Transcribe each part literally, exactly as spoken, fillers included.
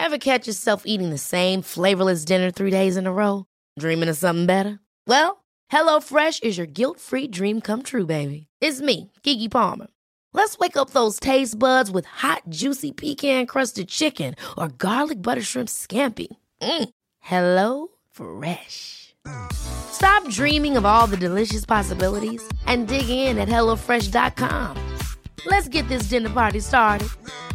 Ever catch yourself eating the same flavorless dinner three days in a row? Dreaming of something better? Well, HelloFresh is your guilt-free dream come true, baby. It's me, Keke Palmer. Let's wake up those taste buds with hot, juicy pecan-crusted chicken or garlic butter shrimp scampi. Mm. Hello Fresh. Stop dreaming of all the delicious possibilities and dig in at hello fresh dot com. Let's get this dinner party started.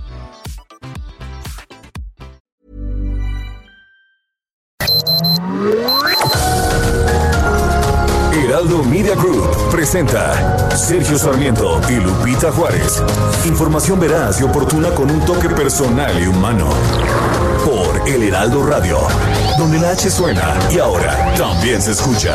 Heraldo Media Group presenta Sergio Sarmiento y Lupita Juárez. Información veraz y oportuna con un toque personal y humano. Por El Heraldo Radio, donde la H suena y ahora también se escucha.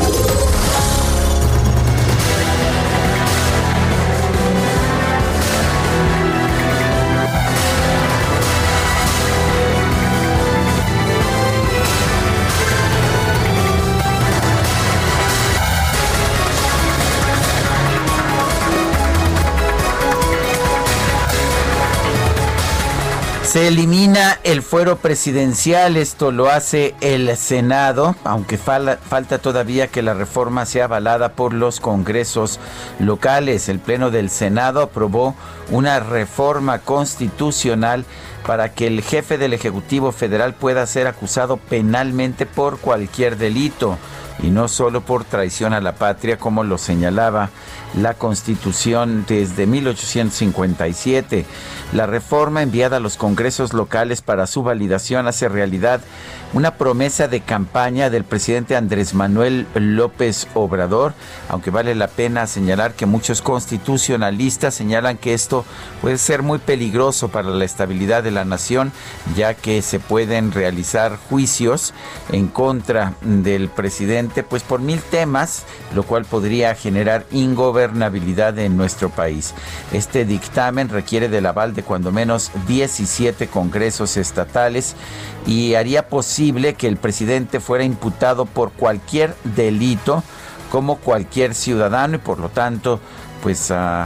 Se elimina el fuero presidencial, esto lo hace el Senado, aunque fal- falta todavía que la reforma sea avalada por los congresos locales. El Pleno del Senado aprobó una reforma constitucional para que el jefe del Ejecutivo Federal pueda ser acusado penalmente por cualquier delito, y no solo por traición a la patria, como lo señalaba la Constitución desde mil ochocientos cincuenta y siete. La reforma enviada a los congresos locales para su validación hace realidad una promesa de campaña del presidente Andrés Manuel López Obrador, aunque vale la pena señalar que muchos constitucionalistas señalan que esto puede ser muy peligroso para la estabilidad de la nación, ya que se pueden realizar juicios en contra del presidente, pues por mil temas, lo cual podría generar ingobernabilidad en nuestro país. Este dictamen requiere del aval de cuando menos diecisiete congresos estatales y haría posible que el presidente fuera imputado por cualquier delito como cualquier ciudadano, y por lo tanto pues uh,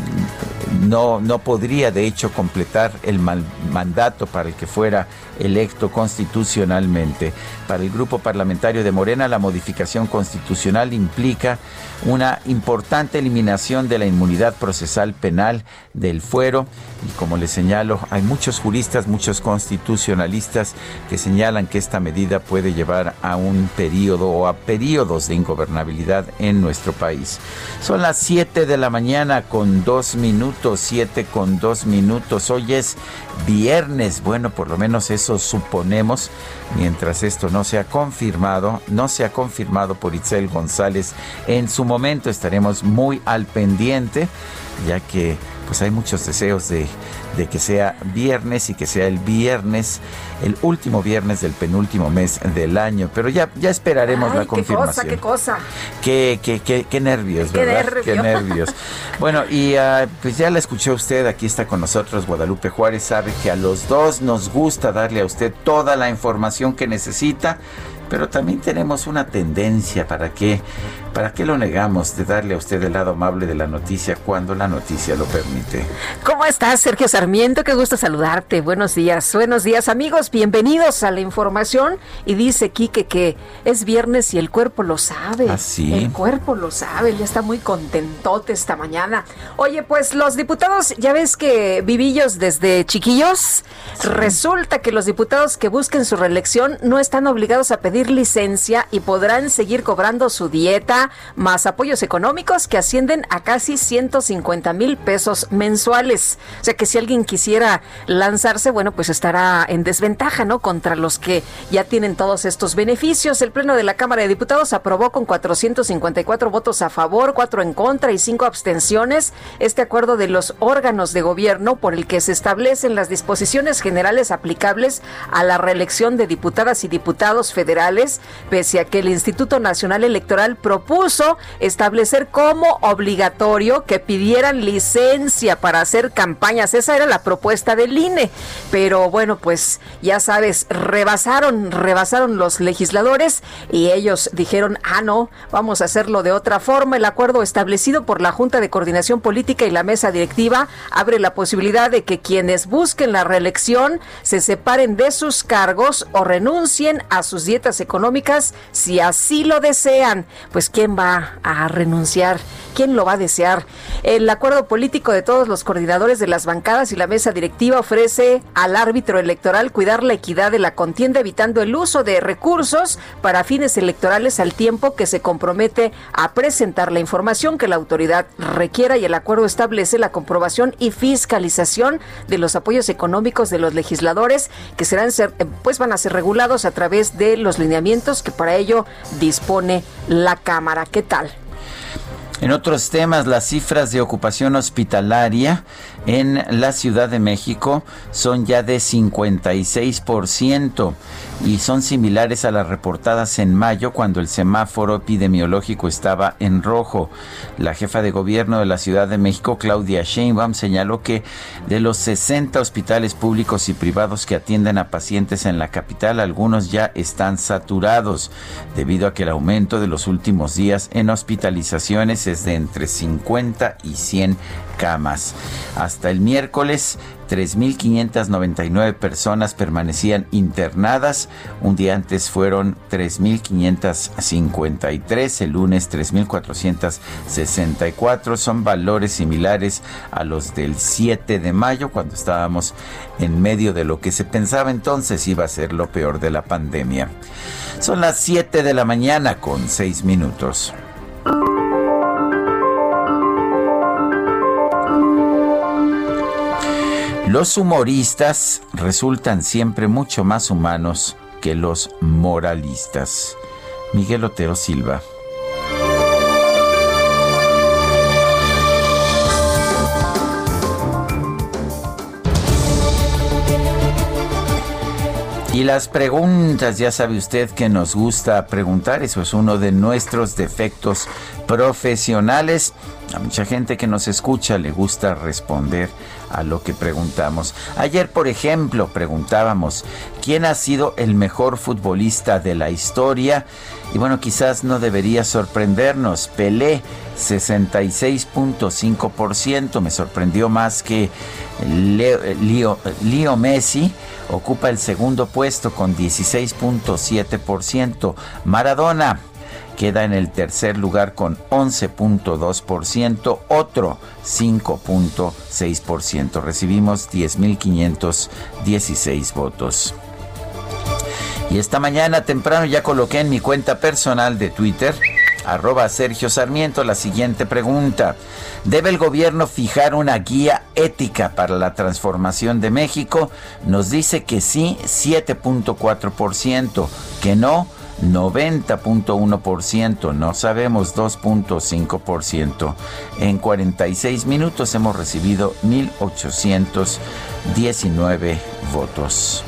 no, no podría de hecho completar el mal, mandato para el que fuera electo constitucionalmente. Para el grupo parlamentario de Morena, la modificación constitucional implica una importante eliminación de la inmunidad procesal penal del fuero, y como les señalo, hay muchos juristas, muchos constitucionalistas que señalan que esta medida puede llevar a un periodo o a periodos de ingobernabilidad en nuestro país. Son las siete de la mañana con dos minutos, siete con dos minutos. Hoy es viernes, bueno, por lo menos eso suponemos, mientras esto no se ha confirmado, no se ha confirmado por Itzel González. En su momento estaremos muy al pendiente, ya que pues hay muchos deseos de, de que sea viernes y que sea el viernes, el último viernes del penúltimo mes del año, pero ya, ya esperaremos. Ay, la confirmación. Qué cosa, qué cosa. Qué, qué, qué, qué nervios, qué ¿verdad? Nervio. Qué nervios. Bueno, y uh, pues ya la escuchó usted, aquí está con nosotros Guadalupe Juárez, sabe que a los dos nos gusta darle a usted toda la información que necesita, pero también tenemos una tendencia, ¿para qué? ¿Para qué lo negamos de darle a usted el lado amable de la noticia cuando la noticia lo permite? ¿Cómo estás, Sergio Sarmiento? Qué gusto saludarte. Buenos días, buenos días, amigos. Bienvenidos a la información. Y dice Quique que es viernes y el cuerpo lo sabe. ¿Ah, sí? El cuerpo lo sabe, ya está muy contentote esta mañana. Oye, pues los diputados, ya ves que vivillos desde chiquillos, sí. Resulta que los diputados que busquen su reelección no están obligados a pedir licencia y podrán seguir cobrando su dieta más apoyos económicos que ascienden a casi ciento cincuenta mil pesos mensuales. O sea que si alguien quisiera lanzarse, bueno, pues estará en desventaja, ¿no? Contra los que ya tienen todos estos beneficios. El Pleno de la Cámara de Diputados aprobó con cuatrocientos cincuenta y cuatro votos a favor, cuatro en contra y cinco abstenciones este acuerdo de los órganos de gobierno por el que se establecen las disposiciones generales aplicables a la reelección de diputadas y diputados federales, pese a que el Instituto Nacional Electoral propuso propuso establecer como obligatorio que pidieran licencia para hacer campañas. Esa era la propuesta del I N E. Pero bueno, pues ya sabes, rebasaron, rebasaron los legisladores y ellos dijeron, ah, no, vamos a hacerlo de otra forma. El acuerdo establecido por la Junta de Coordinación Política y la mesa directiva abre la posibilidad de que quienes busquen la reelección se separen de sus cargos o renuncien a sus dietas económicas si así lo desean. Pues ¿quién va a renunciar? ¿Quién lo va a desear? El acuerdo político de todos los coordinadores de las bancadas y la mesa directiva ofrece al árbitro electoral cuidar la equidad de la contienda, evitando el uso de recursos para fines electorales, al tiempo que se compromete a presentar la información que la autoridad requiera, y el acuerdo establece la comprobación y fiscalización de los apoyos económicos de los legisladores, que serán ser, pues van a ser regulados a través de los lineamientos que para ello dispone la Cámara. ¿Qué tal? En otros temas, las cifras de ocupación hospitalaria en la Ciudad de México son ya de cincuenta y seis por ciento y son similares a las reportadas en mayo, cuando el semáforo epidemiológico estaba en rojo. La jefa de gobierno de la Ciudad de México, Claudia Sheinbaum, señaló que de los sesenta hospitales públicos y privados que atienden a pacientes en la capital, algunos ya están saturados, debido a que el aumento de los últimos días en hospitalizaciones es de entre cincuenta y cien camas. Hasta el miércoles, tres mil quinientas noventa y nueve personas permanecían internadas. Un día antes fueron tres mil quinientas cincuenta y tres, el lunes tres mil cuatrocientas sesenta y cuatro. Son valores similares a los del siete de mayo, cuando estábamos en medio de lo que se pensaba entonces iba a ser lo peor de la pandemia. Son las siete de la mañana con seis minutos. Los humoristas resultan siempre mucho más humanos que los moralistas. Miguel Otero Silva. Y las preguntas, ya sabe usted que nos gusta preguntar, eso es uno de nuestros defectos profesionales. A mucha gente que nos escucha le gusta responder a lo que preguntamos. Ayer, por ejemplo, preguntábamos, ¿quién ha sido el mejor futbolista de la historia? Y bueno, quizás no debería sorprendernos. Pelé, sesenta y seis punto cinco por ciento. Me sorprendió más que Leo, Leo, Leo Messi. Ocupa el segundo puesto con dieciséis punto siete por ciento. Maradona queda en el tercer lugar con once punto dos por ciento, otro cinco punto seis por ciento. Recibimos diez mil quinientos dieciséis votos. Y esta mañana temprano ya coloqué en mi cuenta personal de Twitter, arroba Sergio Sarmiento, la siguiente pregunta. ¿Debe el gobierno fijar una guía ética para la transformación de México? Nos dice que sí, siete punto cuatro por ciento, que no, noventa punto uno por ciento, no sabemos, dos punto cinco por ciento. En cuarenta y seis minutos hemos recibido mil ochocientos diecinueve votos.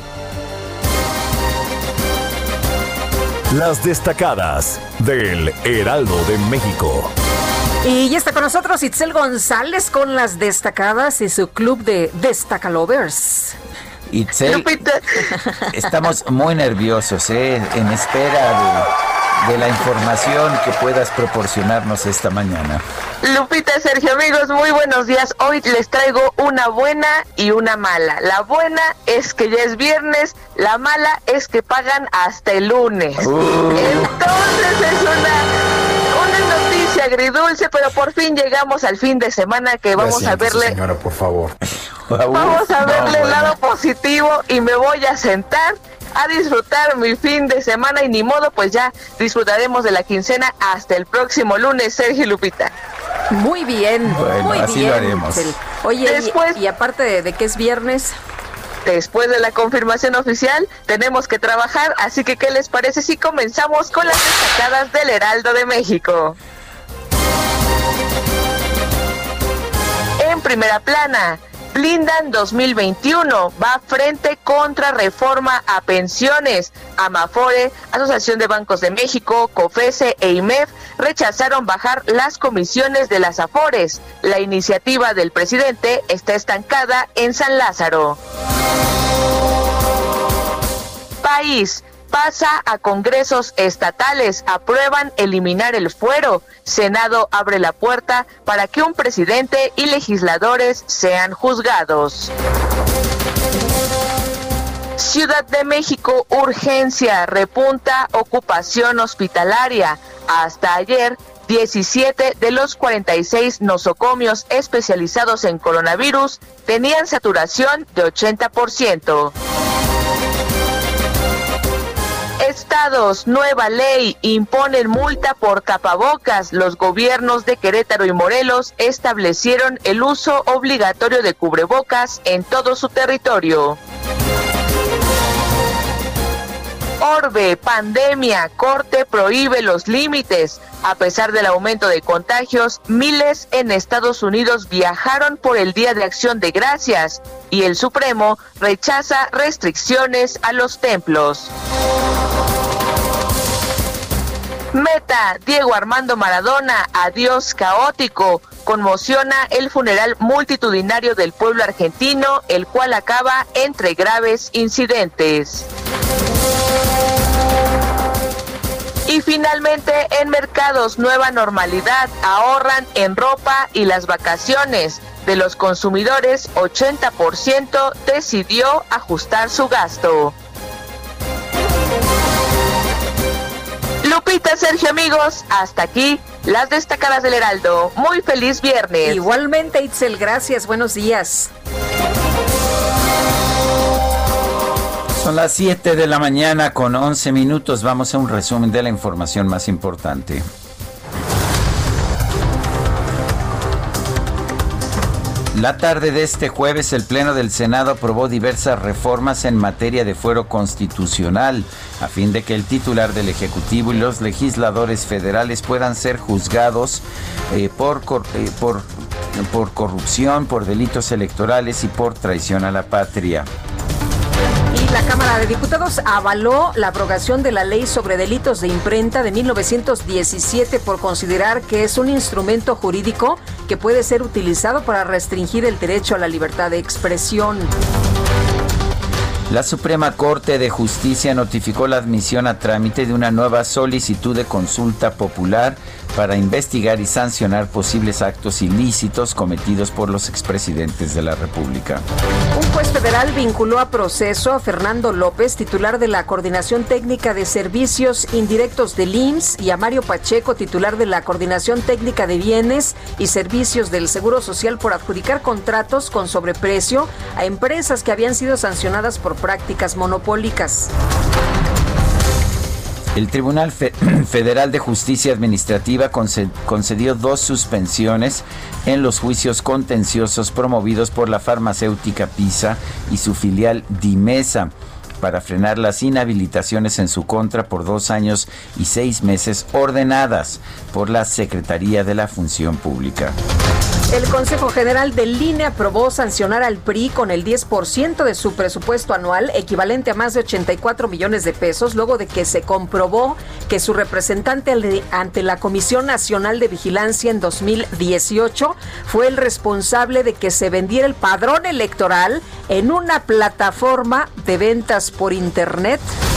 Las destacadas del Heraldo de México. Y ya está con nosotros Itzel González con las destacadas y su club de Destacalovers. Itzel, Lupita. Estamos muy nerviosos, ¿eh? En espera de, de la información que puedas proporcionarnos esta mañana. Lupita, Sergio, amigos, muy buenos días. Hoy les traigo una buena y una mala. La buena es que ya es viernes, la mala es que pagan hasta el lunes. Uh. Entonces es una, una noticia agridulce, pero por fin llegamos al fin de semana que vamos Gracias, a verle... señora, por favor. Vamos a verle no, el bueno. lado positivo y me voy a sentar a disfrutar mi fin de semana y ni modo, pues ya disfrutaremos de la quincena hasta el próximo lunes, Sergio y Lupita. Muy bien, bueno, muy así bien. lo haremos. Oye, Después, y, y aparte de, de que es viernes... Después de la confirmación oficial, tenemos que trabajar, así que ¿qué les parece si comenzamos con las destacadas del Heraldo de México? En primera plana, Blindan dos mil veintiuno, va frente contra reforma a pensiones. Amafore, Asociación de Bancos de México, COFESE e I M E F rechazaron bajar las comisiones de las Afores. La iniciativa del presidente está estancada en San Lázaro. País. Pasa a congresos estatales, aprueban eliminar el fuero. Senado abre la puerta para que un presidente y legisladores sean juzgados. Ciudad de México, urgencia, repunta ocupación hospitalaria. Hasta ayer, diecisiete de los cuarenta y seis nosocomios especializados en coronavirus tenían saturación de ochenta por ciento. Estados, nueva ley, imponen multa por tapabocas. Los gobiernos de Querétaro y Morelos establecieron el uso obligatorio de cubrebocas en todo su territorio. Orbe, pandemia, Corte prohíbe los límites. A pesar del aumento de contagios, miles en Estados Unidos viajaron por el Día de Acción de Gracias y el Supremo rechaza restricciones a los templos. Meta, Diego Armando Maradona, adiós caótico. Conmociona el funeral multitudinario del pueblo argentino, el cual acaba entre graves incidentes. Y finalmente, en mercados, nueva normalidad, ahorran en ropa y las vacaciones. De los consumidores, ochenta por ciento decidió ajustar su gasto. Lupita, Sergio, amigos, hasta aquí las destacadas del Heraldo. Muy feliz viernes. Igualmente, Itzel, gracias, buenos días. Son las siete de la mañana con once minutos. Vamos a un resumen de la información más importante. La tarde de este jueves, el Pleno del Senado aprobó diversas reformas en materia de fuero constitucional, a fin de que el titular del Ejecutivo y los legisladores federales puedan ser juzgados eh, por, eh, por, por corrupción, por delitos electorales y por traición a la patria. Y la Cámara de Diputados avaló la abrogación de la Ley sobre Delitos de Imprenta de mil novecientos diecisiete por considerar que es un instrumento jurídico que puede ser utilizado para restringir el derecho a la libertad de expresión. La Suprema Corte de Justicia notificó la admisión a trámite de una nueva solicitud de consulta popular para investigar y sancionar posibles actos ilícitos cometidos por los expresidentes de la República. Un juez federal vinculó a proceso a Fernando López, titular de la Coordinación Técnica de Servicios Indirectos del I M S S, y a Mario Pacheco, titular de la Coordinación Técnica de Bienes y Servicios del Seguro Social, por adjudicar contratos con sobreprecio a empresas que habían sido sancionadas por prácticas monopólicas. El Tribunal Fe- Federal de Justicia Administrativa concedió dos suspensiones en los juicios contenciosos promovidos por la farmacéutica PISA y su filial Dimesa para frenar las inhabilitaciones en su contra por dos años y seis meses ordenadas por la Secretaría de la Función Pública. El Consejo General del I N E aprobó sancionar al P R I con el diez por ciento de su presupuesto anual, equivalente a más de ochenta y cuatro millones de pesos, luego de que se comprobó que su representante ante la Comisión Nacional de Vigilancia en dos mil dieciocho fue el responsable de que se vendiera el padrón electoral en una plataforma de ventas por Internet.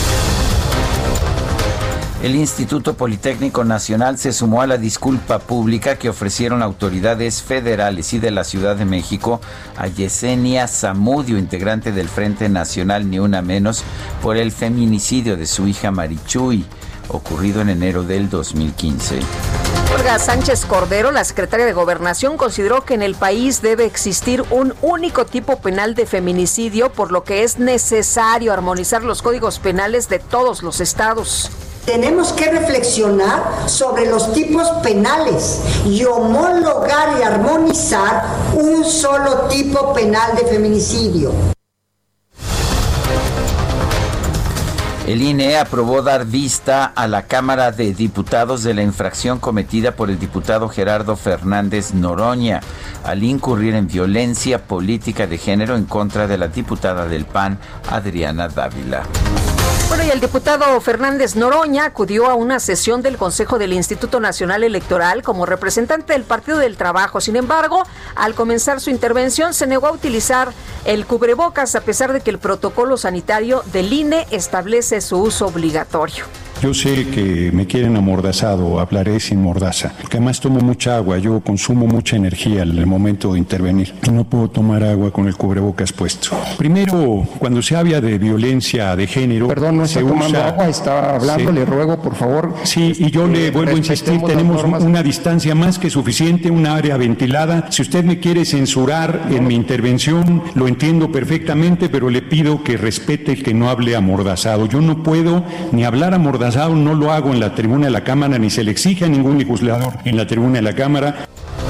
El Instituto Politécnico Nacional se sumó a la disculpa pública que ofrecieron autoridades federales y de la Ciudad de México a Yesenia Zamudio, integrante del Frente Nacional Ni Una Menos, por el feminicidio de su hija Marichuy, ocurrido en enero del dos mil quince. Olga Sánchez Cordero, la secretaria de Gobernación, consideró que en el país debe existir un único tipo penal de feminicidio, por lo que es necesario armonizar los códigos penales de todos los estados. Tenemos que reflexionar sobre los tipos penales y homologar y armonizar un solo tipo penal de feminicidio. El I N E aprobó dar vista a la Cámara de Diputados de la infracción cometida por el diputado Gerardo Fernández Noroña al incurrir en violencia política de género en contra de la diputada del P A N, Adriana Dávila. Bueno, y el diputado Fernández Noroña acudió a una sesión del Consejo del Instituto Nacional Electoral como representante del Partido del Trabajo. Sin embargo, al comenzar su intervención se negó a utilizar el cubrebocas a pesar de que el protocolo sanitario del I N E establece su uso obligatorio. Yo sé que me quieren amordazado, hablaré sin mordaza, porque además tomo mucha agua, yo consumo mucha energía en el momento de intervenir. No puedo tomar agua con el cubrebocas puesto. Primero, cuando se habla de violencia de género... Perdón, no está se tomando usa, agua, está hablando, sí. Le ruego, por favor... Sí, y yo le vuelvo a insistir, tenemos una distancia más que suficiente, una área ventilada. Si usted me quiere censurar en mi intervención, lo entiendo perfectamente, pero le pido que respete que no hable amordazado. Yo no puedo ni hablar amordazado, no lo hago en la tribuna de la Cámara, ni se le exige a ningún legislador en la tribuna de la Cámara.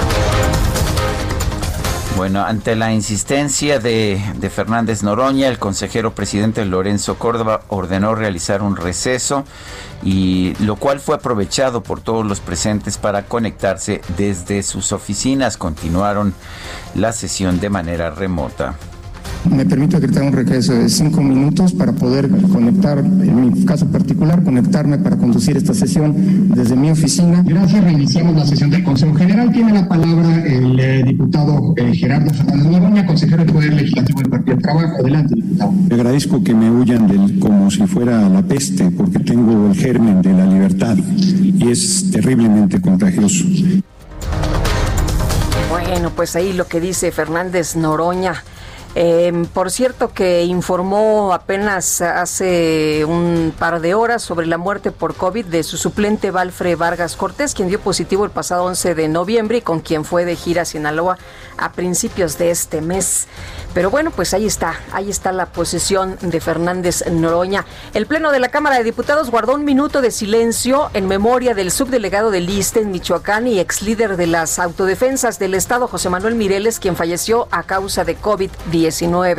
Bueno, ante la insistencia de, de Fernández Noroña, el consejero presidente Lorenzo Córdoba ordenó realizar un receso, y lo cual fue aprovechado por todos los presentes para conectarse desde sus oficinas. Continuaron la sesión de manera remota. Me permito decretar un receso de cinco minutos para poder conectar, en mi caso particular, conectarme para conducir esta sesión desde mi oficina. Gracias, reiniciamos la sesión del Consejo General. Tiene la palabra el eh, diputado eh, Gerardo Fernández Noroña, consejero del Poder Legislativo del Partido del Trabajo. Adelante, diputado. Le agradezco que me huyan del, como si fuera la peste, porque tengo el germen de la libertad y es terriblemente contagioso. Bueno, pues ahí lo que dice Fernández Noroña. Eh, por cierto, que informó apenas hace un par de horas sobre la muerte por COVID de su suplente Valfre Vargas Cortés, quien dio positivo el pasado once de noviembre y con quien fue de gira a Sinaloa a principios de este mes. Pero bueno, pues ahí está, ahí está la posición de Fernández Noroña. El Pleno de la Cámara de Diputados guardó un minuto de silencio en memoria del subdelegado del I S S S T E en Michoacán y ex líder de las autodefensas del Estado, José Manuel Mireles, quien falleció a causa de COVID diecinueve.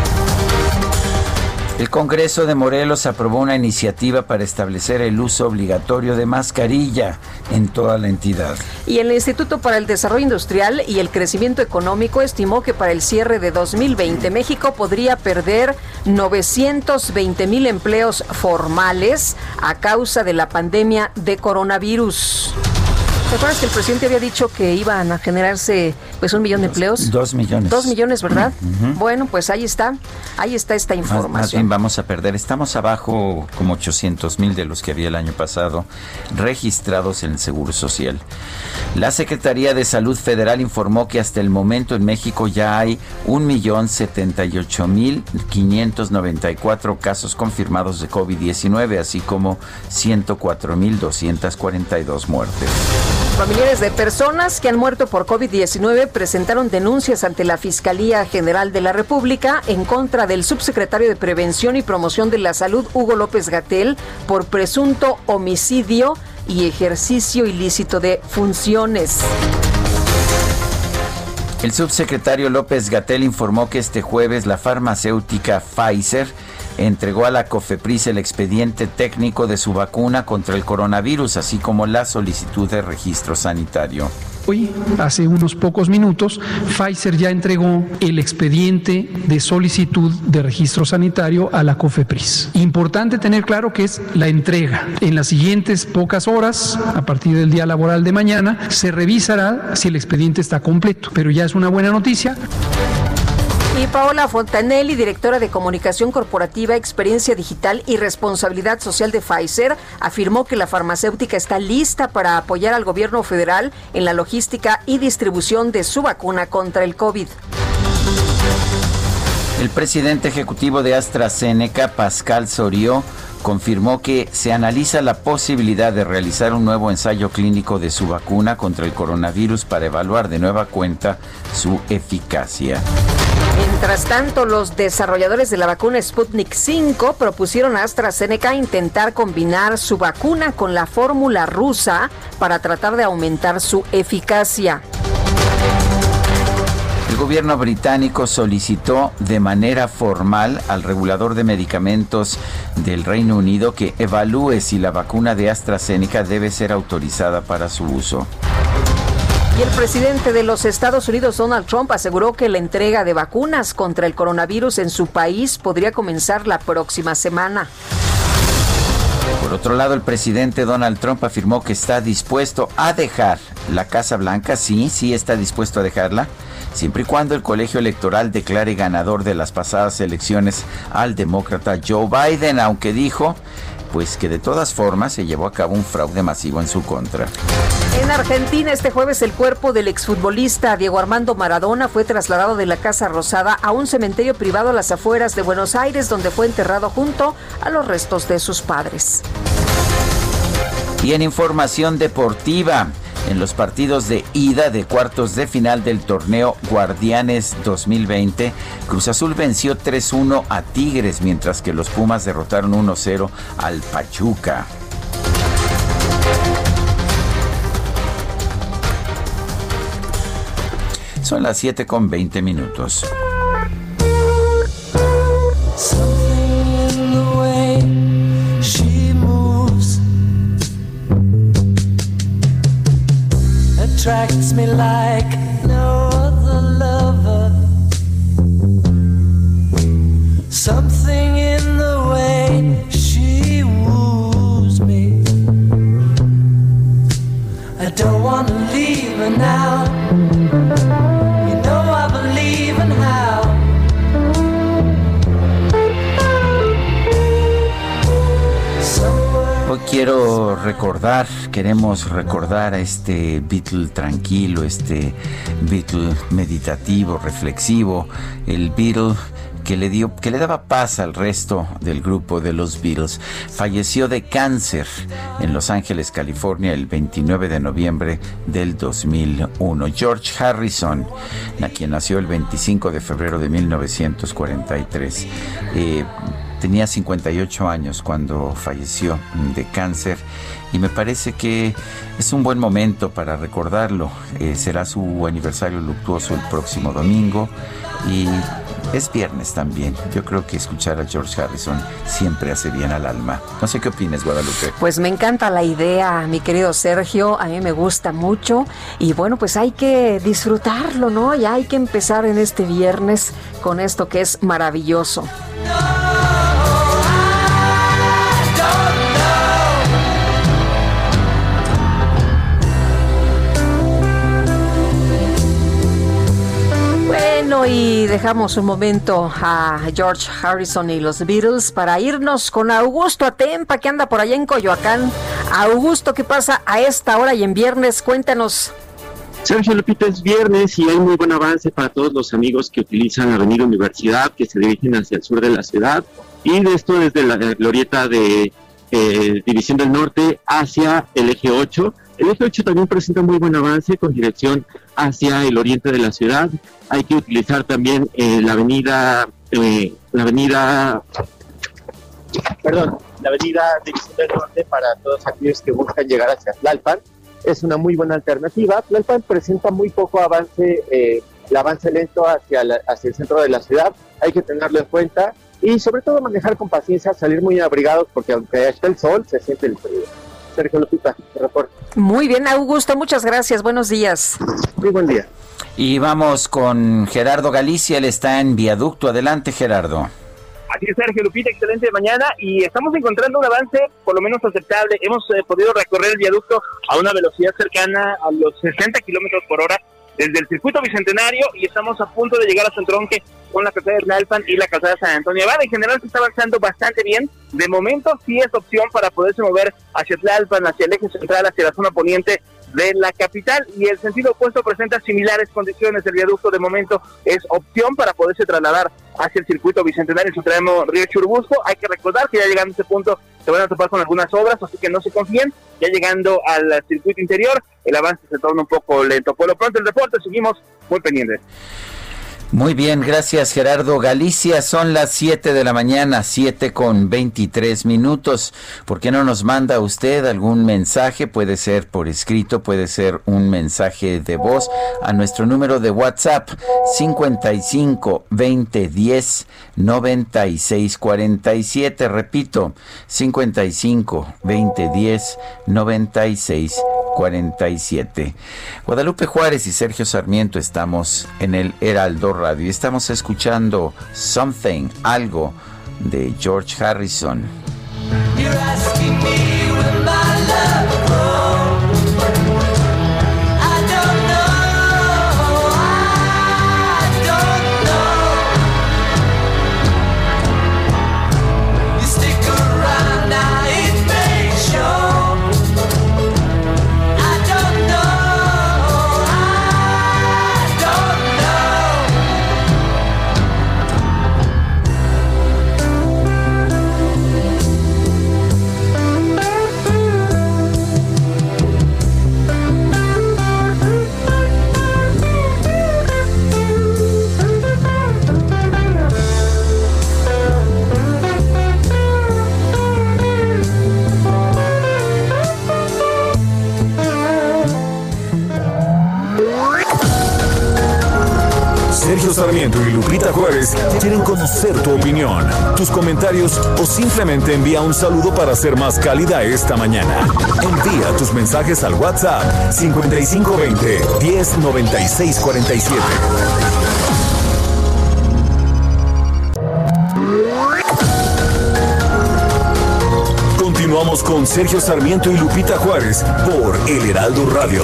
El Congreso de Morelos aprobó una iniciativa para establecer el uso obligatorio de mascarilla en toda la entidad. Y el Instituto para el Desarrollo Industrial y el Crecimiento Económico estimó que para el cierre de dos mil veinte México podría perder novecientos veinte mil empleos formales a causa de la pandemia de coronavirus. ¿Te acuerdas que el presidente había dicho que iban a generarse pues un millón de empleos? Dos millones. Dos millones, ¿verdad? Uh-huh. Bueno, pues ahí está, ahí está esta información. Más, más bien vamos a perder, estamos abajo como ochocientos mil de los que había el año pasado registrados en el Seguro Social. La Secretaría de Salud Federal informó que hasta el momento en México ya hay un millón setenta y ocho mil quinientos noventa y cuatro casos confirmados de COVID diecinueve, así como ciento cuatro mil doscientas cuarenta y dos muertes. Familiares de personas que han muerto por COVID diecinueve presentaron denuncias ante la Fiscalía General de la República en contra del subsecretario de Prevención y Promoción de la Salud, Hugo López-Gatell, por presunto homicidio y ejercicio ilícito de funciones. El subsecretario López-Gatell informó que este jueves la farmacéutica Pfizer entregó a la COFEPRIS el expediente técnico de su vacuna contra el coronavirus, así como la solicitud de registro sanitario. Hoy, hace unos pocos minutos, Pfizer ya entregó el expediente de solicitud de registro sanitario a la COFEPRIS. Importante tener claro que es la entrega. En las siguientes pocas horas, a partir del día laboral de mañana, se revisará si el expediente está completo, pero ya es una buena noticia. Y Paola Fontanelli, directora de Comunicación Corporativa, Experiencia Digital y Responsabilidad Social de Pfizer, afirmó que la farmacéutica está lista para apoyar al gobierno federal en la logística y distribución de su vacuna contra el COVID. El presidente ejecutivo de AstraZeneca, Pascal Soriot, confirmó que se analiza la posibilidad de realizar un nuevo ensayo clínico de su vacuna contra el coronavirus para evaluar de nueva cuenta su eficacia. Mientras tanto, los desarrolladores de la vacuna Sputnik cinco propusieron a AstraZeneca intentar combinar su vacuna con la fórmula rusa para tratar de aumentar su eficacia. El gobierno británico solicitó de manera formal al regulador de medicamentos del Reino Unido que evalúe si la vacuna de AstraZeneca debe ser autorizada para su uso. Y el presidente de los Estados Unidos, Donald Trump, aseguró que la entrega de vacunas contra el coronavirus en su país podría comenzar la próxima semana. Por otro lado, el presidente Donald Trump afirmó que está dispuesto a dejar la Casa Blanca. Sí, sí está dispuesto a dejarla, siempre y cuando el colegio electoral declare ganador de las pasadas elecciones al demócrata Joe Biden, aunque dijo pues que de todas formas se llevó a cabo un fraude masivo en su contra. En Argentina, este jueves, el cuerpo del exfutbolista Diego Armando Maradona fue trasladado de la Casa Rosada a un cementerio privado a las afueras de Buenos Aires, donde fue enterrado junto a los restos de sus padres. Y en información deportiva, en los partidos de ida de cuartos de final del torneo Guardianes dos mil veinte, Cruz Azul venció tres uno a Tigres, mientras que los Pumas derrotaron uno cero al Pachuca. Son las siete con veinte minutos. Attracts me like no other lover. Something in the way she woos me. I don't wanna leave her now. You know I believe in how. Hoy quiero recordar, queremos recordar a este Beatle tranquilo, este Beatle meditativo, reflexivo, el Beatle que le dio, que le daba paz al resto del grupo de los Beatles. Falleció de cáncer en Los Ángeles, California, el veintinueve de noviembre del dos mil uno. George Harrison, a quien nació el veinticinco de febrero de mil novecientos cuarenta y tres. Eh, Tenía cincuenta y ocho años cuando falleció de cáncer y me parece que es un buen momento para recordarlo. Eh, será su aniversario luctuoso el próximo domingo y es viernes también. Yo creo que escuchar a George Harrison siempre hace bien al alma. No sé qué opinas, Guadalupe. Pues me encanta la idea, mi querido Sergio. A mí me gusta mucho y bueno, pues hay que disfrutarlo, ¿no? Ya hay que empezar en este viernes con esto que es maravilloso. Bueno, y dejamos un momento a George Harrison y los Beatles para irnos con Augusto Atempa, que anda por allá en Coyoacán. Augusto, ¿qué pasa a esta hora y en viernes? Cuéntanos. Sergio, Lupita, es viernes y hay muy buen avance para todos los amigos que utilizan Avenida Universidad, que se dirigen hacia el sur de la ciudad, y de esto desde la glorieta de eh, División del Norte hacia el eje ocho. El eje ocho también presenta muy buen avance con dirección hacia el oriente de la ciudad. Hay que utilizar también eh, la avenida, eh, la avenida, perdón, la avenida División del Norte para todos aquellos que buscan llegar hacia Tlalpan. Es una muy buena alternativa. Tlalpan presenta muy poco avance, eh, el avance lento hacia, la, hacia el centro de la ciudad. Hay que tenerlo en cuenta y sobre todo manejar con paciencia, salir muy abrigados porque aunque está el sol, se siente el frío. Sergio, Lupita, te reporto. Muy bien, Augusto, muchas gracias. Buenos días. Muy buen día. Y vamos con Gerardo Galicia, él está en Viaducto. Adelante, Gerardo. Así es, Sergio, Lupita, excelente mañana y estamos encontrando un avance por lo menos aceptable. Hemos eh, podido recorrer el viaducto a una velocidad cercana a los sesenta kilómetros por hora desde el circuito Bicentenario y estamos a punto de llegar a su entronque con la calzada de Tlalpan y la calzada de San Antonio Abad. En general se está avanzando bastante bien. De momento sí es opción para poderse mover hacia Tlalpan, hacia el eje central, hacia la zona poniente de la capital, y el sentido opuesto presenta similares condiciones. El viaducto de momento es opción para poderse trasladar hacia el circuito Bicentenario en su tramo Río Churubusco. Hay que recordar que ya llegando a este punto se van a topar con algunas obras, así que no se confíen. Ya llegando al circuito interior, el avance se torna un poco lento. Por lo pronto el reporte, seguimos muy pendientes. Muy bien, gracias Gerardo. Galicia, son las siete de la mañana, siete con veintitrés minutos. ¿Por qué no nos manda usted algún mensaje? Puede ser por escrito, puede ser un mensaje de voz a nuestro número de WhatsApp cincuenta y cinco, veinte, diez, noventa y seis, cuarenta y siete. Repito, cincuenta y cinco, veinte, diez, noventa y seis, cuarenta y siete. Guadalupe Juárez y Sergio Sarmiento estamos en el Heraldo Radio y estamos escuchando Something, algo de George Harrison. You're asking me when my love grows. I don't know, I don't know. You stick around now, it may show. Sergio Sarmiento y Lupita Juárez quieren conocer tu opinión, tus comentarios o simplemente envía un saludo para ser más cálida esta mañana. Envía tus mensajes al WhatsApp cincuenta y cinco veinte, diez, noventa y seis, cuarenta y siete. Continuamos con Sergio Sarmiento y Lupita Juárez por El Heraldo Radio.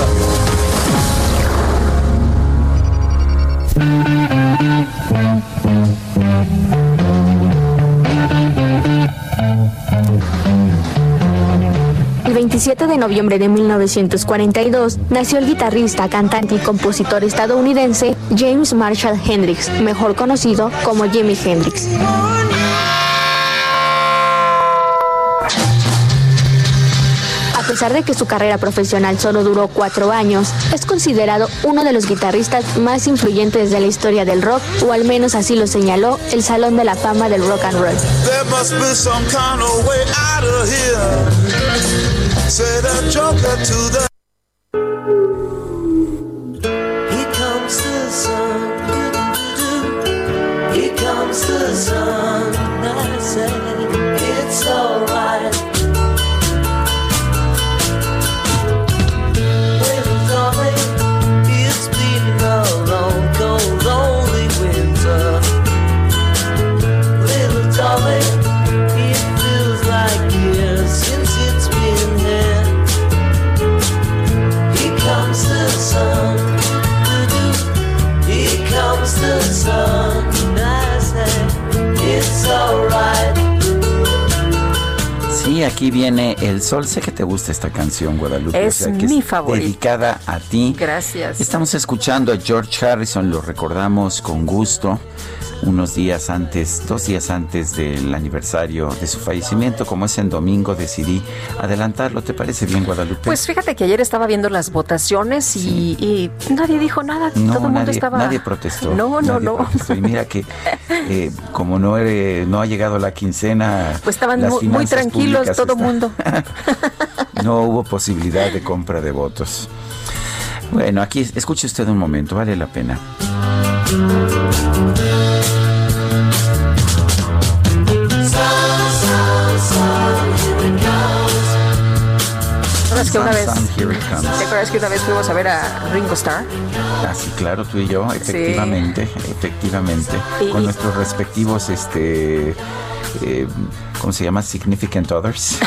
El veintisiete de noviembre de mil novecientos cuarenta y dos nació el guitarrista, cantante y compositor estadounidense James Marshall Hendrix, mejor conocido como Jimi Hendrix. A pesar de que su carrera profesional solo duró cuatro años, es considerado uno de los guitarristas más influyentes de la historia del rock, o al menos así lo señaló el Salón de la Fama del Rock and Roll. Sí, aquí viene El Sol. Sé que te gusta esta canción, Guadalupe. Es o sea, que mi es favorita. Dedicada a ti. Gracias. Estamos escuchando a George Harrison, lo recordamos con gusto. Unos días antes, dos días antes del aniversario de su fallecimiento, como es en domingo, decidí adelantarlo. ¿Te parece bien, Guadalupe? Pues fíjate que ayer estaba viendo las votaciones y, sí. y nadie dijo nada. No, Todo el mundo nadie, estaba... nadie protestó. No, no, nadie no. Protestó. Y mira que eh, como no, eh, no ha llegado la quincena... Pues estaban las muy, muy tranquilos todo el mundo. No hubo posibilidad de compra de votos. Bueno, aquí escuche usted un momento, vale la pena. ¿Te acuerdas que una vez, Here it comes. ¿te acuerdas que una vez fuimos a ver a Ringo Starr? Ah, sí, claro, tú y yo, efectivamente, sí. efectivamente, y, con nuestros respectivos, este, eh, ¿cómo se llama? Significant Others.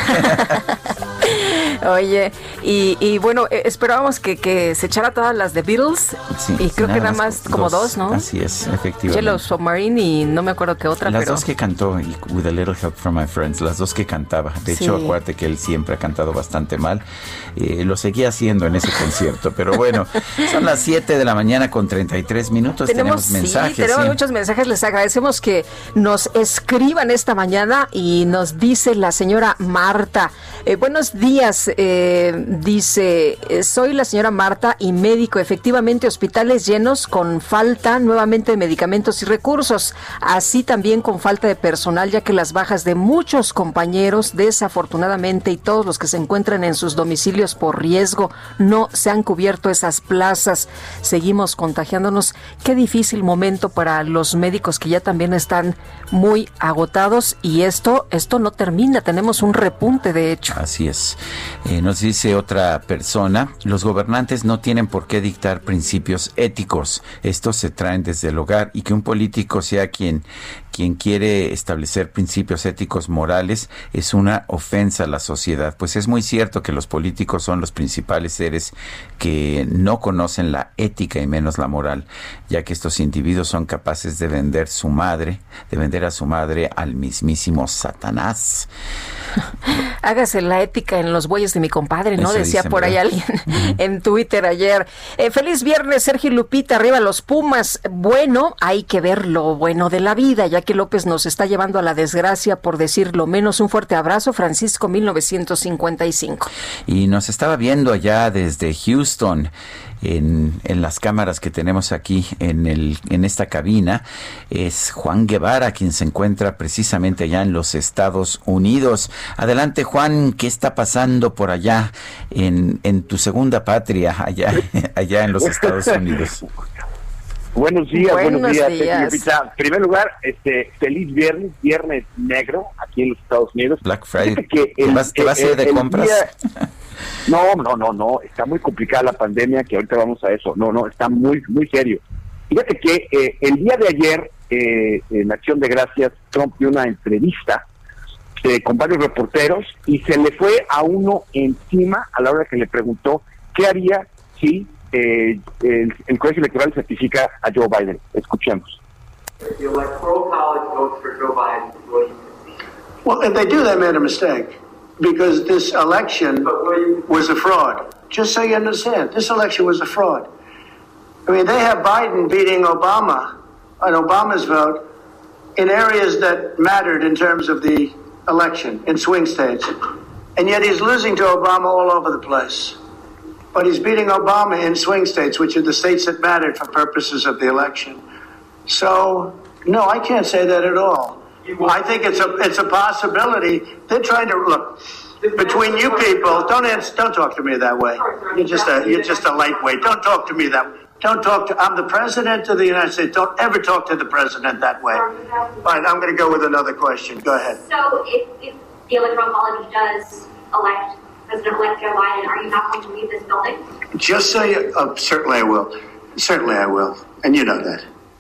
Oye, y, y bueno, eh, esperábamos que, que se echara todas las de Beatles, sí, y creo nada que nada más como dos, ¿no? Así es, efectivamente. Yellow Submarine y no me acuerdo qué otra, Las pero... dos que cantó, y With a Little Help from My Friends, las dos que cantaba. De sí. hecho, acuérdate que él siempre ha cantado bastante mal. Eh, lo seguía haciendo en ese concierto, pero bueno, son las siete de la mañana con treinta y tres minutos. Tenemos, tenemos mensajes. Sí, tenemos sí. muchos mensajes. Les agradecemos que nos escriban esta mañana y nos dice la señora Marta. Eh, buenos días. eh, dice, soy la señora Marta y médico, efectivamente hospitales llenos con falta nuevamente de medicamentos y recursos, así también con falta de personal, ya que las bajas de muchos compañeros, desafortunadamente, y todos los que se encuentran en sus domicilios por riesgo, no se han cubierto esas plazas. Seguimos contagiándonos. Qué difícil momento para los médicos que ya también están muy agotados, y esto, esto no termina, tenemos un repunte de hecho. Así es. Eh, nos dice otra persona, los gobernantes no tienen por qué dictar principios éticos, estos se traen desde el hogar, y que un político sea quien, quien quiere establecer principios éticos morales es una ofensa a la sociedad. Pues es muy cierto que los políticos son los principales seres que no conocen la ética y menos la moral, ya que estos individuos son capaces de vender su madre, de vender a su madre al mismísimo Satanás. Hágase la ética en los bueyes de mi compadre, ¿no? Eso Decía dicen, por ahí ¿verdad? alguien en Twitter ayer. Eh, feliz viernes, Sergio y Lupita, arriba los Pumas. Bueno, hay que ver lo bueno de la vida, ya que López nos está llevando a la desgracia, por decir lo menos. Un fuerte abrazo, Francisco mil novecientos cincuenta y cinco. Y nos estaba viendo allá desde Houston, en, en las cámaras que tenemos aquí en el en esta cabina, es Juan Guevara, quien se encuentra precisamente allá en los Estados Unidos. Adelante, Juan, ¿qué está pasando por allá en, en tu segunda patria, allá, allá en los Estados Unidos? Buenos días, buenos, buenos días. días. días. En primer lugar, este, feliz viernes, viernes negro aquí en los Estados Unidos. Black Friday. Que el, ¿Te vas, te vas a ir de compras? Día, no, no, no, no. Está muy complicada la pandemia, que ahorita vamos a eso. No, no, está muy, muy serio. Fíjate que eh, el día de ayer, eh, en Acción de Gracias, Trump dio una entrevista eh, con varios reporteros y se le fue a uno encima a la hora que le preguntó qué haría si eh, el, el colegio electoral certifica a Joe Biden. Escuchemos. Well, if they do, they made a mistake, because this election was a fraud. Just so you understand, this election was a fraud. I mean, they have Biden beating Obama on Obama's vote in areas that mattered in terms of the election, in swing states. And yet he's losing to Obama all over the place. But he's beating Obama in swing states, which are the states that mattered for purposes of the election. So, no, I can't say that at all. I think it's a it's a possibility. They're trying to look between you people. Don't answer, don't talk to me that way. You're just a you're just a lightweight. Don't talk to me that way. Don't talk to. I'm the president of the United States. Don't ever talk to the president that way. Fine, I'm going to go with another question. Go ahead. So, if, if the Electoral College does elect President-elect Joe Biden, are you not going to leave this building? Just so you. Oh, certainly I will. Certainly I will, and you know that.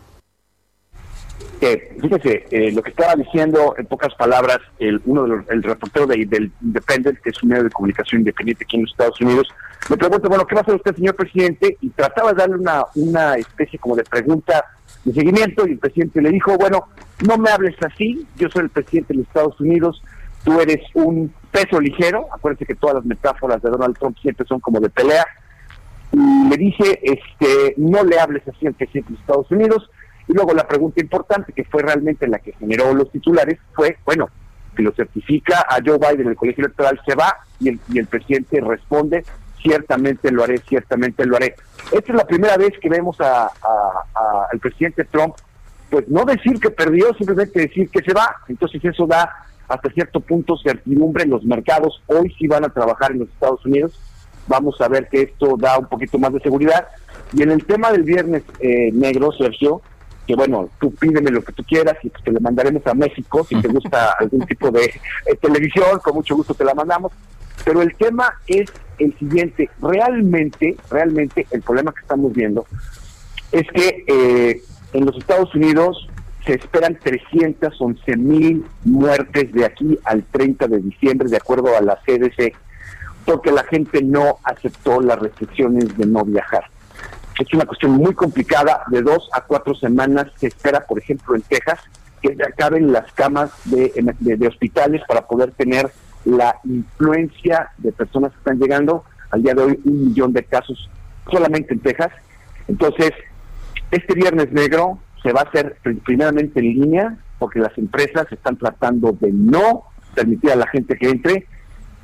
Eh, fíjese, eh, lo que estaba diciendo en pocas palabras el uno de los, el reportero de, del Independent, que es un medio de comunicación independiente aquí en los Estados Unidos, me pregunta, bueno, ¿qué va a hacer usted, señor presidente? Y trataba de darle una, una especie como de pregunta de seguimiento, y el presidente le dijo, bueno, no me hables así, yo soy el presidente de los Estados Unidos, tú eres un peso ligero. Acuérdense que todas las metáforas de Donald Trump siempre son como de pelea. Y le dice, este, no le hables así al presidente de los Estados Unidos. Y luego la pregunta importante, que fue realmente la que generó los titulares, fue, bueno, si lo certifica a Joe Biden en el colegio electoral, se va, y el, y el presidente responde, ciertamente lo haré, ciertamente lo haré. Esta es la primera vez que vemos a, a, a, al presidente Trump, pues no decir que perdió, simplemente decir que se va. Entonces eso da hasta cierto punto certidumbre en los mercados. Hoy sí van a trabajar en los Estados Unidos. Vamos a ver que esto da un poquito más de seguridad. Y en el tema del viernes eh, negro, Sergio, que bueno, tú pídeme lo que tú quieras y pues te lo mandaremos a México, si te gusta algún tipo de eh, televisión, con mucho gusto te la mandamos. Pero el tema es el siguiente, realmente, realmente el problema que estamos viendo es que eh, en los Estados Unidos se esperan trescientas once mil muertes de aquí al treinta de diciembre, de acuerdo a la C D C, porque la gente no aceptó las restricciones de no viajar. Es una cuestión muy complicada, de dos a cuatro semanas se espera, por ejemplo, en Texas, que se acaben las camas de, de, de hospitales para poder tener la influencia de personas que están llegando. Al día de hoy, un millón de casos solamente en Texas. Entonces, este viernes negro se va a hacer primeramente en línea, porque las empresas están tratando de no permitir a la gente que entre,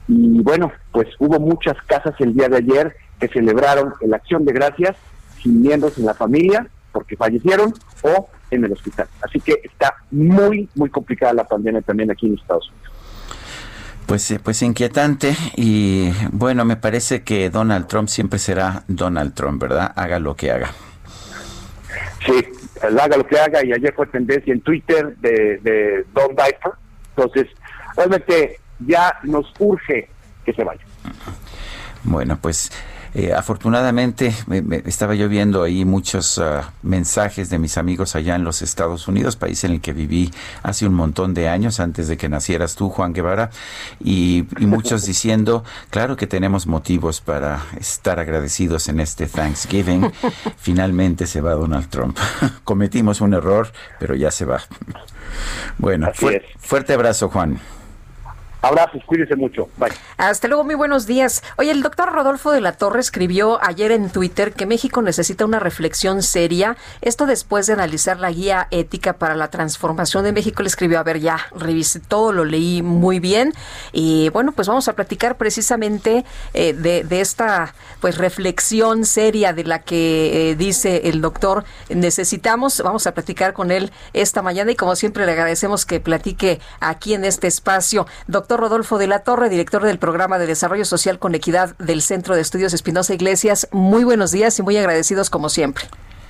Y bueno, pues hubo muchas casas el día de ayer que celebraron la acción de gracias sin miembros en la familia porque fallecieron o en el hospital. Así que está muy, muy complicada la pandemia también aquí en Estados Unidos. Pues, pues inquietante y bueno, me parece que Donald Trump siempre será Donald Trump, ¿verdad? Haga lo que haga. Sí, él haga lo que haga y ayer fue tendencia en Twitter de, de Don Diper. Entonces, realmente ya nos urge que se vaya. Bueno, pues eh, afortunadamente me, me estaba yo viendo ahí muchos uh, mensajes de mis amigos allá en los Estados Unidos, país en el que viví hace un montón de años, antes de que nacieras tú, Juan Guevara, y, y muchos diciendo, claro que tenemos motivos para estar agradecidos en este Thanksgiving. Finalmente se va Donald Trump. Cometimos un error, pero ya se va. Bueno, fu- fuerte abrazo, Juan. Abrazos, cuídense mucho. Bye. Hasta luego, muy buenos días. Oye, el doctor Rodolfo de la Torre escribió ayer en Twitter que México necesita una reflexión seria. Esto después de analizar la guía ética para la transformación de México. Le escribió, a ver, ya, revisé todo, lo leí muy bien. Y bueno, pues vamos a platicar precisamente eh, de, de esta pues reflexión seria de la que eh, dice el doctor necesitamos. Vamos a platicar con él esta mañana y como siempre le agradecemos que platique aquí en este espacio. Doctor Rodolfo de la Torre, director del Programa de Desarrollo Social con Equidad del Centro de Estudios Espinosa Iglesias, muy buenos días y muy agradecidos como siempre.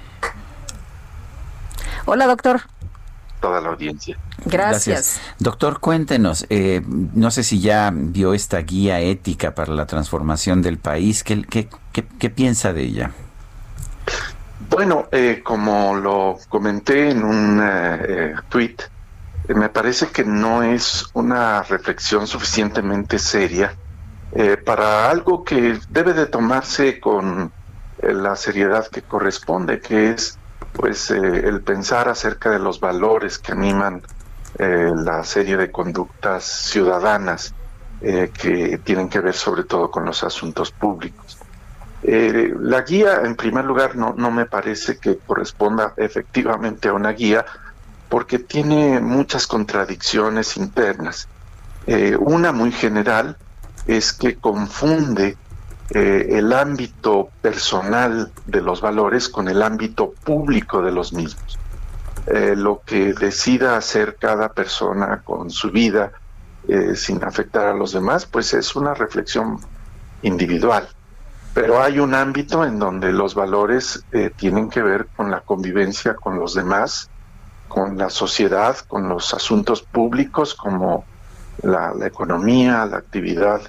Hola, doctor. Toda la audiencia. Gracias. Gracias. Doctor, cuéntenos, eh, no sé si ya vio esta guía ética para la transformación del país, ¿qué, qué, qué, qué piensa de ella? Bueno, eh, como lo comenté en un eh, tweet, me parece que no es una reflexión suficientemente seria eh, para algo que debe de tomarse con eh, la seriedad que corresponde, que es pues eh, el pensar acerca de los valores que animan eh, la serie de conductas ciudadanas eh, que tienen que ver sobre todo con los asuntos públicos. Eh, la guía, en primer lugar, no, no me parece que corresponda efectivamente a una guía, porque tiene muchas contradicciones internas. Eh, una muy general es que confunde eh, el ámbito personal de los valores con el ámbito público de los mismos. Eh, lo que decida hacer cada persona con su vida eh, sin afectar a los demás, pues es una reflexión individual. Pero hay un ámbito en donde los valores eh, tienen que ver con la convivencia con los demás, con la sociedad, con los asuntos públicos como la, la economía, la actividad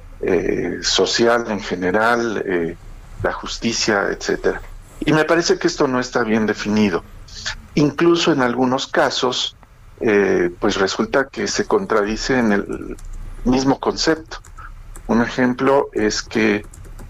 eh, social en general, eh, la justicia, etcétera. Y me parece que esto no está bien definido. Incluso en algunos casos, eh, pues resulta que se contradice en el mismo concepto. Un ejemplo es que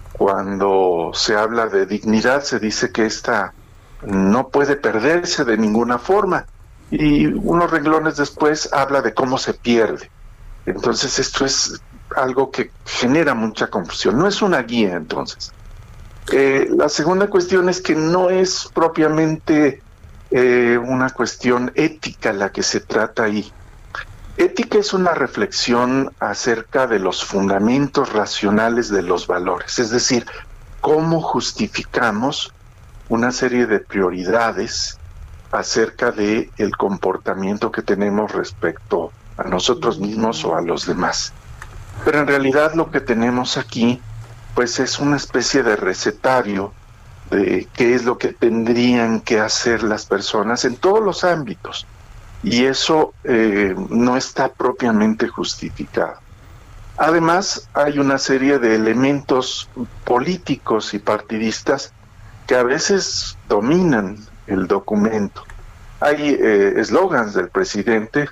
cuando se habla de dignidad se dice que esta no puede perderse de ninguna forma, y unos renglones después habla de cómo se pierde. Entonces esto es algo que genera mucha confusión, no es una guía entonces. Eh, la segunda cuestión es que no es propiamente eh, una cuestión ética la que se trata ahí. Ética es una reflexión acerca de los fundamentos racionales de los valores, es decir, cómo justificamos una serie de prioridades acerca de el comportamiento que tenemos respecto a nosotros mismos o a los demás. Pero en realidad lo que tenemos aquí pues es una especie de recetario de qué es lo que tendrían que hacer las personas en todos los ámbitos, y eso eh, no está propiamente justificado. Además, hay una serie de elementos políticos y partidistas que a veces dominan el documento. Hay eslogans eh, del presidente,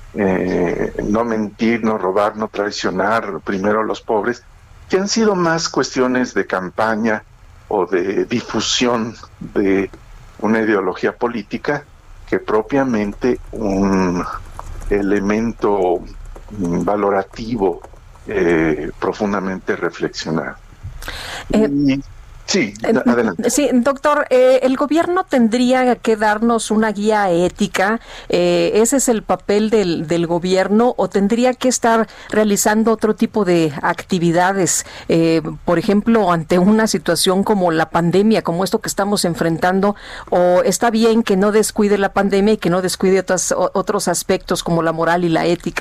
eh, no mentir, no robar, no traicionar, primero los pobres, que han sido más cuestiones de campaña o de difusión de una ideología política que propiamente un elemento valorativo eh, profundamente reflexionado. Eh, y, Sí, adelante. Sí, doctor, eh, el gobierno tendría que darnos una guía ética. Eh, ¿Ese es el papel del, del gobierno o tendría que estar realizando otro tipo de actividades? Eh, por ejemplo, ante una situación como la pandemia, como esto que estamos enfrentando, ¿o está bien que no descuide la pandemia y que no descuide otras, otros aspectos como la moral y la ética?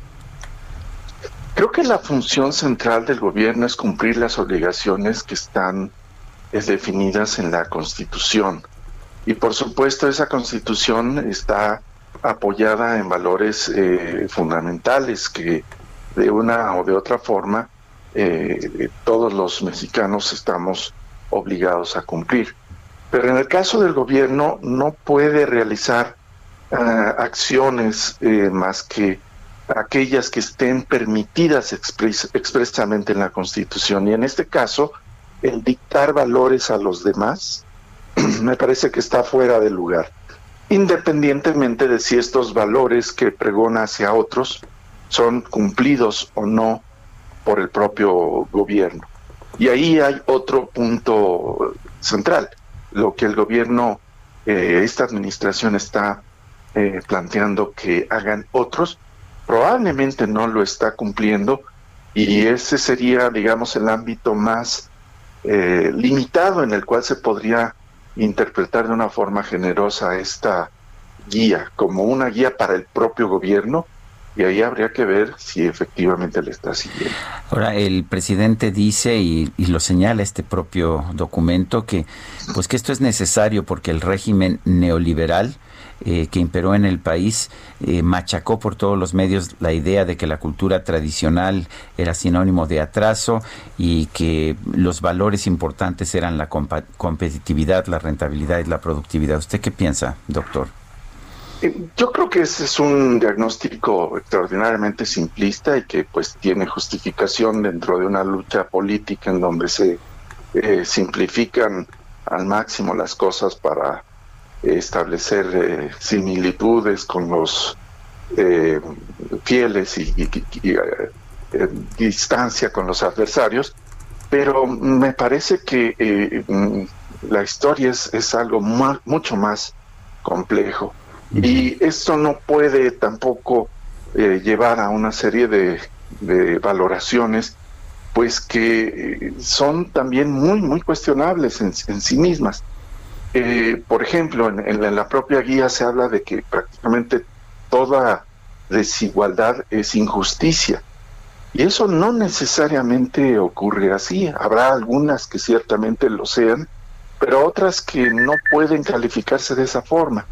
Creo que la función central del gobierno es cumplir las obligaciones que están es definidas en la Constitución. Y por supuesto esa Constitución está apoyada en valores eh, fundamentales que de una o de otra forma eh, todos los mexicanos estamos obligados a cumplir. Pero en el caso del gobierno no puede realizar uh, acciones eh, más que aquellas que estén permitidas expres- expresamente en la Constitución. Y en este caso, el dictar valores a los demás me parece que está fuera de lugar, independientemente de si estos valores que pregona hacia otros son cumplidos o no por el propio gobierno. Y ahí hay otro punto central. Lo que el gobierno, eh, esta administración está eh, planteando que hagan otros, probablemente no lo está cumpliendo, y ese sería, digamos, el ámbito más Eh, limitado en el cual se podría interpretar de una forma generosa esta guía, como una guía para el propio gobierno, y ahí habría que ver si efectivamente le está siguiendo. Ahora, el presidente dice, y, y lo señala este propio documento, que pues que esto es necesario porque el régimen neoliberal Eh, que imperó en el país, eh, machacó por todos los medios la idea de que la cultura tradicional era sinónimo de atraso y que los valores importantes eran la compa- competitividad, la rentabilidad y la productividad. ¿Usted qué piensa, doctor? Yo creo que ese es un diagnóstico extraordinariamente simplista y que pues tiene justificación dentro de una lucha política en donde se eh, simplifican al máximo las cosas para establecer eh, similitudes con los eh, fieles y, y, y, y eh, distancia con los adversarios, pero me parece que eh, la historia es, es algo más, mucho más complejo, y esto no puede tampoco eh, llevar a una serie de, de valoraciones pues que son también muy muy cuestionables en, en sí mismas. Eh, por ejemplo, en, en la propia guía se habla de que prácticamente toda desigualdad es injusticia, y eso no necesariamente ocurre así. Habrá algunas que ciertamente lo sean, pero otras que no pueden calificarse de esa forma,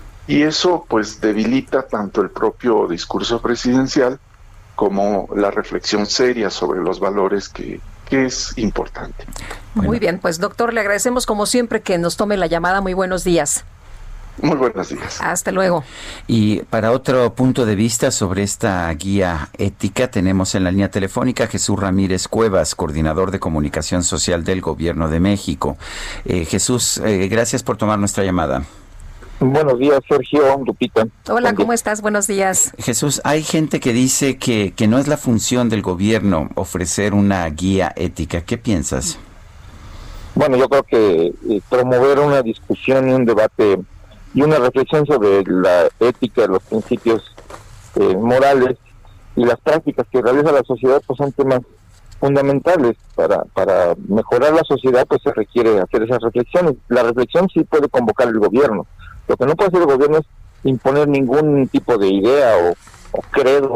y eso pues debilita tanto el propio discurso presidencial como la reflexión seria sobre los valores que que es importante. Bueno. Muy bien, pues doctor, le agradecemos como siempre que nos tome la llamada. Muy buenos días. Muy buenos días. Hasta luego. Y para otro punto de vista sobre esta guía ética, tenemos en la línea telefónica a Jesús Ramírez Cuevas, coordinador de comunicación social del Gobierno de México. Eh, Jesús, eh, gracias por tomar nuestra llamada. Buenos días, Sergio, Lupita. Hola, ¿cómo estás? Buenos días. Jesús, hay gente que dice que, que no es la función del gobierno ofrecer una guía ética. ¿Qué piensas? Bueno, yo creo que eh, promover una discusión y un debate y una reflexión sobre la ética, los principios eh, morales y las prácticas que realiza la sociedad, pues son temas fundamentales. Para, para mejorar la sociedad, pues se requiere hacer esas reflexiones. La reflexión sí puede convocar el gobierno. Lo que no puede hacer el gobierno es imponer ningún tipo de idea o, o credo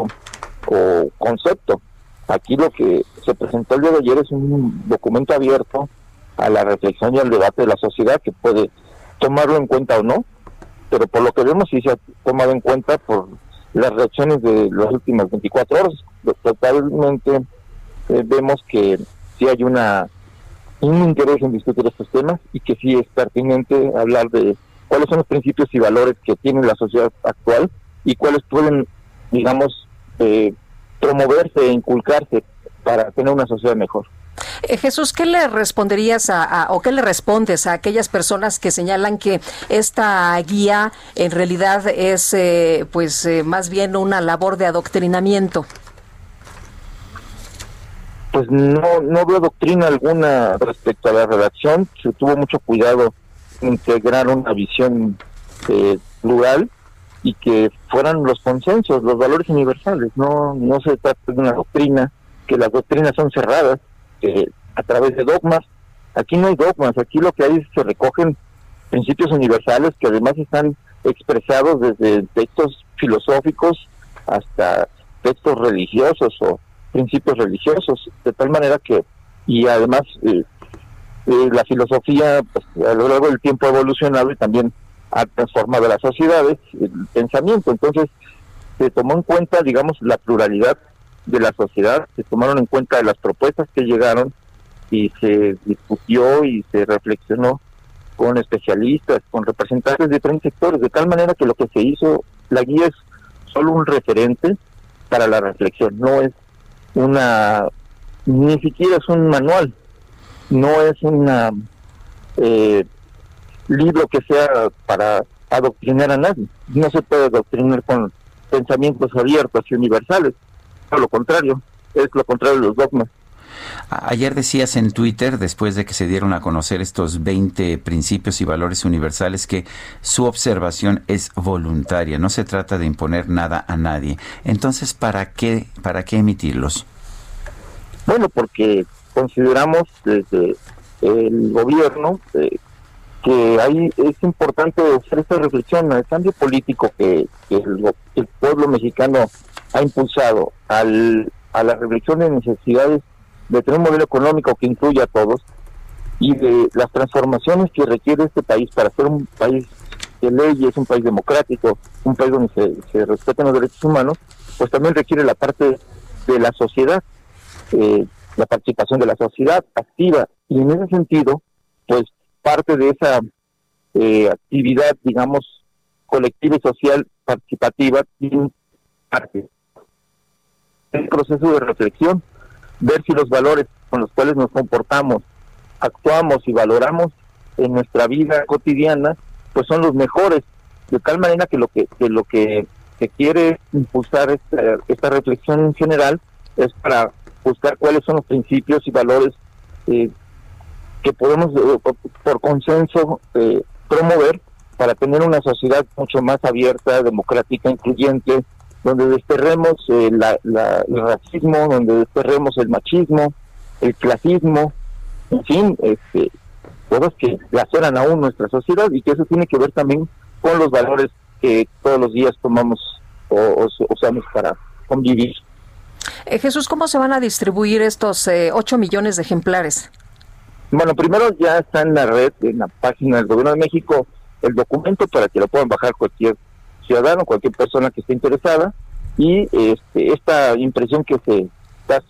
o concepto. Aquí lo que se presentó el día de ayer es un documento abierto a la reflexión y al debate de la sociedad, que puede tomarlo en cuenta o no, pero por lo que vemos sí se ha tomado en cuenta por las reacciones de las últimas veinticuatro horas. Totalmente eh, vemos que sí hay una un interés en discutir estos temas y que sí es pertinente hablar de cuáles son los principios y valores que tiene la sociedad actual y cuáles pueden, digamos, eh, promoverse e inculcarse para tener una sociedad mejor. Eh, Jesús, ¿qué le responderías a, a, o qué le respondes a aquellas personas que señalan que esta guía en realidad es, eh, pues, eh, más bien una labor de adoctrinamiento? pues no, no veo doctrina alguna respecto a la redacción. Se tuvo mucho cuidado en integrar una visión eh, plural y que fueran los consensos, los valores universales. No, no se trata de una doctrina, que las doctrinas son cerradas eh, a través de dogmas. Aquí no hay dogmas, aquí lo que hay es que se recogen principios universales que además están expresados desde textos filosóficos hasta textos religiosos o principios religiosos, de tal manera que, y además eh, eh, la filosofía pues, a lo largo del tiempo ha evolucionado y también ha transformado las sociedades, el pensamiento. Entonces se tomó en cuenta, digamos, la pluralidad de la sociedad, se tomaron en cuenta las propuestas que llegaron y se discutió y se reflexionó con especialistas, con representantes de diferentes sectores, de tal manera que lo que se hizo, la guía es solo un referente para la reflexión, no es una, ni siquiera es un manual, no es una eh, libro que sea para adoctrinar a nadie. No se puede adoctrinar con pensamientos abiertos y universales, todo lo contrario, es lo contrario de los dogmas. Ayer decías en Twitter, después de que se dieron a conocer estos veinte principios y valores universales, que su observación es voluntaria, no se trata de imponer nada a nadie. Entonces, ¿para qué, para qué emitirlos? Bueno, porque consideramos desde el gobierno eh, que ahí es importante hacer esta reflexión al cambio político que, que el, el pueblo mexicano ha impulsado, al, a la reflexión de necesidades de tener un modelo económico que incluya a todos y de las transformaciones que requiere este país para ser un país de leyes, un país democrático, un país donde se, se respeten los derechos humanos, pues también requiere la parte de la sociedad, eh, la participación de la sociedad activa, y en ese sentido, pues parte de esa eh, actividad, digamos, colectiva y social participativa tiene parte el proceso de reflexión, ver si los valores con los cuales nos comportamos, actuamos y valoramos en nuestra vida cotidiana, pues son los mejores, de tal manera que lo que, que lo que se quiere impulsar esta, esta reflexión en general es para buscar cuáles son los principios y valores eh, que podemos eh, por consenso eh, promover para tener una sociedad mucho más abierta, democrática, incluyente, donde desterremos eh, la, la, el racismo, donde desterremos el machismo, el clasismo, en fin, este, cosas que laceran aún nuestra sociedad, y que eso tiene que ver también con los valores que todos los días tomamos o, o usamos para convivir. Eh, Jesús, ¿cómo se van a distribuir estos eh, ocho millones de ejemplares? Bueno, primero ya está en la red, en la página del Gobierno de México, el documento para que lo puedan bajar cualquier ciudadano, cualquier persona que esté interesada, y este, esta impresión que se da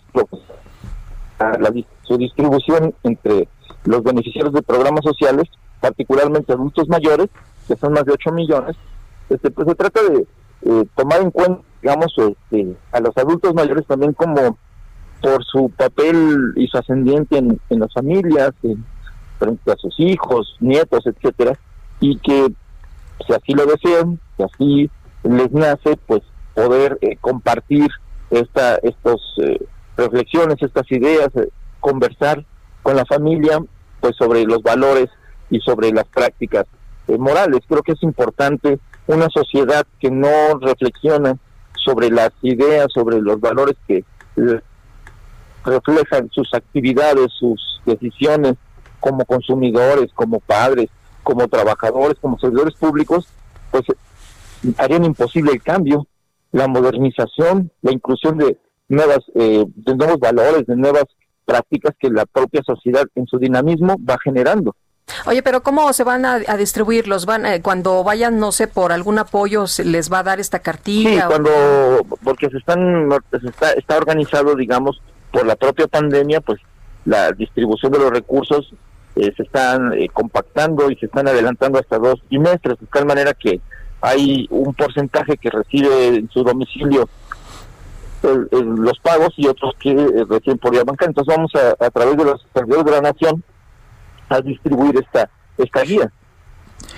a la, su distribución entre los beneficiarios de programas sociales, particularmente adultos mayores, que son más de ocho millones, este, pues se trata de eh, tomar en cuenta, digamos, este, a los adultos mayores también como por su papel y su ascendiente en, en las familias, en, frente a sus hijos, nietos, etcétera, y que si así lo desean, si así les nace, pues poder eh, compartir esta estos eh, reflexiones, estas ideas, eh, conversar con la familia, pues sobre los valores y sobre las prácticas eh, morales. Creo que es importante una sociedad que no reflexiona sobre las ideas, sobre los valores que eh, reflejan sus actividades, sus decisiones como consumidores, como padres, como trabajadores, como servidores públicos, pues harían imposible el cambio, la modernización, la inclusión de nuevas, eh, de nuevos valores, de nuevas prácticas que la propia sociedad en su dinamismo va generando. Oye, pero ¿cómo se van a, a distribuirlos? ¿Van eh, cuando vayan, no sé, por algún apoyo, se les va a dar esta cartilla? Sí, o... cuando, porque se están, se está, está organizado, digamos, por la propia pandemia, pues la distribución de los recursos eh, se están eh, compactando y se están adelantando hasta dos trimestres, de tal manera que hay un porcentaje que recibe en su domicilio el, el, los pagos y otros que eh, reciben por vía bancaria. Entonces vamos a, a través de los servidores de la nación a distribuir esta esta guía.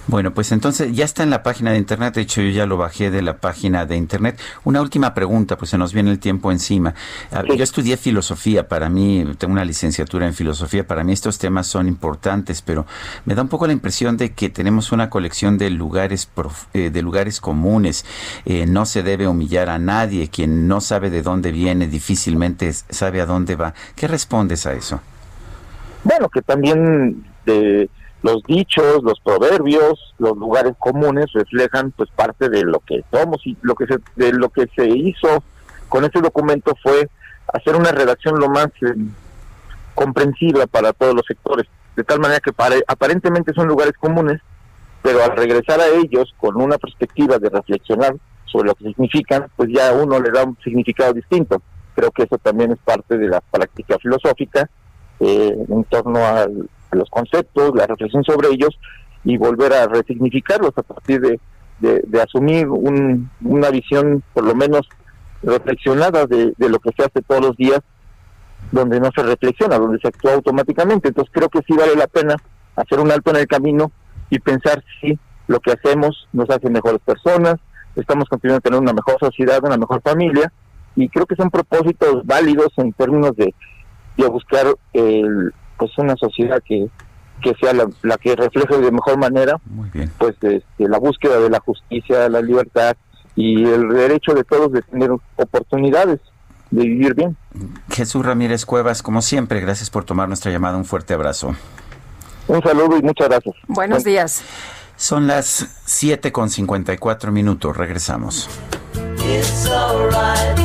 Bueno, pues entonces ya está en la página de internet. De hecho, yo ya lo bajé de la página de internet. Una última pregunta, pues se nos viene el tiempo encima. Sí. Yo estudié filosofía. Para mí, tengo una licenciatura en filosofía. Para mí estos temas son importantes, pero me da un poco la impresión de que tenemos una colección de lugares prof, eh, de lugares comunes. Eh, no se debe humillar a nadie. Quien no sabe de dónde viene difícilmente sabe a dónde va. ¿Qué respondes a eso? Bueno, que también de los dichos, los proverbios, los lugares comunes reflejan pues parte de lo que somos, y lo que se, de lo que se hizo con este documento fue hacer una redacción lo más eh, comprensiva para todos los sectores, de tal manera que para, aparentemente son lugares comunes, pero al regresar a ellos con una perspectiva de reflexionar sobre lo que significan, pues ya uno le da un significado distinto. Creo que eso también es parte de la práctica filosófica, eh, en torno al, a los conceptos, la reflexión sobre ellos, y volver a resignificarlos a partir de, de, de asumir un, una visión por lo menos reflexionada de, de lo que se hace todos los días, donde no se reflexiona, donde se actúa automáticamente. Entonces creo que sí vale la pena hacer un alto en el camino y pensar si lo que hacemos nos hace mejores personas, estamos continuando a tener una mejor sociedad, una mejor familia, y creo que son propósitos válidos en términos de, de buscar el, pues una sociedad que, que sea la, la que refleje de mejor manera Muy bien. pues este, la búsqueda de la justicia, la libertad y el derecho de todos de tener oportunidades de vivir bien. Jesús Ramírez Cuevas, como siempre, gracias por tomar nuestra llamada. Un fuerte abrazo. Un saludo y muchas gracias. Buenos días. Son las siete con cincuenta y cuatro minutos. Regresamos. It's all right.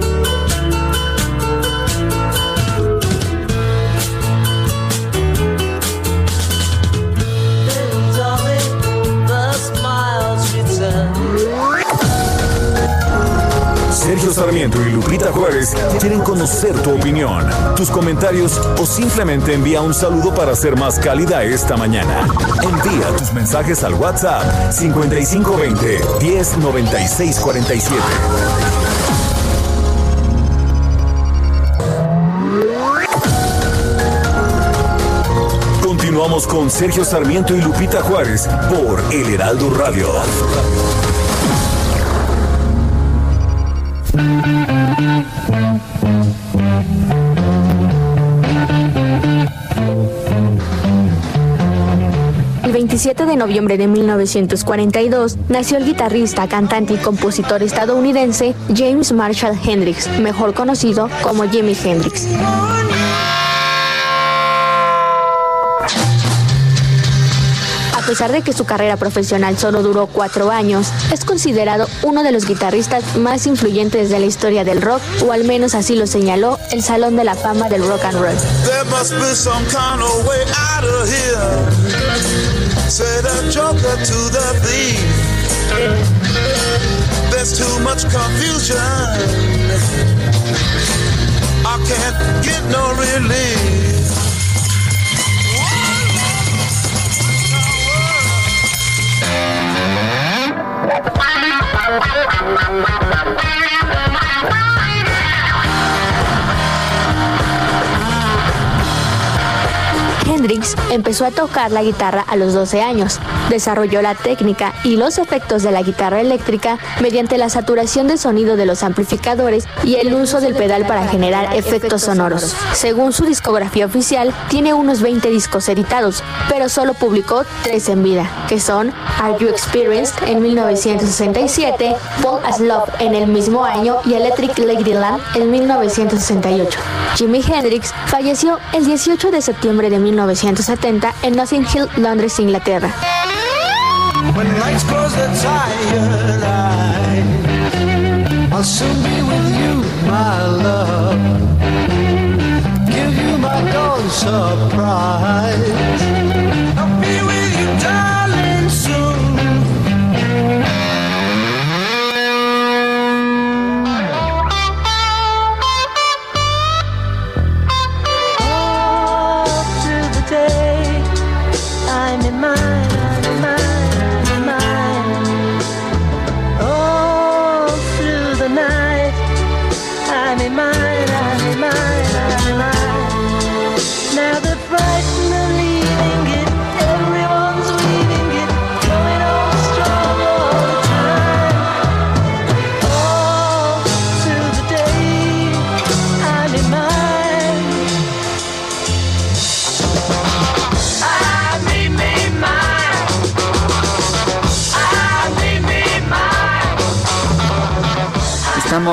Sergio Sarmiento y Lupita Juárez quieren conocer tu opinión, tus comentarios o simplemente envía un saludo para ser más cálida esta mañana. Envía tus mensajes al WhatsApp cincuenta y cinco veinte, diez noventa y seis cuarenta y siete. Continuamos con Sergio Sarmiento y Lupita Juárez por El Heraldo Radio. El veintisiete de noviembre de mil novecientos cuarenta y dos nació el guitarrista, cantante y compositor estadounidense James Marshall Hendrix, mejor conocido como Jimi Hendrix. A pesar de que su carrera profesional solo duró cuatro años, es considerado uno de los guitarristas más influyentes de la historia del rock, o al menos así lo señaló el Salón de la Fama del Rock and Roll. Hendrix empezó a tocar la guitarra a los doce años. Desarrolló la técnica y los efectos de la guitarra eléctrica mediante la saturación de sonido de los amplificadores y el uso del pedal para generar efectos sonoros. Según su discografía oficial, tiene unos veinte discos editados, pero solo publicó tres en vida, que son Are You Experienced en mil novecientos sesenta y siete, Fall as Love en el mismo año y Electric Ladyland en mil novecientos sesenta y ocho. Jimi Hendrix falleció el dieciocho de septiembre de mil novecientos setenta en Notting Hill, Londres, Inglaterra. When nights close the tired eye, I'll soon be with you, my love. Give you my dawn surprise. I'll be with you, darling, soon. Up to the day I'm in mine, I'm in mine. I'm in mine, I'm in mine, I'm in mine. Now the frightened are leaving it, everyone's leaving it.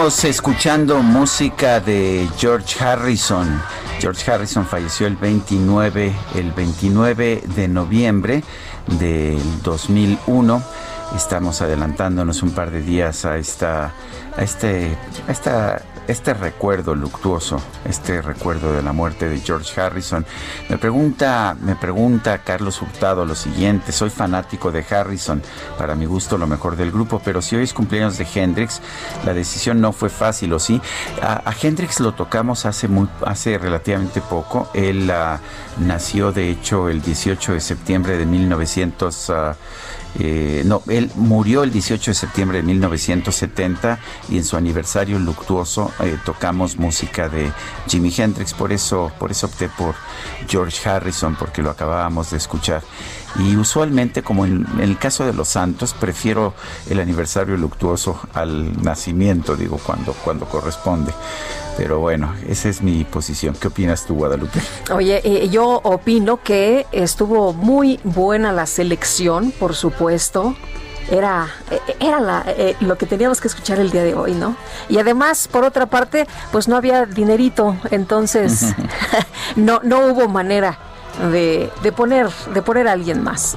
Estamos escuchando música de George Harrison. George Harrison falleció el veintinueve, el veintinueve de noviembre del dos mil uno. Estamos adelantándonos un par de días a esta, a este, a esta, este recuerdo luctuoso, este recuerdo de la muerte de George Harrison. Me pregunta, me pregunta Carlos Hurtado lo siguiente: soy fanático de Harrison, para mi gusto lo mejor del grupo, pero si hoy es cumpleaños de Hendrix, la decisión no fue fácil, ¿o sí? A, a Hendrix lo tocamos hace muy, hace relativamente poco. Él uh, nació, de hecho, el dieciocho de septiembre de mil novecientos. Uh, Eh, no, él murió el dieciocho de septiembre de mil novecientos setenta y en su aniversario luctuoso eh, tocamos música de Jimi Hendrix. Por eso, por eso opté por George Harrison, porque lo acabábamos de escuchar. Y usualmente, como en, en el caso de los santos, prefiero el aniversario luctuoso al nacimiento, digo, cuando, cuando corresponde. Pero bueno, esa es mi posición. ¿Qué opinas tú, Guadalupe? Oye, eh, yo opino que estuvo muy buena la selección, por supuesto. Era, era la, eh, lo que teníamos que escuchar el día de hoy, ¿no? Y además, por otra parte, pues no había dinerito, entonces no, no hubo manera de, de poner, de poner a alguien más.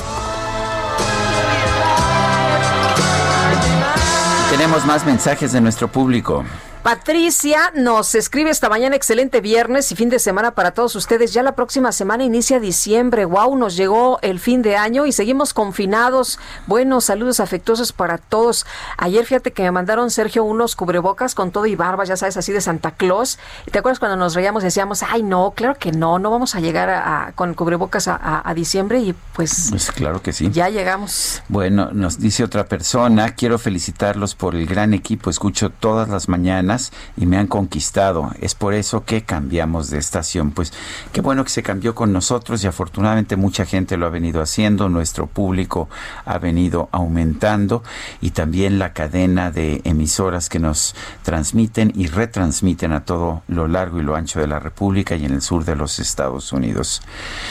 Tenemos más mensajes de nuestro público. Patricia nos escribe esta mañana: excelente viernes y fin de semana para todos ustedes. Ya la próxima semana inicia diciembre. Wow, nos llegó el fin de año y seguimos confinados. Buenos saludos afectuosos para todos. Ayer fíjate que me mandaron, Sergio, unos cubrebocas con todo y barba, ya sabes, así de Santa Claus. ¿Te acuerdas cuando nos reíamos y decíamos, ay no, claro que no, no vamos a llegar a, a, con cubrebocas a, a, a diciembre? Y pues, pues claro que sí. Ya llegamos. Bueno, nos dice otra persona: quiero felicitarlos por el gran equipo, escucho todas las mañanas y me han conquistado. Es por eso que cambiamos de estación. Pues qué bueno que se cambió con nosotros y afortunadamente mucha gente lo ha venido haciendo. Nuestro público ha venido aumentando y también la cadena de emisoras que nos transmiten y retransmiten a todo lo largo y lo ancho de la República y en el sur de los Estados Unidos.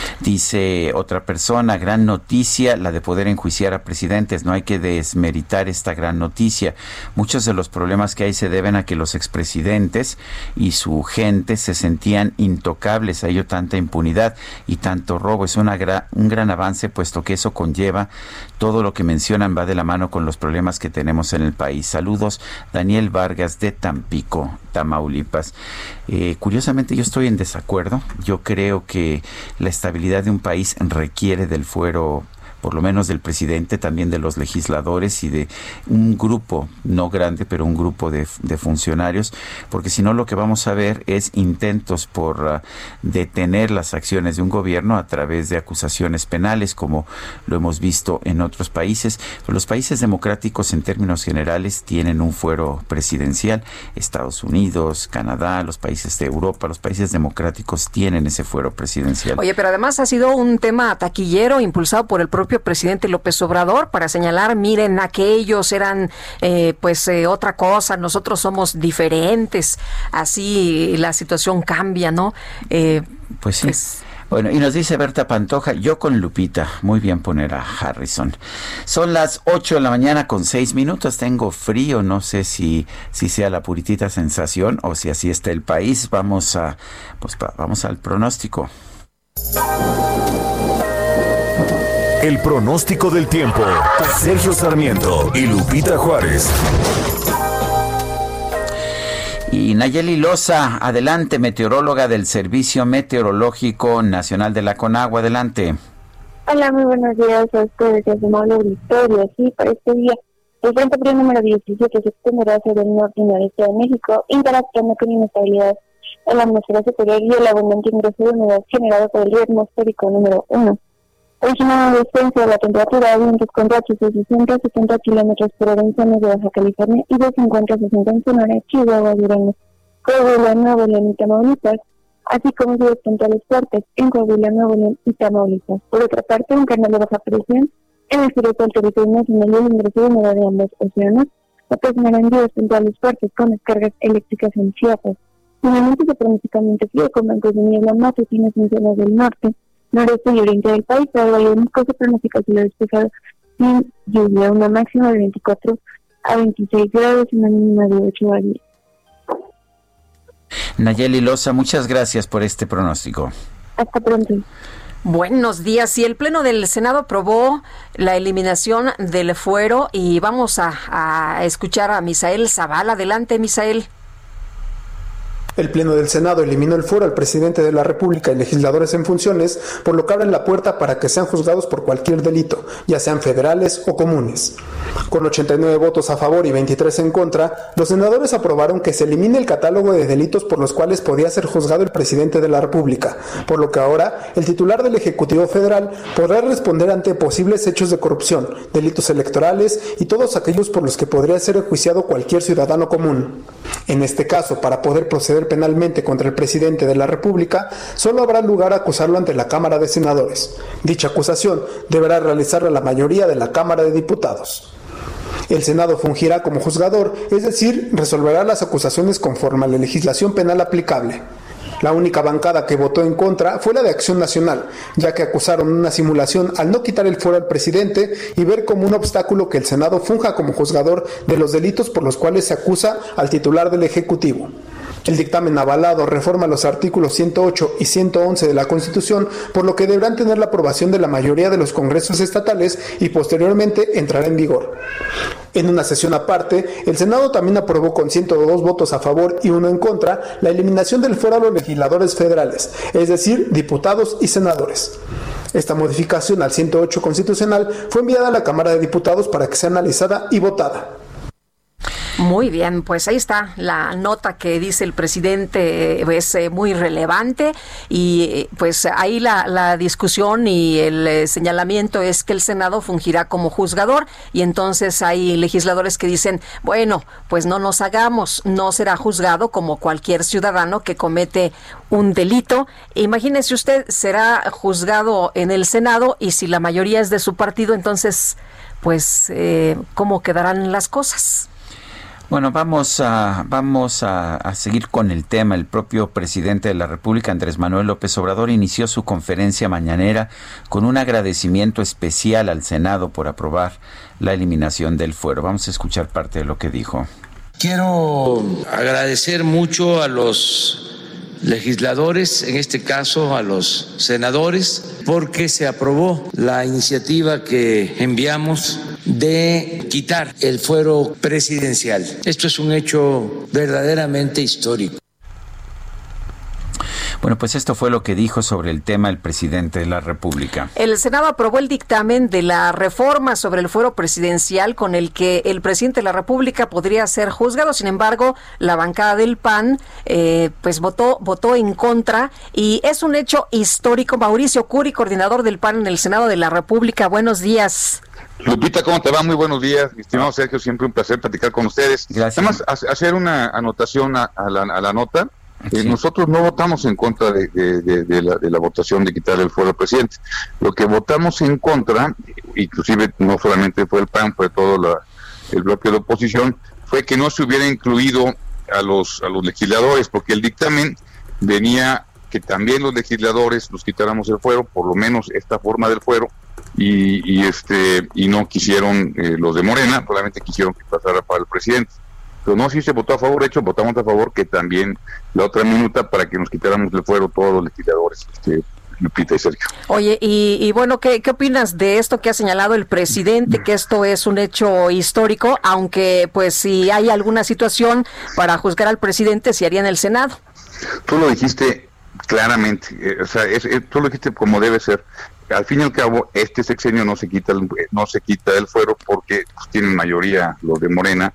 Dice otra persona: gran noticia la de poder enjuiciar a presidentes. No hay que desmeritar esta gran noticia. Muchos de los problemas que hay se deben a que los expresidentes y su gente se sentían intocables. A ello tanta impunidad y tanto robo. Es una gra- un gran avance, puesto que eso conlleva, todo lo que mencionan va de la mano con los problemas que tenemos en el país. Saludos, Daniel Vargas de Tampico, Tamaulipas. Eh, curiosamente yo estoy en desacuerdo. Yo creo que la estabilidad de un país requiere del fuero, por lo menos del presidente, también de los legisladores y de un grupo, no grande, pero un grupo de, de funcionarios, porque si no lo que vamos a ver es intentos por uh, detener las acciones de un gobierno a través de acusaciones penales, como lo hemos visto en otros países. Pero los países democráticos, en términos generales, tienen un fuero presidencial. Estados Unidos, Canadá, los países de Europa, los países democráticos tienen ese fuero presidencial. Oye, pero además ha sido un tema taquillero impulsado por el propio presidente López Obrador para señalar, miren, aquellos eran eh, pues eh, otra cosa, nosotros somos diferentes, así la situación cambia, ¿no? Eh, pues sí. Pues, bueno, y nos dice Berta Pantoja: yo con Lupita, muy bien poner a Harrison. Son las ocho de la mañana con seis minutos, tengo frío, no sé si, si sea la puritita sensación o si así está el país. Vamos a, pues vamos al pronóstico. El pronóstico del tiempo. Sergio Sarmiento y Lupita Juárez. Y Nayeli Loza, adelante, meteoróloga del Servicio Meteorológico Nacional de la Conagua, adelante. Hola, muy buenos días a ustedes, a su amable auditorio. Sí, para este día, el frente frío número diecisiete se extenderá hacia el norte y noreste de México, interactuando con inestabilidad en la atmósfera superior y el abundante ingreso de humedad generado por el río atmosférico número uno. Originando un descenso de la temperatura, vientos con rachas de sesenta a setenta kilómetros por hora en zonas de Baja California y de cincuenta a sesenta en Sonora, Chihuahua, Durango, Coahuila, Nuevo León y Tamaulipas, así como lluvias puntuales fuertes en Coahuila, Nuevo León y Tamaulipas. Por otra parte, un canal de baja presión en el sureste del territorio nacional y el ingreso de humedad de ambos océanos ocasionarán lluvias puntuales fuertes con descargas eléctricas en Chiapas. Finalmente, se pronostica ambiente frío con bancos de niebla matutinas en zonas del norte, noreste y oriente del país. Para el Valle de México se pronostica cielo despejado sin lluvia, una máxima de veinticuatro a veintiséis grados y una mínima de ocho a diez. Nayeli Loza, muchas gracias por este pronóstico. Hasta pronto. Buenos días. Y el Pleno del Senado aprobó la eliminación del fuero y vamos a, a escuchar a Misael Zavala. Adelante, Misael. El Pleno del Senado eliminó el fuero al presidente de la República y legisladores en funciones, por lo que abren la puerta para que sean juzgados por cualquier delito, ya sean federales o comunes. Con ochenta y nueve votos a favor y veintitrés en contra, los senadores aprobaron que se elimine el catálogo de delitos por los cuales podía ser juzgado el presidente de la República, por lo que ahora el titular del Ejecutivo Federal podrá responder ante posibles hechos de corrupción, delitos electorales y todos aquellos por los que podría ser enjuiciado cualquier ciudadano común. En este caso, para poder proceder penalmente contra el presidente de la República, solo habrá lugar a acusarlo ante la Cámara de Senadores. Dicha acusación deberá realizarla la mayoría de la Cámara de Diputados. El Senado fungirá como juzgador, es decir, resolverá las acusaciones conforme a la legislación penal aplicable. La única bancada que votó en contra fue la de Acción Nacional, ya que acusaron una simulación al no quitar el fuero al presidente y ver como un obstáculo que el Senado funja como juzgador de los delitos por los cuales se acusa al titular del Ejecutivo. El dictamen avalado reforma los artículos ciento ocho y ciento once de la Constitución, por lo que deberán tener la aprobación de la mayoría de los congresos estatales y posteriormente entrará en vigor. En una sesión aparte, el Senado también aprobó con ciento dos votos a favor y uno en contra la eliminación del fuero a los legisladores federales, es decir, diputados y senadores. Esta modificación al ciento ocho constitucional fue enviada a la Cámara de Diputados para que sea analizada y votada. Muy bien, pues ahí está la nota que dice el presidente, es eh, muy relevante y pues ahí la, la discusión y el eh, señalamiento es que el Senado fungirá como juzgador y entonces hay legisladores que dicen, bueno, pues no nos hagamos, no será juzgado como cualquier ciudadano que comete un delito. Imagínese usted, será juzgado en el Senado y si la mayoría es de su partido, entonces, pues, eh, ¿cómo quedarán las cosas? Bueno, vamos a vamos a, a seguir con el tema. El propio presidente de la República, Andrés Manuel López Obrador, inició su conferencia mañanera con un agradecimiento especial al Senado por aprobar la eliminación del fuero. Vamos a escuchar parte de lo que dijo. Quiero agradecer mucho a los legisladores, en este caso a los senadores, porque se aprobó la iniciativa que enviamos de quitar el fuero presidencial. Esto es un hecho verdaderamente histórico. Bueno, pues esto fue lo que dijo sobre el tema el presidente de la República. El Senado aprobó el dictamen de la reforma sobre el fuero presidencial con el que el presidente de la República podría ser juzgado. Sin embargo, la bancada del P A N eh, pues votó votó en contra y es un hecho histórico. Mauricio Curi, coordinador del P A N en el Senado de la República. Buenos días. Lupita, ¿cómo te va? Muy buenos días, mi estimado Sergio, siempre un placer platicar con ustedes. Gracias. Además, hacer una anotación a, a, la, a la nota. Eh, sí. Nosotros no votamos en contra de, de, de, de, la, de la votación de quitar el fuero al presidente. Lo que votamos en contra, inclusive no solamente fue el P A N, fue todo la, el bloque de oposición, fue que no se hubiera incluido a los, a los legisladores, porque el dictamen venía que también los legisladores nos quitáramos el fuero, por lo menos esta forma del fuero, y, y este y no quisieron eh, los de Morena, solamente quisieron que pasara para el presidente. Pero no, sí se votó a favor, de hecho votamos a favor que también la otra minuta para que nos quitáramos el fuero todos los legisladores, este, Lupita y Sergio. Oye, y, y bueno, ¿qué, ¿qué opinas de esto que ha señalado el presidente, que esto es un hecho histórico, aunque pues si hay alguna situación para juzgar al presidente se haría en el Senado? Tú lo dijiste claramente, eh, o sea, es, es, tú lo dijiste como debe ser. Al fin y al cabo, este sexenio no se quita el, no se quita el fuero porque pues, tienen mayoría los de Morena,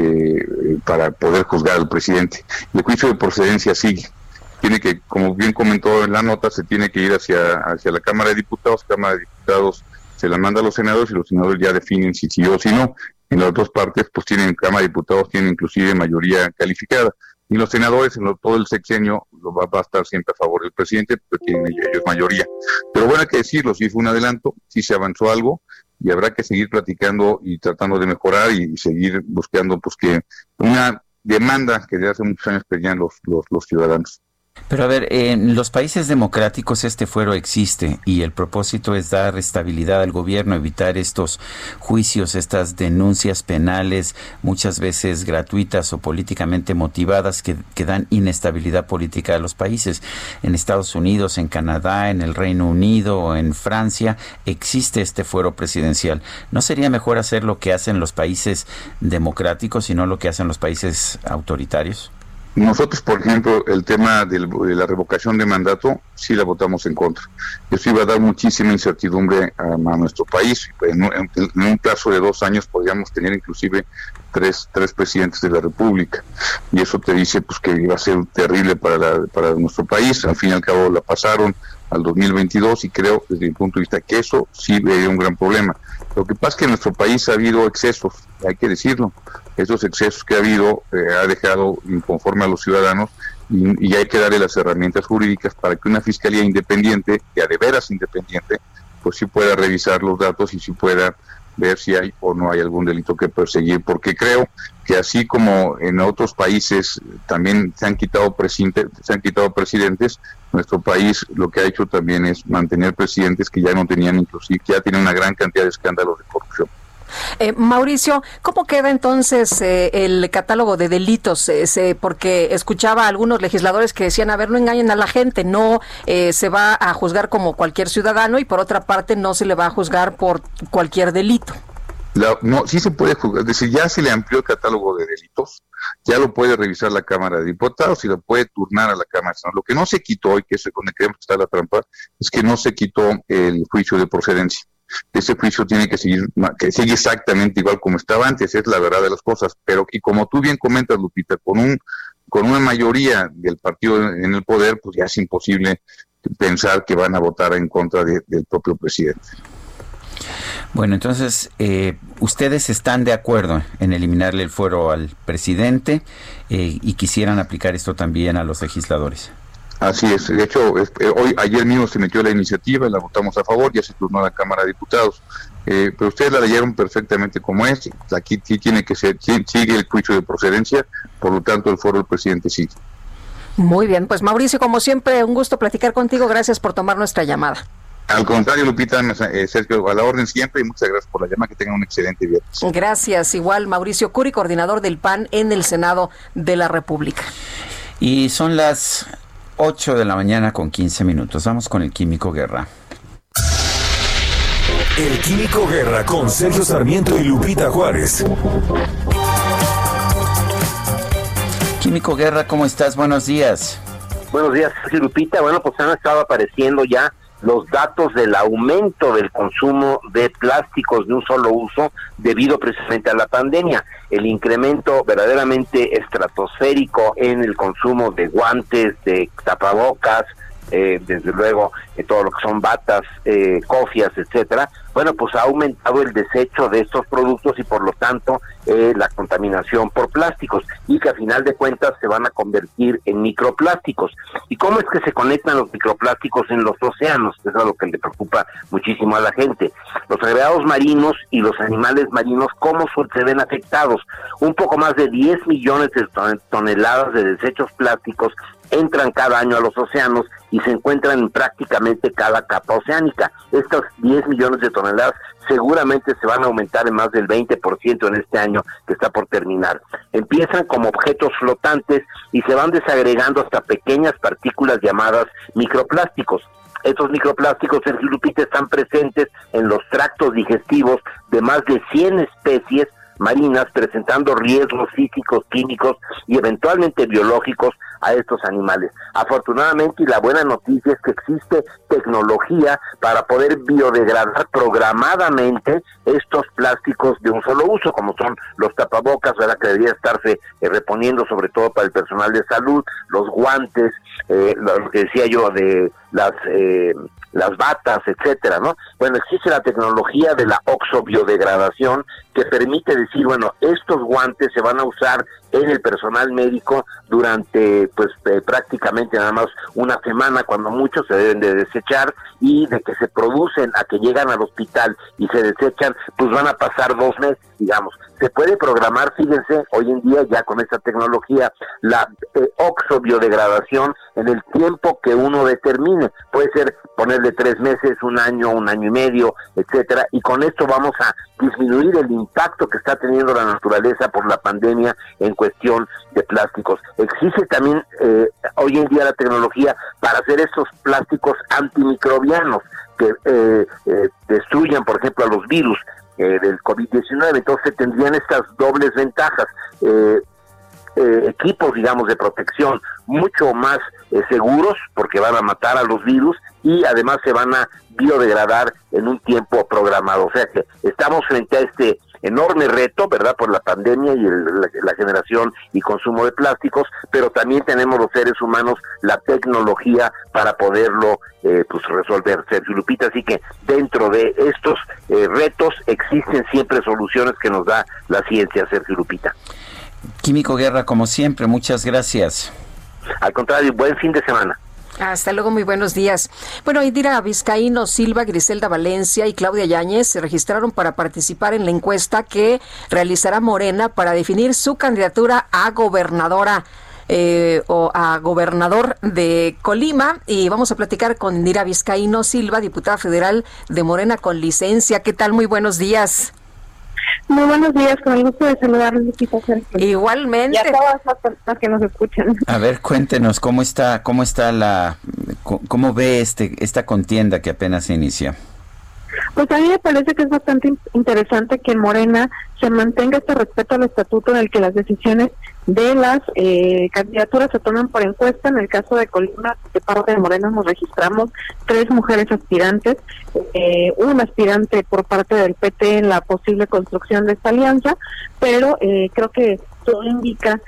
Eh, para poder juzgar al presidente. El juicio de procedencia sigue. Tiene que, como bien comentó en la nota, se tiene que ir hacia, hacia la Cámara de Diputados. Cámara de Diputados se la manda a los senadores y los senadores ya definen si sí o si no. En las dos partes, pues tienen, Cámara de Diputados tienen inclusive mayoría calificada. Y los senadores, en lo, todo el sexenio, lo va, va a estar siempre a favor del presidente, porque tienen ellos mayoría. Pero bueno, hay que decirlo, sí fue un adelanto, sí se avanzó algo, y habrá que seguir platicando y tratando de mejorar y seguir buscando pues que una demanda que de hace muchos años pedían los, los, los ciudadanos. Pero a ver, en los países democráticos este fuero existe y el propósito es dar estabilidad al gobierno, evitar estos juicios, estas denuncias penales, muchas veces gratuitas o políticamente motivadas que, que dan inestabilidad política a los países. En Estados Unidos, en Canadá, en el Reino Unido, en Francia, existe este fuero presidencial. ¿No sería mejor hacer lo que hacen los países democráticos y no lo que hacen los países autoritarios? Nosotros, por ejemplo, el tema del, de la revocación de mandato, sí la votamos en contra. Eso iba a dar muchísima incertidumbre a, a nuestro país. En, en, en un plazo de dos años podríamos tener inclusive tres, tres presidentes de la República. Y eso te dice pues que iba a ser terrible para, la, para nuestro país. Al fin y al cabo la pasaron al dos mil veintidós y creo, desde mi punto de vista, que eso sí veía un gran problema. Lo que pasa es que en nuestro país ha habido excesos, hay que decirlo. Esos excesos que ha habido eh, ha dejado inconforme a los ciudadanos y, y hay que darle las herramientas jurídicas para que una fiscalía independiente, y a de veras independiente, pues sí pueda revisar los datos y sí pueda ver si hay o no hay algún delito que perseguir, porque creo que así como en otros países también se han quitado presidentes, se han quitado presidentes, nuestro país lo que ha hecho también es mantener presidentes que ya no tenían, inclusive que ya tienen una gran cantidad de escándalos de corrupción. Eh, Mauricio, ¿cómo queda entonces eh, el catálogo de delitos? Eh, se, porque escuchaba a algunos legisladores que decían, a ver, no engañen a la gente, no eh, se va a juzgar como cualquier ciudadano y por otra parte no se le va a juzgar por cualquier delito. La, no, sí se puede juzgar, es decir, ya se le amplió el catálogo de delitos, ya lo puede revisar la Cámara de Diputados y lo puede turnar a la Cámara de Senado. Lo que no se quitó, y que es donde creemos que está la trampa, es que no se quitó el juicio de procedencia. Ese juicio tiene que seguir, que sigue exactamente igual como estaba antes, es la verdad de las cosas, pero y como tú bien comentas, Lupita, con un con una mayoría del partido en el poder, pues ya es imposible pensar que van a votar en contra de, del propio presidente. Bueno, entonces, eh, ustedes están de acuerdo en eliminarle el fuero al presidente eh, y quisieran aplicar esto también a los legisladores. Así es, de hecho, eh, hoy ayer mismo se metió la iniciativa y la votamos a favor, ya se turnó a la Cámara de Diputados, eh, pero ustedes la leyeron perfectamente como es, aquí sí tiene que ser, sigue el juicio de procedencia, por lo tanto el fuero del presidente sigue. Muy bien, pues Mauricio, como siempre, un gusto platicar contigo, gracias por tomar nuestra llamada. Al contrario, Lupita, eh, Sergio, a la orden siempre y muchas gracias por la llamada, que tengan un excelente viernes. Gracias, igual Mauricio Curi, coordinador del P A N en el Senado de la República. Y son las ocho de la mañana con quince minutos. Vamos con el Químico Guerra. El Químico Guerra con Sergio Sarmiento y Lupita Juárez. Químico Guerra, ¿cómo estás? Buenos días. Buenos días, Sergio, Lupita. Bueno, pues han estado apareciendo ya los datos del aumento del consumo de plásticos de un solo uso debido precisamente a la pandemia. El incremento verdaderamente estratosférico en el consumo de guantes, de tapabocas, eh, desde luego eh, todo lo que son batas, eh, cofias, etcétera. Bueno, pues ha aumentado el desecho de estos productos y por lo tanto eh, la contaminación por plásticos, y que a final de cuentas se van a convertir en microplásticos. ¿Y cómo es que se conectan los microplásticos en los océanos? Eso es lo que le preocupa muchísimo a la gente. Los agregados marinos y los animales marinos, ¿cómo se ven afectados? Un poco más de diez millones de toneladas de desechos plásticos entran cada año a los océanos y se encuentran en prácticamente cada capa oceánica. Estos diez millones de toneladas seguramente se van a aumentar en más del veinte por ciento en este año que está por terminar. Empiezan como objetos flotantes y se van desagregando hasta pequeñas partículas llamadas microplásticos. Estos microplásticos, Sergio Lupita, están presentes en los tractos digestivos de más de cien especies marinas, presentando riesgos físicos, químicos y eventualmente biológicos a estos animales. Afortunadamente, y la buena noticia es que existe tecnología para poder biodegradar programadamente estos plásticos de un solo uso, como son los tapabocas, ¿verdad?, que debería estarse eh, reponiendo sobre todo para el personal de salud, los guantes, eh, lo que decía yo de las eh, las batas, etcétera, ¿no? Bueno, existe la tecnología de la oxobiodegradación que permite decir, bueno, estos guantes se van a usar en el personal médico durante, pues, eh, prácticamente nada más una semana, cuando muchos se deben de desechar, y de que se producen a que llegan al hospital y se desechan, pues van a pasar dos meses, digamos. Se puede programar, fíjense, hoy en día ya con esta tecnología, la eh, oxobiodegradación en el tiempo que uno determine. Puede ser ponerle tres meses, un año, un año y medio, etcétera, y con esto vamos a disminuir el impacto que está teniendo la naturaleza por la pandemia en cuestión de plásticos. Existe también eh, hoy en día la tecnología para hacer estos plásticos antimicrobianos que eh, eh, destruyan, por ejemplo, a los virus eh, del COVID diecinueve. Entonces tendrían estas dobles ventajas. Eh, eh, equipos, digamos, de protección mucho más eh, seguros, porque van a matar a los virus y además se van a biodegradar en un tiempo programado. O sea que estamos frente a este enorme reto, ¿verdad?, por la pandemia y el, la, la generación y consumo de plásticos, pero también tenemos los seres humanos la tecnología para poderlo eh, pues resolver, Sergio Lupita. Así que dentro de estos eh, retos existen siempre soluciones que nos da la ciencia, Sergio Lupita. Químico Guerra, como siempre, muchas gracias. Al contrario, buen fin de semana. Hasta luego, muy buenos días. Bueno, Indira Vizcaíno Silva, Griselda Valencia y Claudia Yáñez se registraron para participar en la encuesta que realizará Morena para definir su candidatura a gobernadora eh, o a gobernador de Colima. Y vamos a platicar con Indira Vizcaíno Silva, diputada federal de Morena con licencia. ¿Qué tal? Muy buenos días. Muy buenos días, con el gusto de saludarles, Lupita. Igualmente. Y a todas las personas que nos escuchan. A ver, cuéntenos, ¿cómo está cómo está la, cómo ve este esta contienda que apenas se inicia? Pues a mí me parece que es bastante interesante que en Morena se mantenga este respeto al estatuto en el que las decisiones de las eh, candidaturas se toman por encuesta. En el caso de Colima, de parte de Morena nos registramos tres mujeres aspirantes, eh, un aspirante por parte del P T en la posible construcción de esta alianza, pero eh, creo que todo indica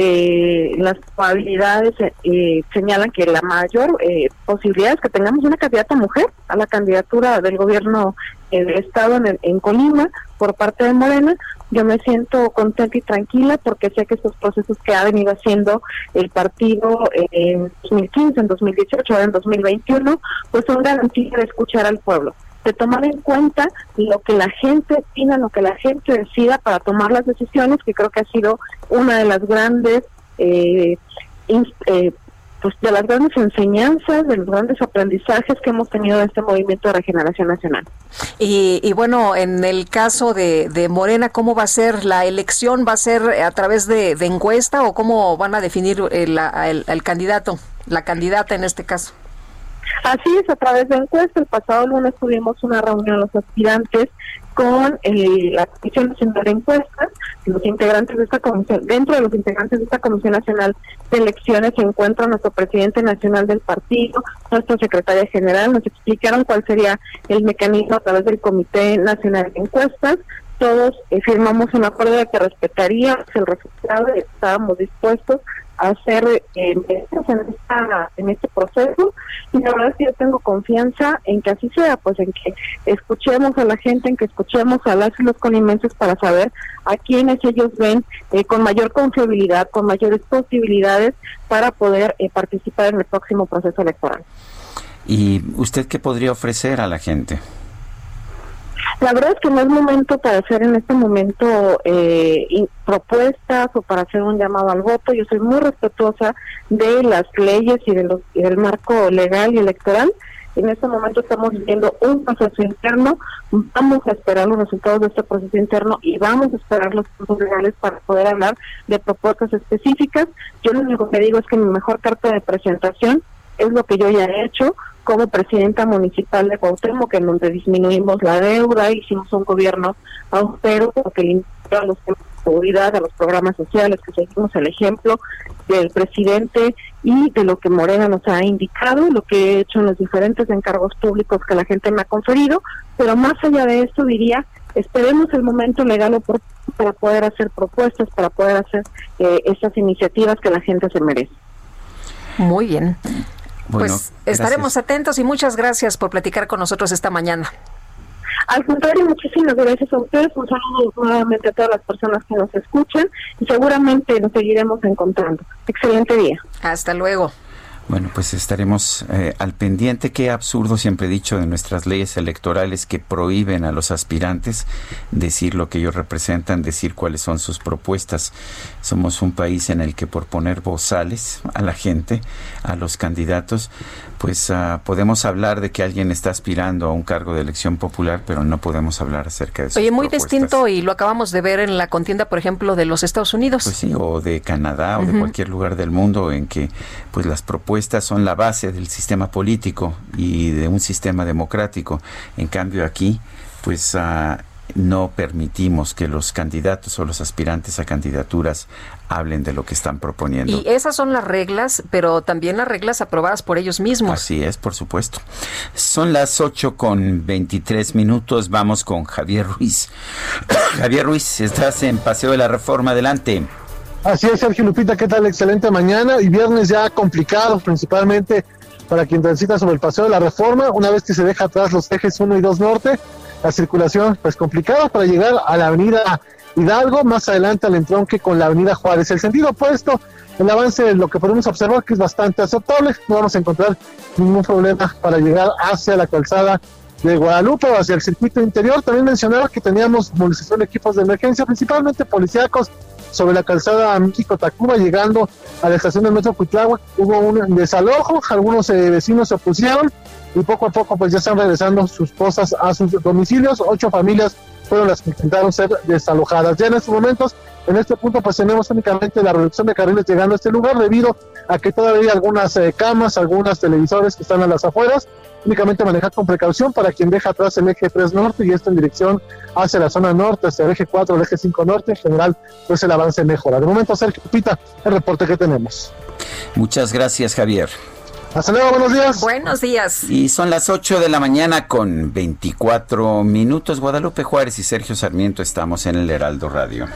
que las probabilidades eh, señalan que la mayor eh, posibilidad es que tengamos una candidata mujer a la candidatura del gobierno eh, del estado en, el, en Colima por parte de Morena. Yo me siento contenta y tranquila porque sé que estos procesos que ha venido haciendo el partido eh, en dos mil quince, en dos mil dieciocho, ahora en dos mil veintiuno, pues son garantía de escuchar al pueblo, de tomar en cuenta lo que la gente opina, lo que la gente decida para tomar las decisiones, que creo que ha sido una de las grandes eh, eh, pues de las grandes enseñanzas, de los grandes aprendizajes que hemos tenido de este movimiento de regeneración nacional. Y, y bueno, en el caso de, de Morena, ¿cómo va a ser la elección? ¿Va a ser a través de, de encuesta o cómo van a definir el, el, el candidato, la candidata en este caso? Así es, a través de encuesta. El pasado lunes tuvimos una reunión los aspirantes con eh, la Comisión Nacional de Encuestas, los integrantes de esta comisión. Dentro de los integrantes de esta Comisión Nacional de Elecciones se encuentra nuestro presidente nacional del partido, nuestra secretaria general. Nos explicaron cuál sería el mecanismo a través del Comité Nacional de Encuestas. Todos eh, firmamos un acuerdo de que respetaríamos el resultado y estábamos dispuestos a hacer eh, en, esta, en este proceso, y la verdad es que yo tengo confianza en que así sea, pues en que escuchemos a la gente, en que escuchemos a las y los colimenses para saber a quienes ellos ven eh, con mayor confiabilidad, con mayores posibilidades para poder eh, participar en el próximo proceso electoral. ¿Y usted qué podría ofrecer a la gente? La verdad es que no es momento para hacer en este momento eh, propuestas o para hacer un llamado al voto. Yo soy muy respetuosa de las leyes y, de los, y del marco legal y electoral. En este momento estamos viviendo un proceso interno, vamos a esperar los resultados de este proceso interno y vamos a esperar los puntos legales para poder hablar de propuestas específicas. Yo lo único que digo es que mi mejor carta de presentación es lo que yo ya he hecho como presidenta municipal de Cuauhtémoc, en donde disminuimos la deuda, hicimos un gobierno austero que limpió a los temas de seguridad, a los programas sociales, que seguimos el ejemplo del presidente y de lo que Morena nos ha indicado, lo que he hecho en los diferentes encargos públicos que la gente me ha conferido, pero más allá de esto diría, esperemos el momento legal oportuno para poder hacer propuestas, para poder hacer eh, estas iniciativas que la gente se merece. Muy bien. Bueno, pues estaremos gracias. atentos y muchas gracias por platicar con nosotros esta mañana. Al contrario, muchísimas gracias a ustedes. Un saludo nuevamente a todas las personas que nos escuchan y seguramente nos seguiremos encontrando. Excelente día. Hasta luego. Bueno, pues estaremos eh, al pendiente. Qué absurdo, siempre he dicho, de nuestras leyes electorales que prohíben a los aspirantes decir lo que ellos representan, decir cuáles son sus propuestas. Somos un país en el que por poner bozales a la gente, a los candidatos, pues uh, podemos hablar de que alguien está aspirando a un cargo de elección popular, pero no podemos hablar acerca de sus Oye, muy propuestas. distinto, y lo acabamos de ver en la contienda, por ejemplo, de los Estados Unidos. Pues sí, o de Canadá, o Uh-huh. de cualquier lugar del mundo en que pues las propuestas son la base del sistema político y de un sistema democrático. En cambio aquí, pues uh, no permitimos que los candidatos o los aspirantes a candidaturas hablen de lo que están proponiendo. Y esas son las reglas, pero también las reglas aprobadas por ellos mismos. Así es, por supuesto. Son las ocho con veintitrés minutos. Vamos con Javier Ruiz. Javier Ruiz, estás en Paseo de la Reforma. Adelante. Así es, Sergio, Lupita, ¿qué tal? Excelente mañana y viernes ya complicado, principalmente para quien transita sobre el Paseo de la Reforma. Una vez que se deja atrás los ejes uno y dos norte, la circulación pues complicada para llegar a la avenida Hidalgo, más adelante al entronque con la avenida Juárez. El sentido opuesto, el avance, lo que podemos observar que es bastante aceptable, no vamos a encontrar ningún problema para llegar hacia la calzada de Guadalupe o hacia el circuito interior. También mencionaba que teníamos movilización de equipos de emergencia, principalmente policíacos, sobre la calzada México-Tacuba, llegando a la estación del metro Cuitláhuac. Hubo un desalojo, algunos eh, vecinos se opusieron y poco a poco pues ya están regresando sus cosas a sus domicilios. Ocho familias fueron las que intentaron ser desalojadas. Ya en estos momentos, en este punto pues tenemos únicamente la reducción de carriles llegando a este lugar, debido a que todavía hay algunas eh, camas, algunas televisores que están a las afueras. Únicamente manejar con precaución para quien deja atrás el eje tres norte y esto en dirección hacia la zona norte, hacia el eje cuatro, el eje cinco norte. En general, pues el avance mejora. De momento, Sergio, Pita, el reporte que tenemos. Muchas gracias, Javier. Hasta luego, buenos días. Buenos días. Y son las ocho de la mañana con veinticuatro minutos. Guadalupe Juárez y Sergio Sarmiento estamos en el Heraldo Radio.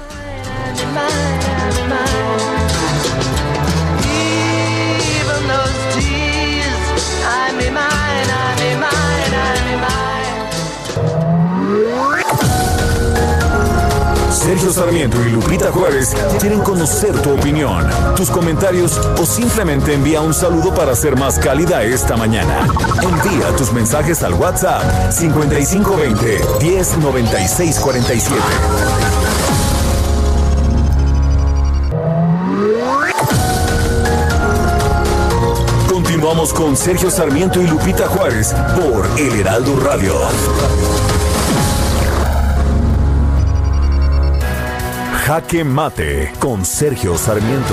Sergio Sarmiento y Lupita Juárez quieren conocer tu opinión, tus comentarios o simplemente envía un saludo para ser más cálida esta mañana. Envía tus mensajes al WhatsApp cincuenta y cinco veinte, diez noventa y seis cuarenta y siete. Continuamos con Sergio Sarmiento y Lupita Juárez por El Heraldo Radio. Jaque Mate con Sergio Sarmiento.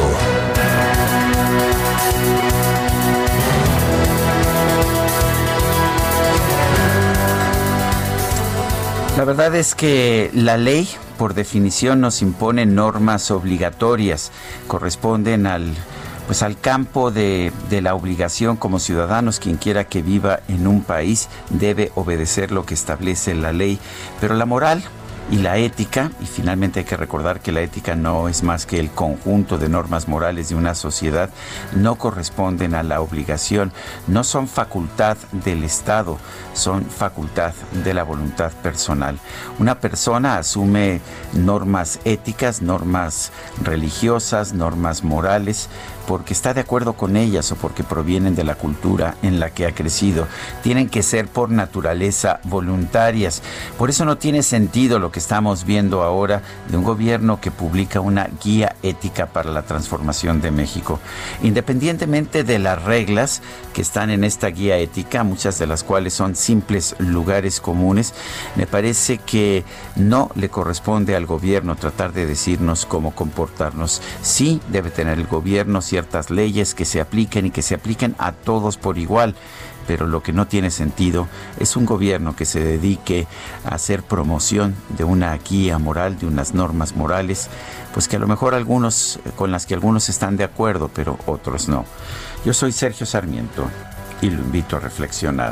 La verdad es que la ley, por definición, nos impone normas obligatorias, corresponden al pues al campo de, de la obligación como ciudadanos. Quien quiera que viva en un país debe obedecer lo que establece la ley, pero la moral y la ética, y finalmente hay que recordar que la ética no es más que el conjunto de normas morales de una sociedad, no corresponden a la obligación, no son facultad del Estado, son facultad de la voluntad personal. Una persona asume normas éticas, normas religiosas, normas morales, porque está de acuerdo con ellas o porque provienen de la cultura en la que ha crecido. Tienen que ser por naturaleza voluntarias. Por eso no tiene sentido lo que estamos viendo ahora de un gobierno que publica una guía ética para la transformación de México. Independientemente de las reglas que están en esta guía ética, muchas de las cuales son simples lugares comunes, me parece que no le corresponde al gobierno tratar de decirnos cómo comportarnos. Sí debe tener el gobierno ciertas leyes que se apliquen y que se apliquen a todos por igual, pero lo que no tiene sentido es un gobierno que se dedique a hacer promoción de una guía moral, de unas normas morales, pues que a lo mejor algunos, con las que algunos están de acuerdo, pero otros no. Yo soy Sergio Sarmiento y lo invito a reflexionar.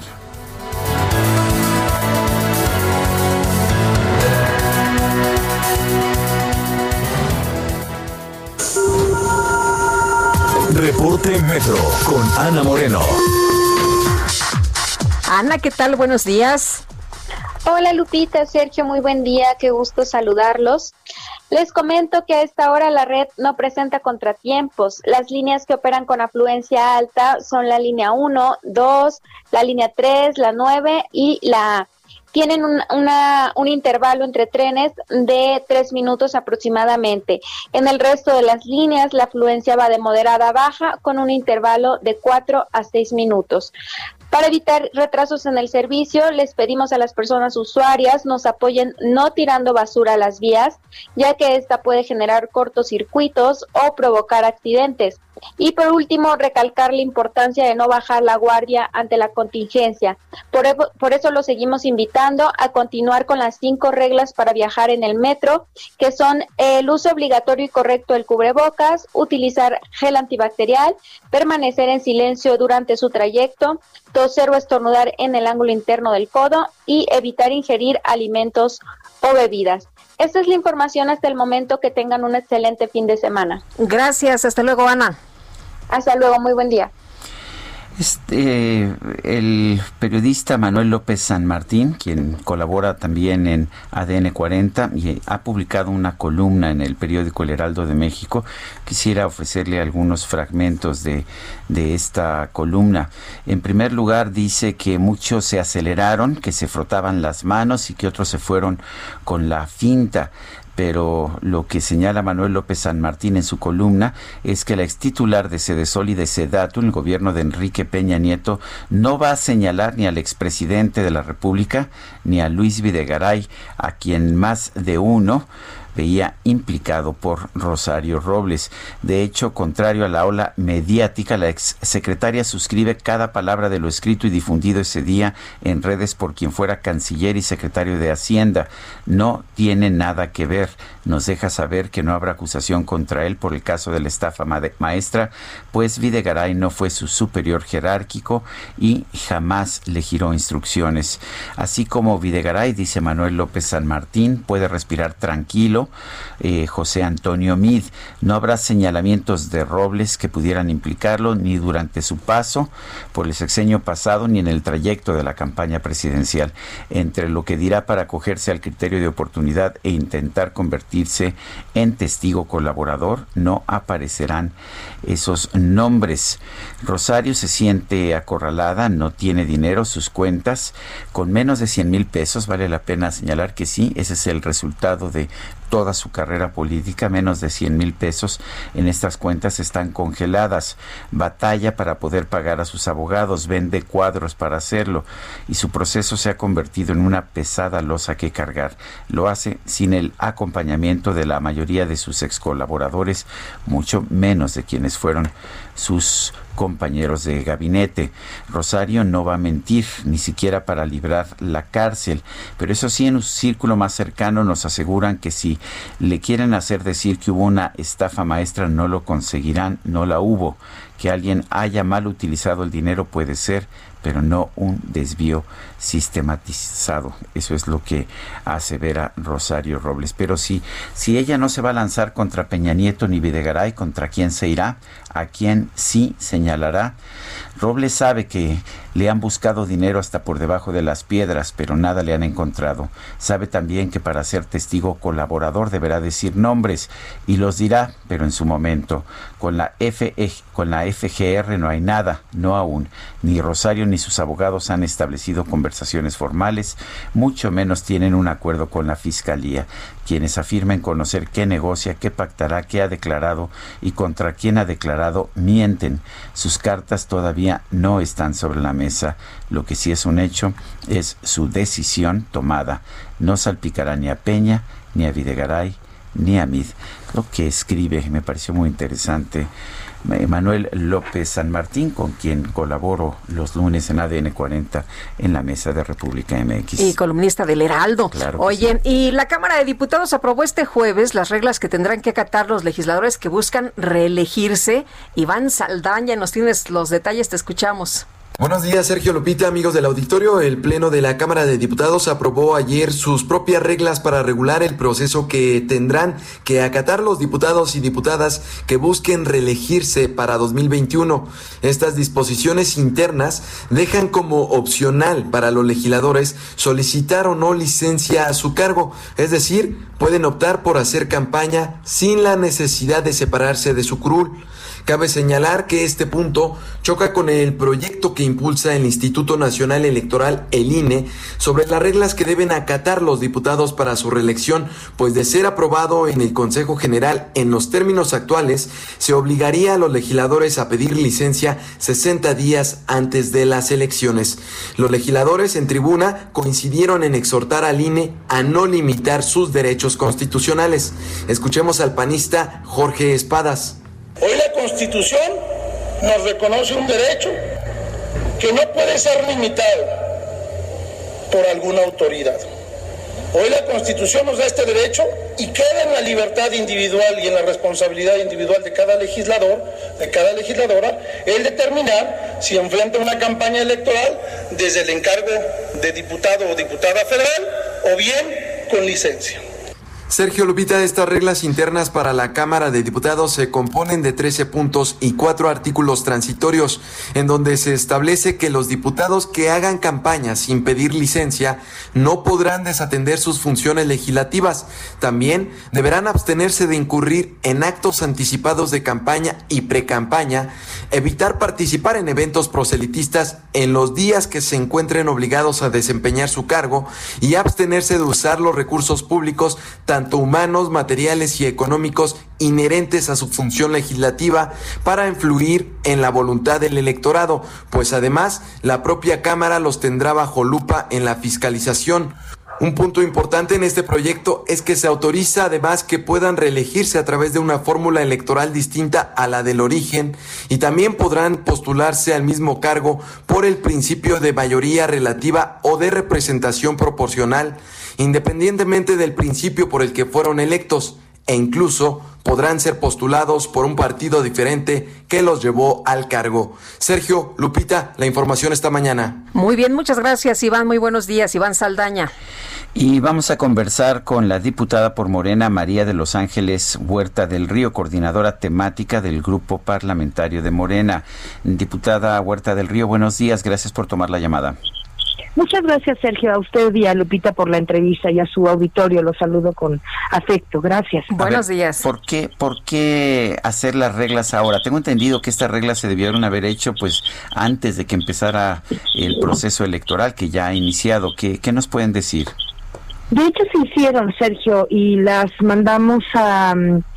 Reporte Metro con Ana Moreno. Ana, ¿qué tal? Buenos días. Hola Lupita, Sergio, muy buen día, qué gusto saludarlos. Les comento que a esta hora la red no presenta contratiempos. Las líneas que operan con afluencia alta son la línea uno, dos, la línea tres, la nueve y la A. Tienen un, una, un intervalo entre trenes de tres minutos aproximadamente. En el resto de las líneas, la afluencia va de moderada a baja con un intervalo de cuatro a seis minutos. Para evitar retrasos en el servicio, les pedimos a las personas usuarias nos apoyen no tirando basura a las vías, ya que esta puede generar cortocircuitos o provocar accidentes. Y por último, recalcar la importancia de no bajar la guardia ante la contingencia. Por, por eso lo seguimos invitando a continuar con las cinco reglas para viajar en el metro, que son el uso obligatorio y correcto del cubrebocas, utilizar gel antibacterial, permanecer en silencio durante su trayecto, toser o estornudar en el ángulo interno del codo y evitar ingerir alimentos o bebidas. Esta es la información hasta el momento. Que tengan un excelente fin de semana. Gracias, hasta luego, Ana. Hasta luego, muy buen día. Este, el periodista Manuel López San Martín, quien colabora también en A D N cuarenta y ha publicado una columna en el periódico El Heraldo de México, quisiera ofrecerle algunos fragmentos de, de esta columna. En primer lugar, dice que muchos se aceleraron, que se frotaban las manos y que otros se fueron con la finta. Pero lo que señala Manuel López San Martín en su columna es que la extitular de Sedesol y de Sedatu, en el gobierno de Enrique Peña Nieto, no va a señalar ni al expresidente de la República ni a Luis Videgaray, a quien más de uno veía implicado por Rosario Robles. De hecho, contrario a la ola mediática, la exsecretaria suscribe cada palabra de lo escrito y difundido ese día en redes por quien fuera canciller y secretario de Hacienda. No tiene nada que ver. Nos deja saber que no habrá acusación contra él por el caso de la estafa maestra, pues Videgaray no fue su superior jerárquico y jamás le giró instrucciones. Así como Videgaray, dice Manuel López San Martín, puede respirar tranquilo, Eh, José Antonio Meade. No habrá señalamientos de Robles que pudieran implicarlo ni durante su paso por el sexenio pasado ni en el trayecto de la campaña presidencial. Entre lo que dirá para acogerse al criterio de oportunidad e intentar convertirse en testigo colaborador, no aparecerán esos nombres. Rosario se siente acorralada, no tiene dinero, sus cuentas con menos de cien mil pesos, vale la pena señalar que sí, ese es el resultado de toda su carrera política, menos de cien mil pesos en estas cuentas están congeladas. Batalla para poder pagar a sus abogados, vende cuadros para hacerlo y su proceso se ha convertido en una pesada losa que cargar. Lo hace sin el acompañamiento de la mayoría de sus ex colaboradores, mucho menos de quienes fueron sus compañeros de gabinete. Rosario no va a mentir, ni siquiera para librar la cárcel, pero eso sí, en un círculo más cercano nos aseguran que si le quieren hacer decir que hubo una estafa maestra, no lo conseguirán, no la hubo. Que alguien haya mal utilizado el dinero puede ser, pero no un desvío sistematizado. Eso es lo que asevera Rosario Robles. Pero si, si ella no se va a lanzar contra Peña Nieto ni Videgaray, ¿contra quién se irá? ¿A quién sí señalará? Robles sabe que le han buscado dinero hasta por debajo de las piedras, pero nada le han encontrado. Sabe también que para ser testigo colaborador deberá decir nombres, y los dirá, pero en su momento. Con la F E, con la F G R no hay nada, no aún. Ni Rosario ni sus abogados han establecido conversaciones formales, mucho menos tienen un acuerdo con la Fiscalía. Quienes afirmen conocer qué negocia, qué pactará, qué ha declarado y contra quién ha declarado, mienten. Sus cartas todavía no están sobre la mesa. Lo que sí es un hecho es su decisión tomada. No salpicará ni a Peña, ni a Videgaray, ni a Meade. Lo que escribe me pareció muy interesante Manuel López San Martín, con quien colaboro los lunes en A D N cuarenta en la mesa de República M X. Y columnista del Heraldo. Claro. Oye, sí. Y la Cámara de Diputados aprobó este jueves las reglas que tendrán que acatar los legisladores que buscan reelegirse. Iván Saldaña, nos tienes los detalles, te escuchamos. Buenos días, Sergio, Lupita, amigos del auditorio. El Pleno de la Cámara de Diputados aprobó ayer sus propias reglas para regular el proceso que tendrán que acatar los diputados y diputadas que busquen reelegirse para dos mil veintiuno. Estas disposiciones internas dejan como opcional para los legisladores solicitar o no licencia a su cargo, es decir, pueden optar por hacer campaña sin la necesidad de separarse de su curul. Cabe señalar que este punto choca con el proyecto que impulsa el Instituto Nacional Electoral, el I N E, sobre las reglas que deben acatar los diputados para su reelección, pues de ser aprobado en el Consejo General en los términos actuales, se obligaría a los legisladores a pedir licencia sesenta días antes de las elecciones. Los legisladores en tribuna coincidieron en exhortar al I N E a no limitar sus derechos constitucionales. Escuchemos al panista Jorge Espadas. Hoy la Constitución nos reconoce un derecho que no puede ser limitado por alguna autoridad. Hoy la Constitución nos da este derecho y queda en la libertad individual y en la responsabilidad individual de cada legislador, de cada legisladora, el determinar si enfrenta una campaña electoral desde el encargo de diputado o diputada federal o bien con licencia. Sergio, Lupita, estas reglas internas para la Cámara de Diputados se componen de trece puntos y cuatro artículos transitorios, en donde se establece que los diputados que hagan campaña sin pedir licencia no podrán desatender sus funciones legislativas. También deberán abstenerse de incurrir en actos anticipados de campaña y precampaña, evitar participar en eventos proselitistas en los días que se encuentren obligados a desempeñar su cargo y abstenerse de usar los recursos públicos tanto humanos, materiales y económicos inherentes a su función legislativa para influir en la voluntad del electorado, pues además la propia Cámara los tendrá bajo lupa en la fiscalización. Un punto importante en este proyecto es que se autoriza además que puedan reelegirse a través de una fórmula electoral distinta a la del origen y también podrán postularse al mismo cargo por el principio de mayoría relativa o de representación proporcional, independientemente del principio por el que fueron electos, e incluso podrán ser postulados por un partido diferente que los llevó al cargo. Sergio, Lupita, la información esta mañana. Muy bien, muchas gracias, Iván. Muy buenos días, Iván Saldaña. Y vamos a conversar con la diputada por Morena, María de los Ángeles Huerta del Río, coordinadora temática del Grupo Parlamentario de Morena. Diputada Huerta del Río, buenos días, gracias por tomar la llamada. Muchas gracias, Sergio, a usted y a Lupita por la entrevista y a su auditorio. Los saludo con afecto. Gracias. Buenos días. ¿Por qué, por qué hacer las reglas ahora? Tengo entendido que estas reglas se debieron haber hecho pues antes de que empezara el proceso electoral que ya ha iniciado. ¿Qué, qué nos pueden decir? De hecho, se hicieron, Sergio, y las mandamos a,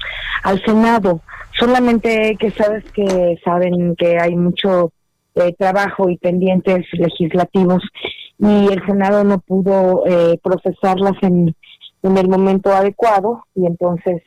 al Senado. Solamente que sabes que saben que hay mucho eh, trabajo y pendientes legislativos y el Senado no pudo eh, procesarlas en, en el momento adecuado y entonces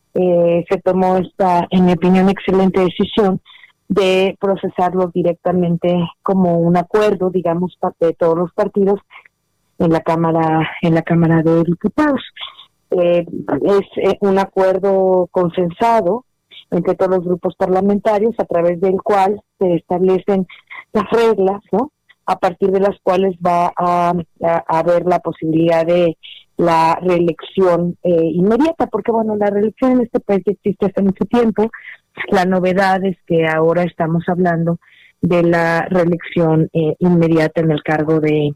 eh, se tomó esta, en mi opinión, excelente decisión de procesarlo directamente como un acuerdo, digamos, de todos los partidos en la Cámara, en la Cámara de Diputados. Eh, es eh, un acuerdo consensado entre todos los grupos parlamentarios a través del cual se establecen las reglas, ¿no?, a partir de las cuales va a, a, a haber la posibilidad de la reelección eh, inmediata, porque bueno, la reelección en este país existe hace mucho tiempo. La novedad es que ahora estamos hablando de la reelección eh, inmediata en el cargo de,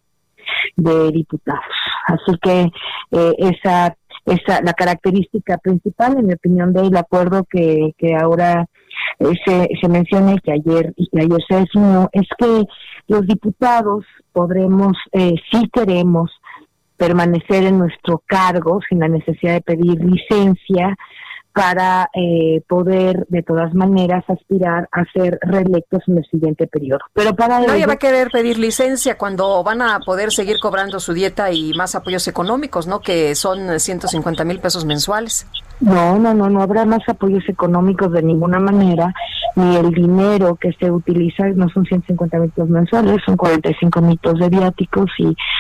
de diputados. Así que eh, esa esa la característica principal, en mi opinión, del acuerdo que, que ahora eh, se, se menciona y que ayer y que ayer se definió, es que los diputados podremos, eh, si queremos, permanecer en nuestro cargo sin la necesidad de pedir licencia para eh, poder de todas maneras aspirar a ser reelectos en el siguiente periodo. Pero para Nadie ello, va a querer pedir licencia cuando van a poder seguir cobrando su dieta y más apoyos económicos, ¿no?, que son ciento cincuenta mil pesos mensuales. No, no, no, no habrá más apoyos económicos de ninguna manera, ni el dinero que se utiliza, no son ciento cincuenta mil pesos mensuales, son cuarenta y cinco mil pesos de viáticos y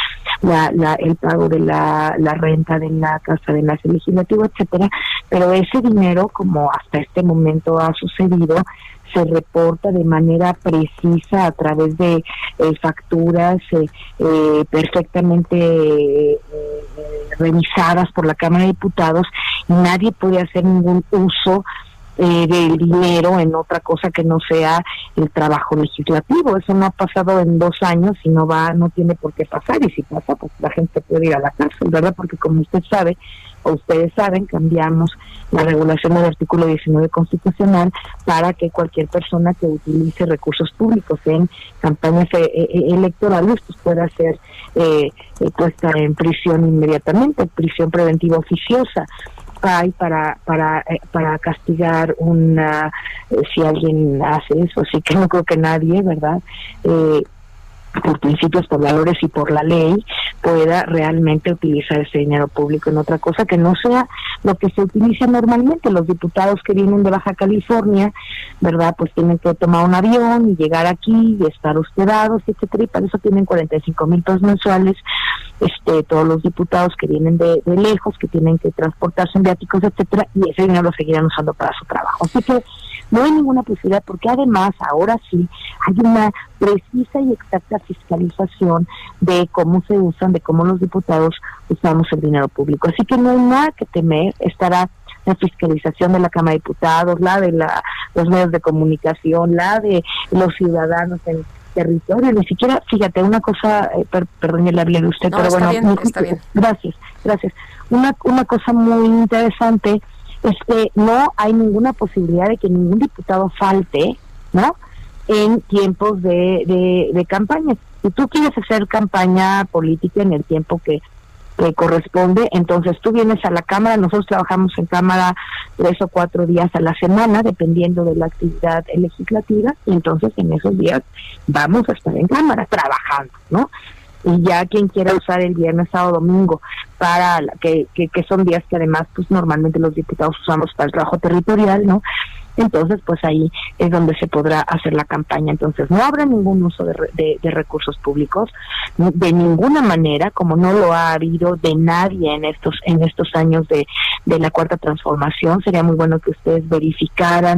la, la, el pago de la, la renta de la casa de enlace legislativo, etcétera, pero ese dinero, como hasta este momento ha sucedido, se reporta de manera precisa a través de eh, facturas eh, eh, perfectamente eh, eh, revisadas por la Cámara de Diputados, y nadie puede hacer ningún uso eh, del dinero en otra cosa que no sea el trabajo legislativo. Eso no ha pasado en dos años y no va, no tiene por qué pasar, y si pasa, pues la gente puede ir a la cárcel, ¿verdad? Porque como usted sabe, o ustedes saben, cambiamos la regulación del artículo diecinueve constitucional para que cualquier persona que utilice recursos públicos en campañas eh, eh, electorales pues pueda ser eh, eh, puesta en prisión inmediatamente, prisión preventiva oficiosa. Hay para para eh, para castigar una eh, si alguien hace eso, así que no creo que nadie, ¿verdad?, eh, por principios, por valores y por la ley, pueda realmente utilizar ese dinero público en otra cosa que no sea lo que se utiliza normalmente. Los diputados que vienen de Baja California, ¿verdad?, pues tienen que tomar un avión y llegar aquí y estar hospedados, etcétera, y para eso tienen cuarenta y cinco mil pesos mensuales. Este, todos los diputados que vienen de, de lejos, que tienen que transportarse en viáticos, etcétera, y ese dinero lo seguirán usando para su trabajo. Así que no hay ninguna posibilidad, porque además ahora sí hay una precisa y exacta fiscalización de cómo se usan, de cómo los diputados usamos el dinero público. Así que no hay nada que temer. Estará la fiscalización de la Cámara de Diputados, la de la, los medios de comunicación, la de los ciudadanos en territorio. Ni siquiera, fíjate, una cosa, eh, per, perdón, ya le hablé de usted, no, pero está bueno, bien, muy, está bien. Gracias, gracias. Una, una cosa muy interesante es que no hay ninguna posibilidad de que ningún diputado falte, ¿no?, en tiempos de, de, de campaña. Si tú quieres hacer campaña política en el tiempo que, que corresponde, entonces tú vienes a la Cámara. Nosotros trabajamos en Cámara tres o cuatro días a la semana, dependiendo de la actividad legislativa, y entonces en esos días vamos a estar en Cámara trabajando, ¿no? Y ya quien quiera usar el viernes, sábado, domingo, para la, que, que, que son días que además pues normalmente los diputados usamos para el trabajo territorial, ¿no? Entonces pues ahí es donde se podrá hacer la campaña. Entonces no habrá ningún uso de, de, de recursos públicos de ninguna manera, como no lo ha habido de nadie en estos en estos años de, de la Cuarta Transformación. Sería muy bueno que ustedes verificaran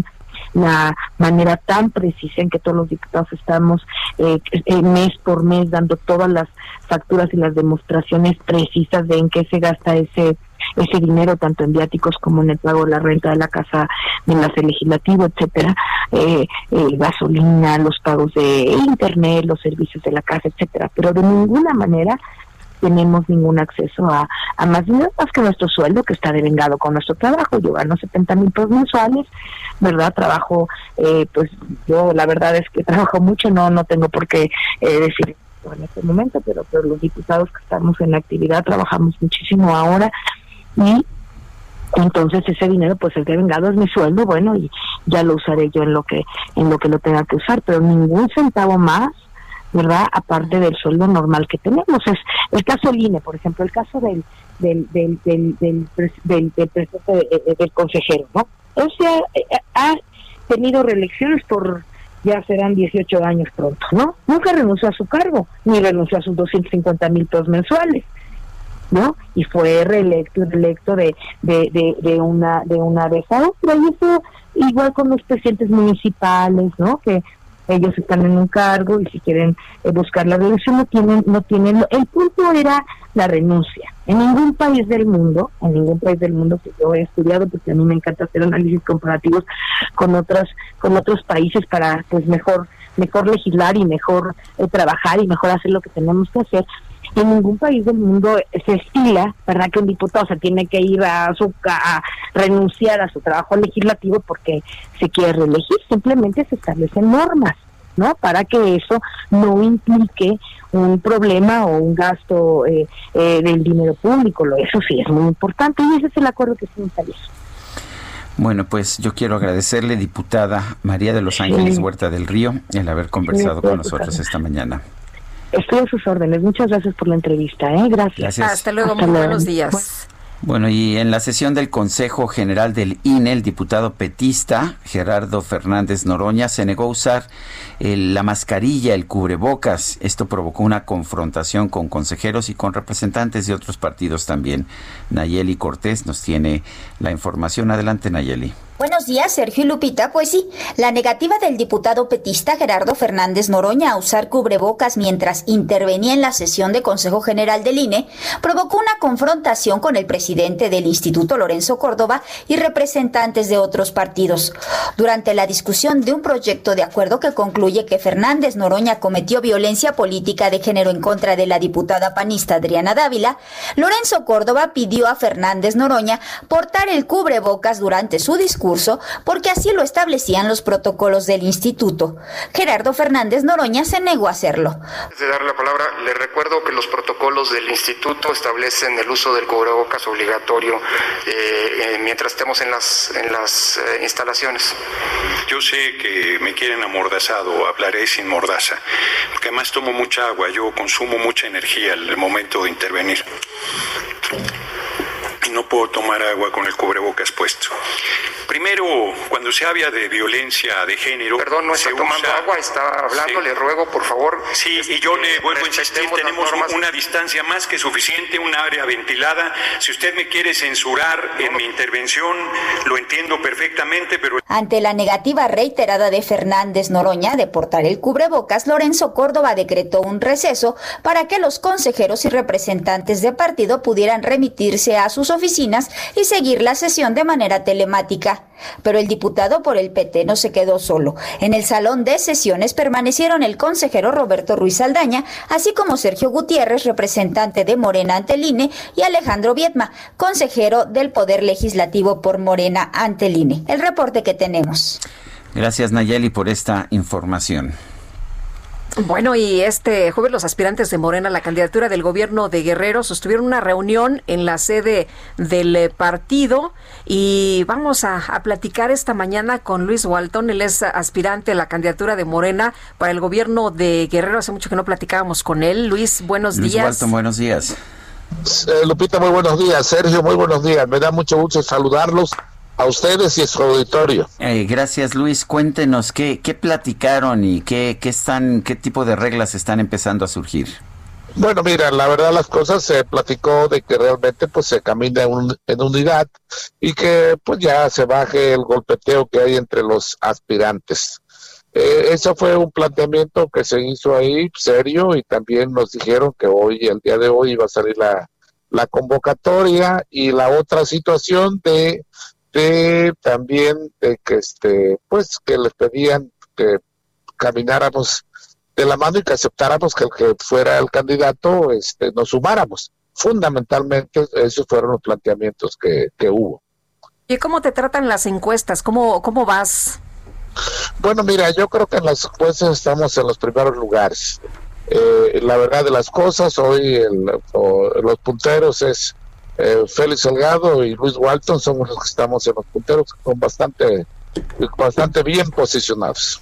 la manera tan precisa en que todos los diputados estamos eh, eh, mes por mes dando todas las facturas y las demostraciones precisas de en qué se gasta ese ese dinero, tanto en viáticos como en el pago de la renta de la casa de enlace legislativo, etcétera, eh, eh, gasolina, los pagos de internet, los servicios de la casa, etcétera, pero de ninguna manera tenemos ningún acceso a, a más dinero más que nuestro sueldo, que está devengado con nuestro trabajo. Yo gano setenta mil pesos mensuales, ¿verdad? Trabajo, eh, pues yo la verdad es que trabajo mucho, no no tengo por qué eh, decir en este momento, pero, pero los diputados que estamos en la actividad trabajamos muchísimo ahora, y entonces ese dinero pues el devengado es mi sueldo, bueno, y ya lo usaré yo en lo que en lo que lo tenga que usar, pero ningún centavo más, ¿verdad?, aparte del sueldo normal que tenemos. Es el caso del I N E, por ejemplo, el caso del del del del del, del, del, del, del, del consejero, ¿no? O sea, ha tenido reelecciones por, ya serán dieciocho años pronto, ¿no? Nunca renunció a su cargo, ni renunció a sus doscientos cincuenta mil pesos mensuales, ¿no? Y fue reelecto, reelecto de, de, de, de una de una vez a otra. Y eso igual con los presidentes municipales, ¿no?, que ellos están en un cargo y si quieren eh, buscar la reelección no tienen, no tienen, el punto era la renuncia. En ningún país del mundo, en ningún país del mundo que yo he estudiado, porque a mí me encanta hacer análisis comparativos con otras, con otros países para pues mejor, mejor legislar y mejor eh, trabajar y mejor hacer lo que tenemos que hacer. En ningún país del mundo se estila, ¿verdad?, que un diputado se tiene que ir a su a renunciar a su trabajo legislativo porque se quiere reelegir. Simplemente se establecen normas, ¿no?, para que eso no implique un problema o un gasto eh, eh, del dinero público. Eso sí es muy importante y ese es el acuerdo que se establece. Bueno, pues yo quiero agradecerle, diputada María de los Ángeles sí. Huerta del Río, el haber conversado sí, con nosotros esta mañana. Estoy a sus órdenes. Muchas gracias por la entrevista, ¿eh? Gracias. Gracias. Hasta luego, Hasta muy luego. buenos días. Bueno, y en la sesión del Consejo General del I N E, el diputado petista Gerardo Fernández Noroña se negó a usar el, la mascarilla, el cubrebocas. Esto provocó una confrontación con consejeros y con representantes de otros partidos también. Nayeli Cortés nos tiene la información. Adelante, Nayeli. Buenos días, Sergio y Lupita. Pues sí, la negativa del diputado petista Gerardo Fernández Noroña a usar cubrebocas mientras intervenía en la sesión de Consejo General del I N E provocó una confrontación con el presidente del Instituto, Lorenzo Córdoba, y representantes de otros partidos. Durante la discusión de un proyecto de acuerdo que concluye que Fernández Noroña cometió violencia política de género en contra de la diputada panista Adriana Dávila, Lorenzo Córdoba pidió a Fernández Noroña portar el cubrebocas durante su discurso porque así lo establecían los protocolos del instituto. Gerardo Fernández Noroña se negó a hacerlo. Antes de darle la palabra, le recuerdo que los protocolos del instituto establecen el uso del cubrebocas obligatorio eh, eh, mientras estemos en las, en las eh, instalaciones. Yo sé que me quieren amordazado, hablaré sin mordaza, porque además tomo mucha agua, yo consumo mucha energía al momento de intervenir. Y no puedo tomar agua con el cubrebocas puesto. Primero, cuando se habla de violencia de género... Perdón, no está tomando usa... agua, está hablando, sí. Le ruego, por favor... Sí, y yo le vuelvo a insistir, tenemos una distancia más que suficiente, un área ventilada. Si usted me quiere censurar en mi intervención, lo entiendo perfectamente, pero... Ante la negativa reiterada de Fernández Noroña de portar el cubrebocas, Lorenzo Córdoba decretó un receso para que los consejeros y representantes de partido pudieran remitirse a sus oficinas y seguir la sesión de manera telemática. Pero el diputado por el P T no se quedó solo. En el salón de sesiones permanecieron el consejero Roberto Ruiz Saldaña, así como Sergio Gutiérrez, representante de Morena ante el I N E, y Alejandro Viedma, consejero del Poder Legislativo por Morena ante el I N E. El reporte que tenemos. Gracias, Nayeli, por esta información. Bueno, y este jueves los aspirantes de Morena a la candidatura del gobierno de Guerrero sostuvieron una reunión en la sede del partido y vamos a, a platicar esta mañana con Luis Walton. Él es aspirante a la candidatura de Morena para el gobierno de Guerrero. Hace mucho que no platicábamos con él. Luis, buenos Luis días. Luis Walton, buenos días. Eh, Lupita, muy buenos días. Sergio, muy buenos días. Me da mucho gusto saludarlos a ustedes y a su auditorio. Eh, gracias, Luis. Cuéntenos qué, qué platicaron y qué, qué están, qué tipo de reglas están empezando a surgir. Bueno, mira, la verdad las cosas se platicó de que realmente pues se camina en, un, en unidad y que pues ya se baje el golpeteo que hay entre los aspirantes. Eh, eso fue un planteamiento que se hizo ahí serio y también nos dijeron que hoy, el día de hoy, iba a salir la, la convocatoria y la otra situación de de también de que este pues que les pedían que camináramos de la mano y que aceptáramos que el que fuera el candidato este nos sumáramos. Fundamentalmente esos fueron los planteamientos que, que hubo. ¿Y cómo te tratan las encuestas? ¿Cómo, cómo vas? Bueno, mira, yo creo que en las encuestas estamos en los primeros lugares. Eh, la verdad de las cosas, hoy el, o, los punteros es Eh, Félix Salgado y Luis Walton, somos los que estamos en los punteros con bastante bastante bien posicionados.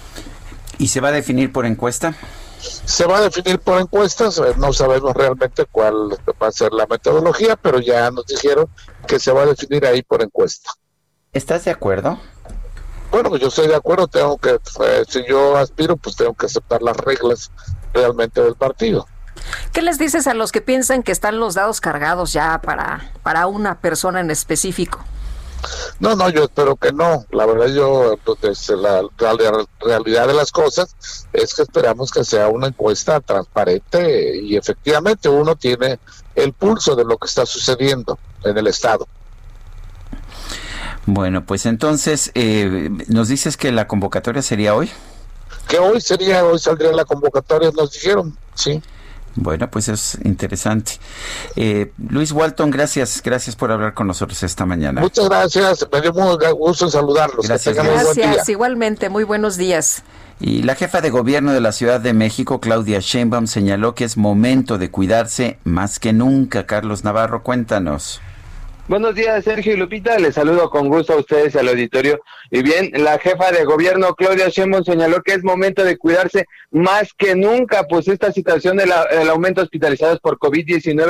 ¿Y se va a definir por encuesta? Se va a definir por encuestas, no sabemos realmente cuál va a ser la metodología, pero ya nos dijeron que se va a definir ahí por encuesta. ¿Estás de acuerdo? Bueno, pues yo estoy de acuerdo, tengo que, eh, si yo aspiro, pues tengo que aceptar las reglas realmente del partido. ¿Qué les dices a los que piensan que están los dados cargados ya para, para una persona en específico? No, no, yo espero que no. La verdad, yo, pues, la, la realidad de las cosas es que esperamos que sea una encuesta transparente y efectivamente uno tiene el pulso de lo que está sucediendo en el Estado. Bueno, pues entonces, eh, ¿nos dices que la convocatoria sería hoy? Que hoy sería, hoy saldría la convocatoria, nos dijeron, sí. Bueno, pues es interesante. Eh, Luis Walton, gracias, gracias por hablar con nosotros esta mañana. Muchas gracias, me dio muy gusto saludarlos. Gracias, gracias, igualmente, muy buenos días. Y la jefa de gobierno de la Ciudad de México, Claudia Sheinbaum, señaló que es momento de cuidarse más que nunca. Carlos Navarro, cuéntanos. Buenos días, Sergio y Lupita, les saludo con gusto a ustedes y al auditorio. Y bien, la jefa de gobierno, Claudia Sheinbaum, señaló que es momento de cuidarse más que nunca, pues esta situación del, del aumento de hospitalizados por COVID diecinueve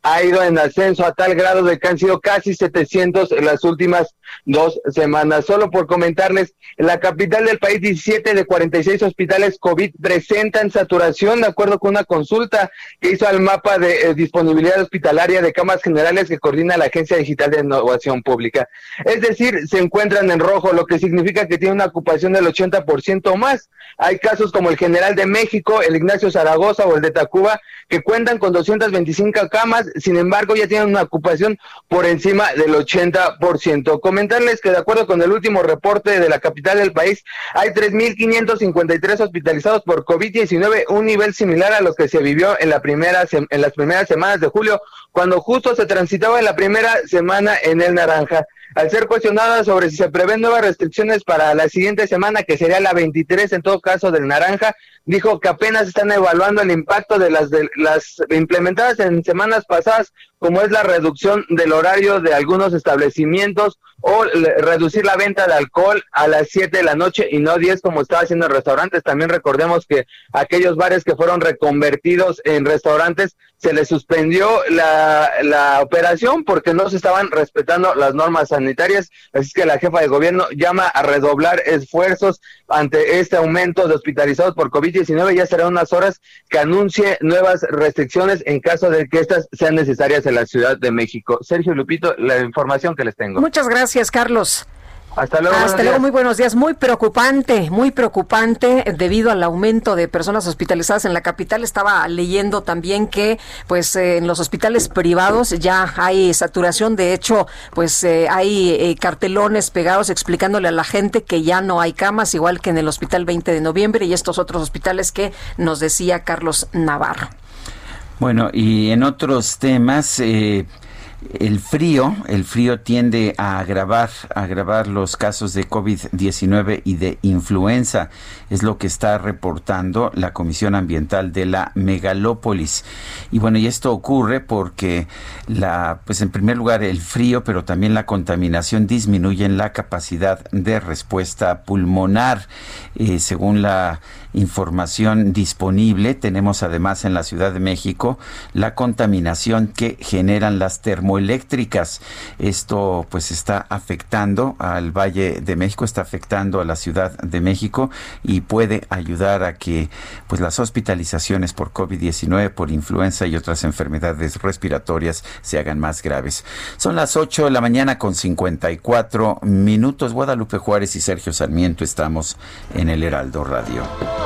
ha ido en ascenso a tal grado de que han sido casi setecientos en las últimas dos semanas. Solo por comentarles, en la capital del país, diecisiete de cuarenta y seis hospitales COVID presentan saturación, de acuerdo con una consulta que hizo al mapa de eh, disponibilidad hospitalaria de camas generales que coordina la Agencia Digital de Innovación Pública. Es decir, se encuentran en rojo, lo que significa que tiene una ocupación del ochenta por ciento o más. Hay casos como el General de México, el Ignacio Zaragoza o el de Tacuba, que cuentan con doscientas veinticinco camas, sin embargo ya tienen una ocupación por encima del ochenta por ciento. Comentarles que de acuerdo con el último reporte de la capital del país, hay tres mil quinientos cincuenta y tres hospitalizados por COVID diecinueve, un nivel similar a lo que se vivió en, la primera, en las primeras semanas de julio, cuando justo se transitaba en la primera semana en el naranja. Al ser cuestionada sobre si se prevén nuevas restricciones para la siguiente semana, que sería la veintitrés en todo caso del naranja, dijo que apenas están evaluando el impacto de las de las implementadas en semanas pasadas, como es la reducción del horario de algunos establecimientos o le, reducir la venta de alcohol a las siete de la noche y no diez como estaba haciendo en restaurantes. También recordemos que aquellos bares que fueron reconvertidos en restaurantes se les suspendió la, la operación porque no se estaban respetando las normas sanitarias, así que la jefa de gobierno llama a redoblar esfuerzos ante este aumento de hospitalizados por COVID diecinueve. Ya será unas horas que anuncie nuevas restricciones en caso de que estas sean necesarias en la Ciudad de México. Sergio, Lupito, la información que les tengo. Muchas gracias, Carlos. Hasta luego. Hasta luego, muy buenos días. Muy preocupante, muy preocupante debido al aumento de personas hospitalizadas en la capital. Estaba leyendo también que pues eh, en los hospitales privados ya hay saturación. De hecho, pues eh, hay eh, cartelones pegados explicándole a la gente que ya no hay camas, igual que en el Hospital veinte de noviembre y estos otros hospitales que nos decía Carlos Navarro. Bueno, y en otros temas, eh, el frío, el frío tiende a agravar, a agravar los casos de COVID diecinueve y de influenza, es lo que está reportando la Comisión Ambiental de la Megalópolis. Y bueno, y esto ocurre porque la, pues en primer lugar el frío, pero también la contaminación disminuyen la capacidad de respuesta pulmonar. Eh, según la información disponible, tenemos además en la Ciudad de México la contaminación que generan las termoeléctricas. Esto pues está afectando al Valle de México, está afectando a la Ciudad de México y puede ayudar a que pues las hospitalizaciones por COVID diecinueve, por influenza y otras enfermedades respiratorias se hagan más graves. Son las ocho de la mañana con cincuenta y cuatro minutos. Guadalupe Juárez y Sergio Sarmiento estamos en el Heraldo Radio.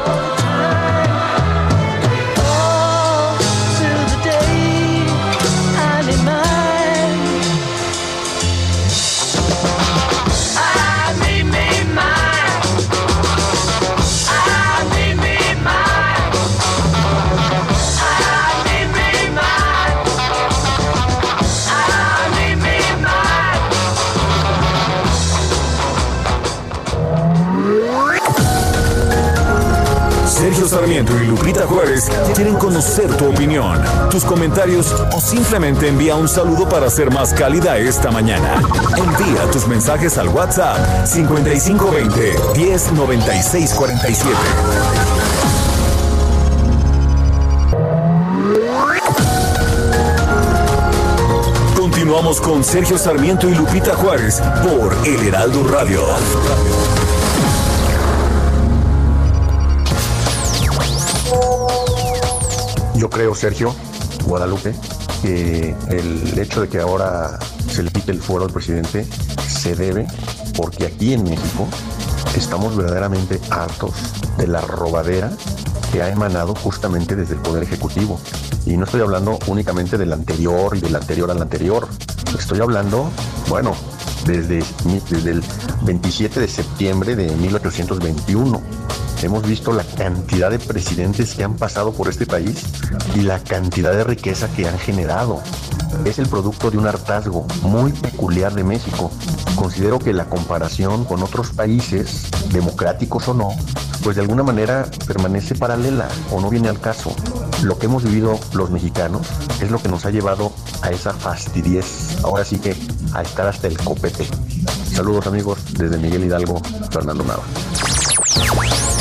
Sergio Sarmiento y Lupita Juárez quieren conocer tu opinión, tus comentarios o simplemente envía un saludo para ser más cálida esta mañana. Envía tus mensajes al WhatsApp cincuenta y cinco veinte, diez noventa y seis cuarenta y siete. Continuamos con Sergio Sarmiento y Lupita Juárez por El Heraldo Radio. Yo creo, Sergio, Guadalupe, que el hecho de que ahora se le quite el fuero al presidente se debe porque aquí en México estamos verdaderamente hartos de la robadera que ha emanado justamente desde el Poder Ejecutivo. Y no estoy hablando únicamente del anterior y del anterior al anterior. Estoy hablando, bueno, desde, desde el veintisiete de septiembre de mil ochocientos veintiuno. Hemos visto la cantidad de presidentes que han pasado por este país y la cantidad de riqueza que han generado. Es el producto de un hartazgo muy peculiar de México. Considero que la comparación con otros países, democráticos o no, pues de alguna manera permanece paralela o no viene al caso. Lo que hemos vivido los mexicanos es lo que nos ha llevado a esa fastidiez, ahora sí que a estar hasta el copete. Saludos amigos, desde Miguel Hidalgo, Fernando Nava.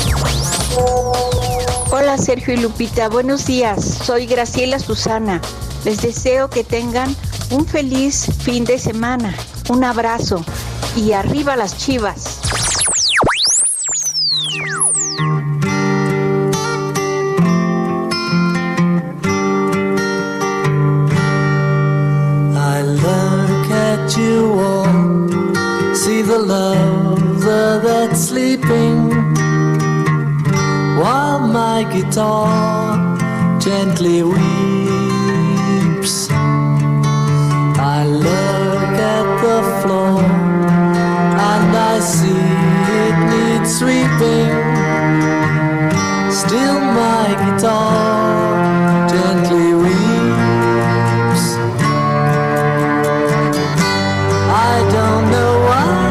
Hola Sergio y Lupita, buenos días, soy Graciela Susana. Les deseo que tengan un feliz fin de semana. Un abrazo y arriba las Chivas. I look at you all, see the lover that's sleeping, while my guitar gently weeps. I look at the floor and I see it needs sweeping. Still my guitar gently weeps. I don't know why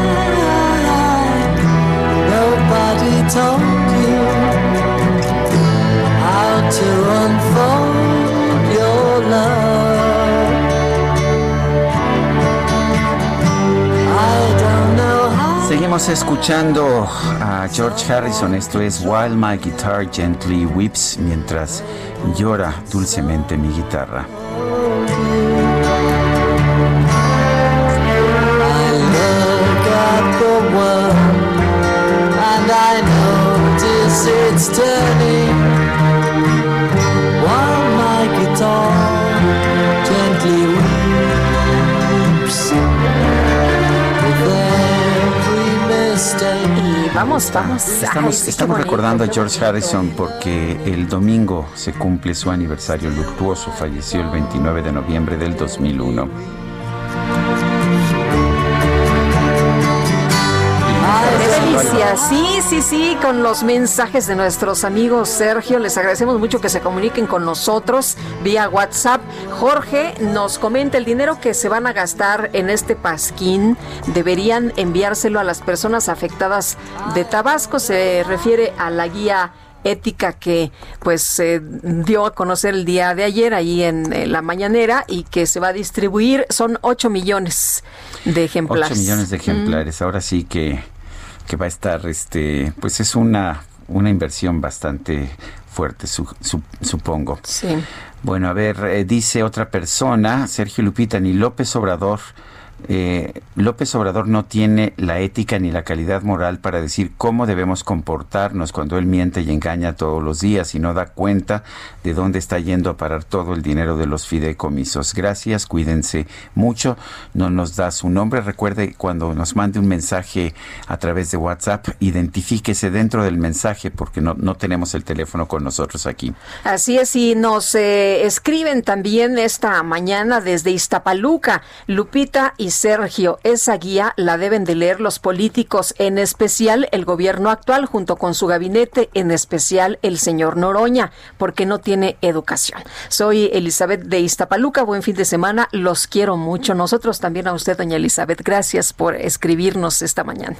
nobody told you how to unfold your love. Seguimos escuchando a George Harrison. Esto es While My Guitar Gently Weeps, mientras llora dulcemente mi guitarra. I look at the world and I notice it's turning, while my guitar gently weeps. Y vamos, vamos. Estamos, Ay, sí, estamos recordando a George Harrison porque el domingo se cumple su aniversario luctuoso. Falleció el veintinueve de noviembre del dos mil uno. ¡Qué delicia! Sí, sí, sí, con los mensajes de nuestros amigos. Sergio, les agradecemos mucho que se comuniquen con nosotros vía WhatsApp. Jorge nos comenta: el dinero que se van a gastar en este pasquín deberían enviárselo a las personas afectadas de Tabasco. Se refiere a la guía ética que pues se eh, dio a conocer el día de ayer ahí en, en la mañanera y que se va a distribuir. Son ocho millones de ejemplares. ocho millones de ejemplares. Mm. Ahora sí que, que va a estar, este, pues es una, una inversión bastante fuerte, su, su, supongo. Sí. Bueno, a ver, eh, dice otra persona, Sergio Lupita, ni López Obrador... Eh, López Obrador no tiene la ética ni la calidad moral para decir cómo debemos comportarnos cuando él miente y engaña todos los días y no da cuenta de dónde está yendo a parar todo el dinero de los fideicomisos. Gracias, cuídense mucho. No nos da su nombre. Recuerde, cuando nos mande un mensaje a través de WhatsApp, identifíquese dentro del mensaje porque no, no tenemos el teléfono con nosotros aquí. Así es, y nos eh, escriben también esta mañana desde Iztapaluca, Lupita y Sergio, esa guía la deben de leer los políticos, en especial el gobierno actual, junto con su gabinete, en especial el señor Noroña, porque no tiene educación. Soy Elizabeth de Iztapaluca, buen fin de semana, los quiero mucho. Nosotros también a usted, doña Elizabeth, gracias por escribirnos esta mañana.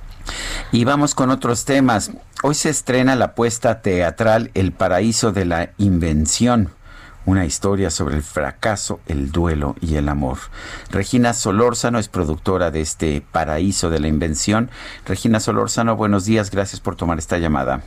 Y vamos con otros temas. Hoy se estrena la puesta teatral El Paraíso de la Invención, una historia sobre el fracaso, el duelo y el amor. Regina Solórzano es productora de este Paraíso de la Invención. Regina Solórzano, buenos días, gracias por tomar esta llamada.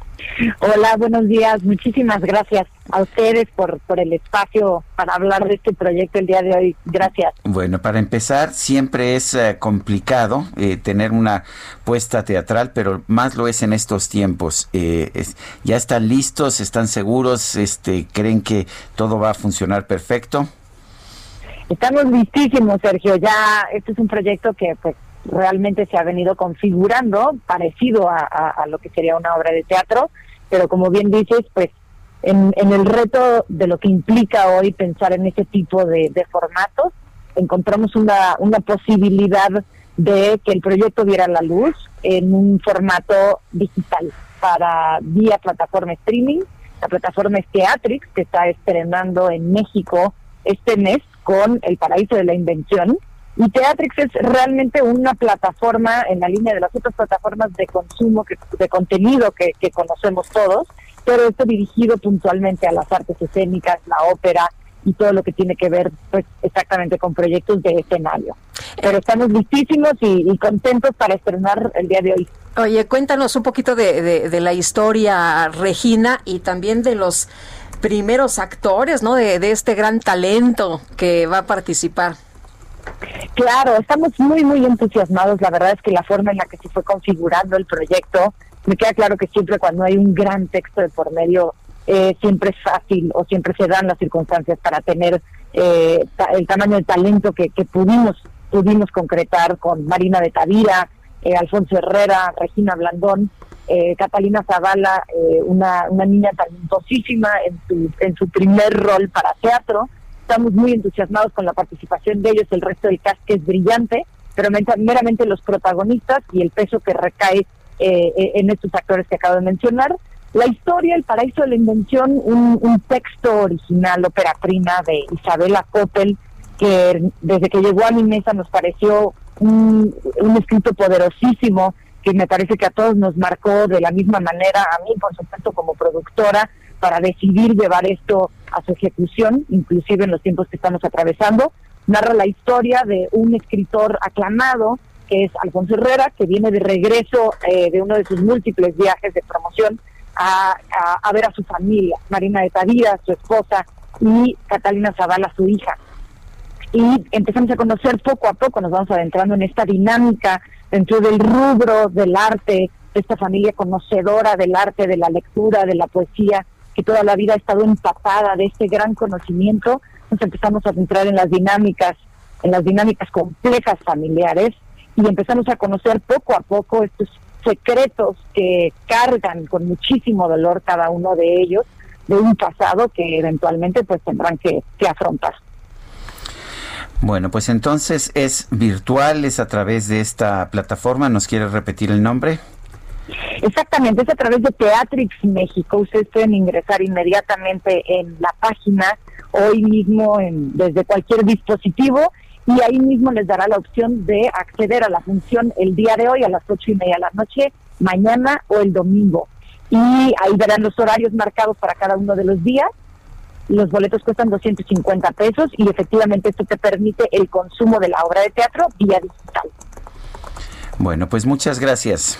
Hola, buenos días, muchísimas gracias a ustedes por, por el espacio para hablar de este proyecto el día de hoy. Gracias. Bueno, para empezar, siempre es eh, complicado eh, tener una puesta teatral, pero más lo es en estos tiempos. Eh, es, ¿Ya están listos? ¿Están seguros? Este, ¿creen que todo va a funcionar perfecto? Estamos listísimos, Sergio. Ya este es un proyecto que pues realmente se ha venido configurando parecido a, a, a lo que sería una obra de teatro, pero como bien dices, pues en, en el reto de lo que implica hoy pensar en ese tipo de, de formatos, encontramos una, una posibilidad de que el proyecto viera la luz en un formato digital para vía plataforma streaming. La plataforma es Teatrix, que está estrenando en México este mes con El Paraíso de la Invención. Y Teatrix es realmente una plataforma en la línea de las otras plataformas de consumo, que, de contenido que, que conocemos todos, pero esto dirigido puntualmente a las artes escénicas, la ópera y todo lo que tiene que ver pues exactamente con proyectos de escenario. Pero estamos listísimos y, y contentos para estrenar el día de hoy. Oye, cuéntanos un poquito de, de, de la historia, Regina, y también de los primeros actores, ¿no? De, de este gran talento que va a participar. Claro, estamos muy, muy entusiasmados. La verdad es que la forma en la que se fue configurando el proyecto, me queda claro que siempre cuando hay un gran texto de por medio, eh, siempre es fácil o siempre se dan las circunstancias para tener eh, ta- el tamaño de talento que, que pudimos pudimos concretar con Marina de Tavira, eh, Alfonso Herrera, Regina Blandón, eh, Catalina Zavala, eh, una, una niña talentosísima en su, en su primer rol para teatro. Estamos muy entusiasmados con la participación de ellos, el resto del cast que es brillante, pero meramente los protagonistas y el peso que recae eh, en estos actores que acabo de mencionar. La historia, El Paraíso de la Invención, un, un texto original, ópera prima de Isabela Coppel, que desde que llegó a mi mesa nos pareció un, un escrito poderosísimo, que me parece que a todos nos marcó de la misma manera, a mí por supuesto como productora, para decidir llevar esto a su ejecución, inclusive en los tiempos que estamos atravesando. Narra la historia de un escritor aclamado, que es Alfonso Herrera, que viene de regreso eh, de uno de sus múltiples viajes de promoción a, a, a ver a su familia, Marina de Tavira, su esposa, y Catalina Zavala, su hija. Y empezamos a conocer poco a poco, nos vamos adentrando en esta dinámica dentro del rubro del arte, de esta familia conocedora del arte, de la lectura, de la poesía, que toda la vida ha estado empapada de este gran conocimiento. Nos empezamos a centrar en las dinámicas, en las dinámicas complejas familiares, y empezamos a conocer poco a poco estos secretos que cargan con muchísimo dolor cada uno de ellos, de un pasado que eventualmente pues tendrán que, que afrontar. Bueno, pues entonces es virtual, es a través de esta plataforma. ¿Nos quieres repetir el nombre? Exactamente, es a través de Teatrix México. Ustedes pueden ingresar inmediatamente en la página hoy mismo en, desde cualquier dispositivo, y ahí mismo les dará la opción de acceder a la función el día de hoy a las ocho y media de la noche, mañana o el domingo. Y ahí verán los horarios marcados para cada uno de los días. Los boletos cuestan doscientos cincuenta pesos y efectivamente esto te permite el consumo de la obra de teatro vía digital. Bueno, pues muchas gracias.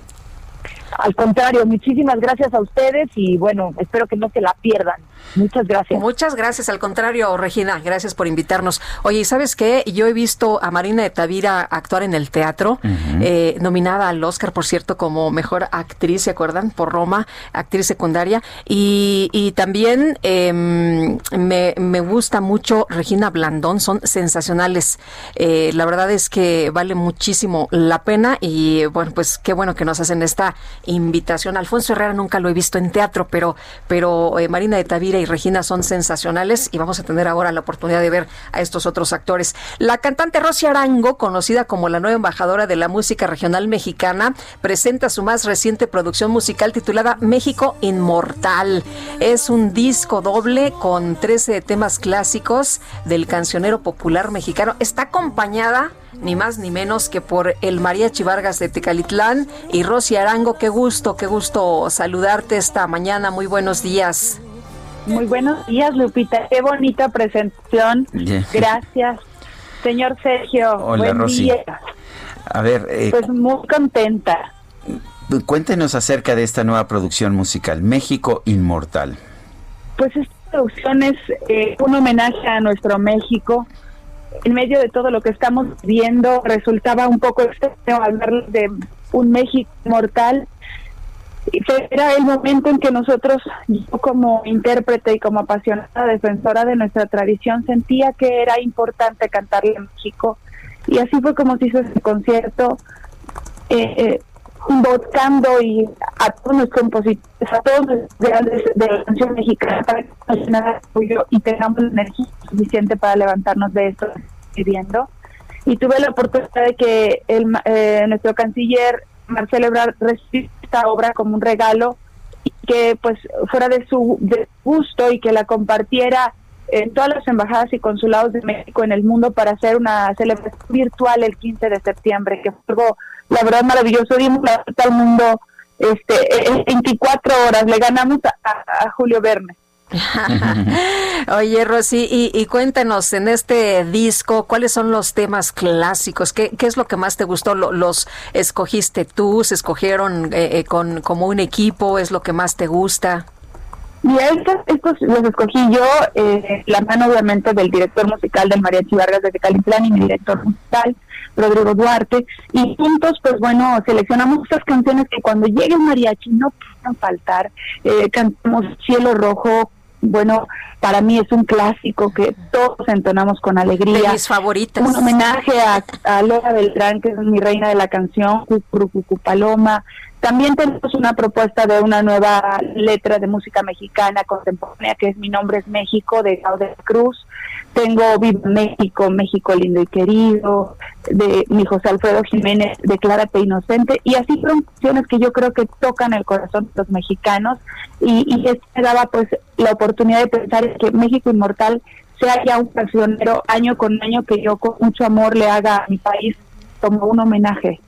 Al contrario, muchísimas gracias a ustedes y bueno, espero que no se la pierdan. Muchas gracias. Muchas gracias, al contrario, Regina, gracias por invitarnos. Oye, ¿sabes qué? Yo he visto a Marina de Tavira actuar en el teatro, uh-huh. eh, nominada al Oscar, por cierto, como mejor actriz, ¿se acuerdan? Por Roma, actriz secundaria. Y, y también eh, me, me gusta mucho Regina Blandón, son sensacionales. Eh, la verdad es que vale muchísimo la pena y bueno, pues qué bueno que nos hacen esta invitación. Alfonso Herrera nunca lo he visto en teatro, pero, pero eh, Marina de Tavira y Regina son sensacionales y vamos a tener ahora la oportunidad de ver a estos otros actores. La cantante Rosy Arango, conocida como la nueva embajadora de la música regional mexicana, presenta su más reciente producción musical titulada México Inmortal. Es un disco doble con trece temas clásicos del cancionero popular mexicano. Está acompañada ni más ni menos que por el Mariachi Vargas de Tecalitlán y Rosy Arango. Qué gusto, qué gusto saludarte esta mañana. Muy buenos días. Muy buenos días, Lupita. Qué bonita presentación. Yeah. Gracias, señor Sergio. Hola, buen Rosy. día. A ver, eh, pues muy contenta. Cuéntenos acerca de esta nueva producción musical, México Inmortal. Pues esta producción es eh, un homenaje a nuestro México. En medio de todo lo que estamos viendo, resultaba un poco extraño hablar de un México inmortal. Era el momento en que nosotros, yo como intérprete y como apasionada defensora de nuestra tradición, sentía que era importante cantarle a México. Y así fue como se hizo este concierto, eh, eh, invocando y a todos los compositores, a todos los grandes de la canción mexicana, para que nos nada tuyo y tengamos la energía suficiente para levantarnos de esto que estamos viviendo. Y tuve la oportunidad de que el, eh, nuestro canciller Marcelo Ebrard recibiera esta obra como un regalo y que pues fuera de su de gusto y que la compartiera en todas las embajadas y consulados de México en el mundo para hacer una celebración virtual el quince de septiembre, que fue algo, la verdad, maravilloso. Dimos la vuelta al mundo este, en veinticuatro horas, le ganamos a, a Julio Verne. Oye, Rosy, y, y cuéntanos, en este disco, ¿cuáles son los temas clásicos? ¿Qué, qué es lo que más te gustó? ¿Lo, ¿Los escogiste tú? ¿Se escogieron eh, eh, con como un equipo? ¿Es lo que más te gusta? Mira, estos, estos los escogí yo, eh, la mano obviamente del director musical del Mariachi Vargas de Tecalitlán y mi director musical, Rodrigo Duarte, y juntos, pues bueno, seleccionamos estas canciones que cuando llegue el mariachi no pueden faltar. Eh, cantamos Cielo Rojo, bueno, para mí es un clásico que todos entonamos con alegría. De mis favoritas. Un homenaje a, a Lola Beltrán, que es mi reina de la canción, Cucurucucu Paloma. También tenemos una propuesta de una nueva letra de música mexicana contemporánea, que es Mi Nombre es México, de Gaudel Cruz. Tengo Viva México, México lindo y querido, de mi José Alfredo Jiménez, Declárate Inocente, y así son canciones que yo creo que tocan el corazón de los mexicanos, y, y esto me daba pues la oportunidad de pensar que México Inmortal sea ya un cancionero año con año que yo con mucho amor le haga a mi país como un homenaje.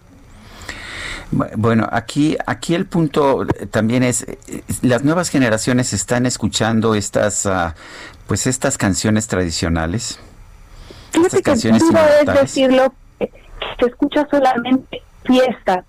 Bueno, aquí aquí el punto también es, las nuevas generaciones están escuchando estas uh, pues estas canciones tradicionales. Fíjate que canciones duro es inmortales. decirlo, que se escucha solamente fiesta,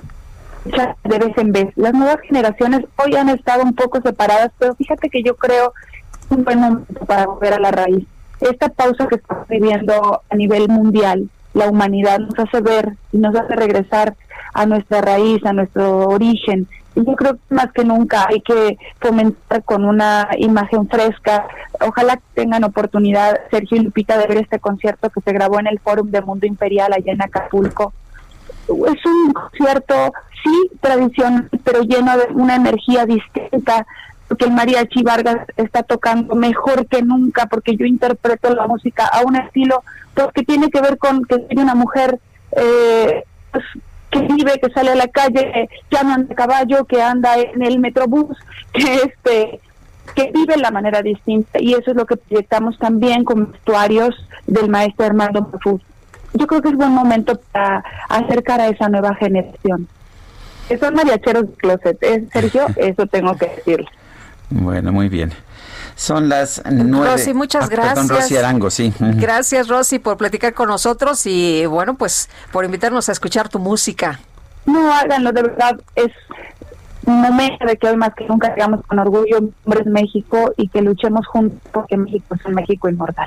de vez en vez. Las nuevas generaciones hoy han estado un poco separadas, pero fíjate que yo creo un buen momento para volver a la raíz. Esta pausa que estamos viviendo a nivel mundial, la humanidad nos hace ver y nos hace regresar a nuestra raíz, a nuestro origen. Y yo creo que más que nunca hay que fomentar con una imagen fresca. Ojalá que tengan oportunidad, Sergio y Lupita, de ver este concierto que se grabó en el Fórum de Mundo Imperial allá en Acapulco. Es un concierto, sí, tradicional, pero lleno de una energía distinta, porque el Mariachi Vargas está tocando mejor que nunca, porque yo interpreto la música a un estilo pues, que tiene que ver con que soy una mujer eh, pues, que vive, que sale a la calle, que anda a caballo, que anda en el metrobús, que este que vive la manera distinta, y eso es lo que proyectamos también con vestuarios del maestro Armando Mafuz. Yo creo que es buen momento para acercar a esa nueva generación. Que son mariacheros de closet, ¿eh, Sergio? Eso tengo que decirlo. Bueno, muy bien. Son las nueve. Rosy, muchas ah, gracias. Perdón, Rosy Arango, sí. Gracias, Rosy, por platicar con nosotros y, bueno, pues, por invitarnos a escuchar tu música. No, háganlo, de verdad, es un momento de que hoy más que nunca digamos con orgullo, mi nombre es México, y que luchemos juntos porque México es un México inmortal.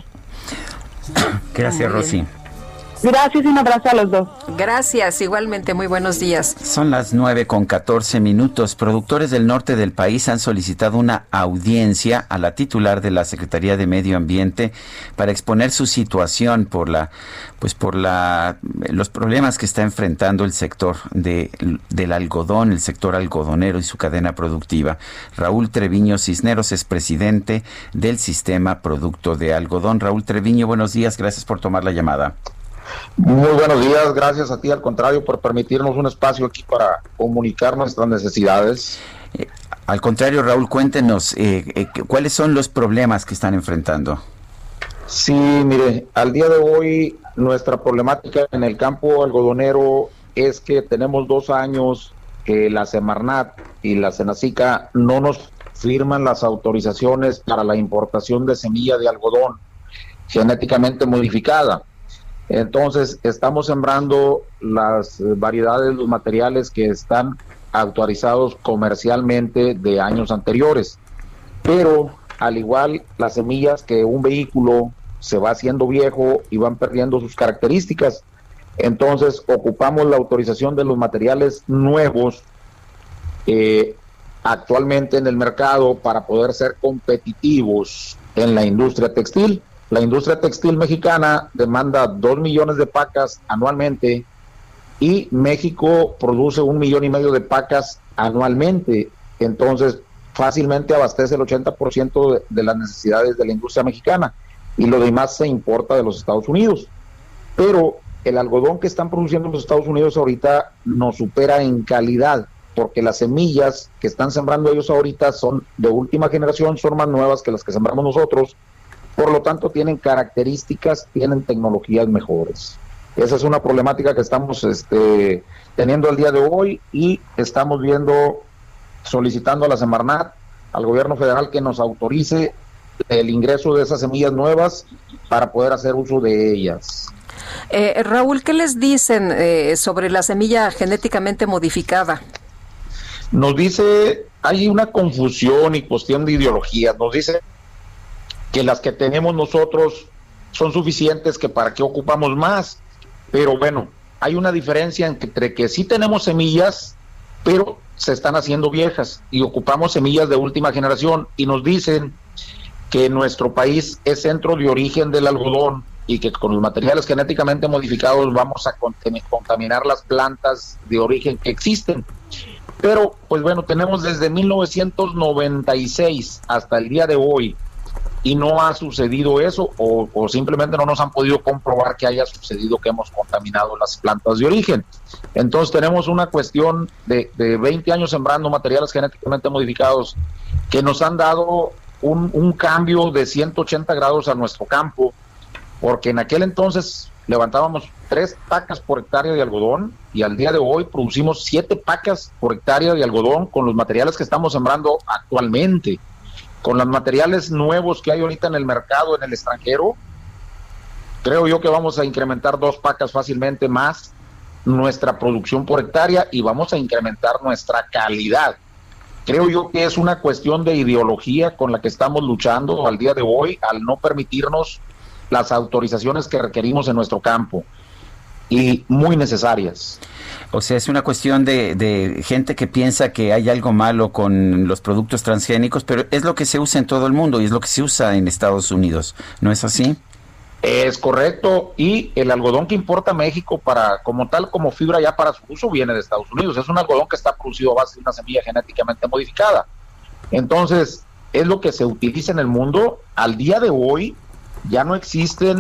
Gracias, Rosy. Gracias y un abrazo a los dos. Gracias, igualmente, muy buenos días. Son las nueve con catorce minutos. Productores del norte del país han solicitado una audiencia a la titular de la Secretaría de Medio Ambiente para exponer su situación por la, pues por la, los problemas que está enfrentando el sector de, del algodón, el sector algodonero y su cadena productiva. Raúl Treviño Cisneros es presidente del Sistema Producto de Algodón. Raúl Treviño, buenos días, gracias por tomar la llamada. Muy buenos días, gracias a ti, al contrario, por permitirnos un espacio aquí para comunicar nuestras necesidades. Eh, al contrario, Raúl, cuéntenos, eh, eh, ¿cuáles son los problemas que están enfrentando? Sí, mire, al día de hoy nuestra problemática en el campo algodonero es que tenemos dos años que la Semarnat y la Senacica no nos firman las autorizaciones para la importación de semilla de algodón genéticamente modificada. Entonces, estamos sembrando las variedades, los materiales que están autorizados comercialmente de años anteriores. Pero, al igual, las semillas que un vehículo se va haciendo viejo y van perdiendo sus características. Entonces, ocupamos la autorización de los materiales nuevos eh, actualmente en el mercado para poder ser competitivos en la industria textil. La industria textil mexicana demanda dos millones de pacas anualmente y México produce un millón y medio de pacas anualmente. Entonces, fácilmente abastece el ochenta por ciento de, de las necesidades de la industria mexicana y lo demás se importa de los Estados Unidos. Pero el algodón que están produciendo los Estados Unidos ahorita nos supera en calidad, porque las semillas que están sembrando ellos ahorita son de última generación, son más nuevas que las que sembramos nosotros. Por lo tanto, tienen características, tienen tecnologías mejores. Esa es una problemática que estamos este, teniendo el día de hoy y estamos viendo, solicitando a la Semarnat, al gobierno federal, que nos autorice el ingreso de esas semillas nuevas para poder hacer uso de ellas. Eh, Raúl, ¿qué les dicen eh, sobre la semilla genéticamente modificada? Nos dice, hay una confusión y cuestión de ideología, nos dice que las que tenemos nosotros son suficientes, que para qué ocupamos más, pero bueno, hay una diferencia entre que sí tenemos semillas, pero se están haciendo viejas y ocupamos semillas de última generación, y nos dicen que nuestro país es centro de origen del algodón y que con los materiales genéticamente modificados vamos a contaminar las plantas de origen que existen. Pero, pues bueno, tenemos desde mil novecientos noventa y seis hasta el día de hoy y no ha sucedido eso, o, o simplemente no nos han podido comprobar que haya sucedido que hemos contaminado las plantas de origen. Entonces tenemos una cuestión de, de veinte años sembrando materiales genéticamente modificados que nos han dado un, un cambio de ciento ochenta grados a nuestro campo, porque en aquel entonces levantábamos tres pacas por hectárea de algodón y al día de hoy producimos siete pacas por hectárea de algodón con los materiales que estamos sembrando actualmente. Con los materiales nuevos que hay ahorita en el mercado, en el extranjero, creo yo que vamos a incrementar dos pacas fácilmente más nuestra producción por hectárea y vamos a incrementar nuestra calidad. Creo yo que es una cuestión de ideología con la que estamos luchando al día de hoy al no permitirnos las autorizaciones que requerimos en nuestro campo, y muy necesarias. O sea, es una cuestión de, de gente que piensa que hay algo malo con los productos transgénicos, pero es lo que se usa en todo el mundo y es lo que se usa en Estados Unidos, ¿no es así? Es correcto, y el algodón que importa México para como tal, como fibra ya para su uso, viene de Estados Unidos. Es un algodón que está producido a base de una semilla genéticamente modificada. Entonces, es lo que se utiliza en el mundo. Al día de hoy ya no existen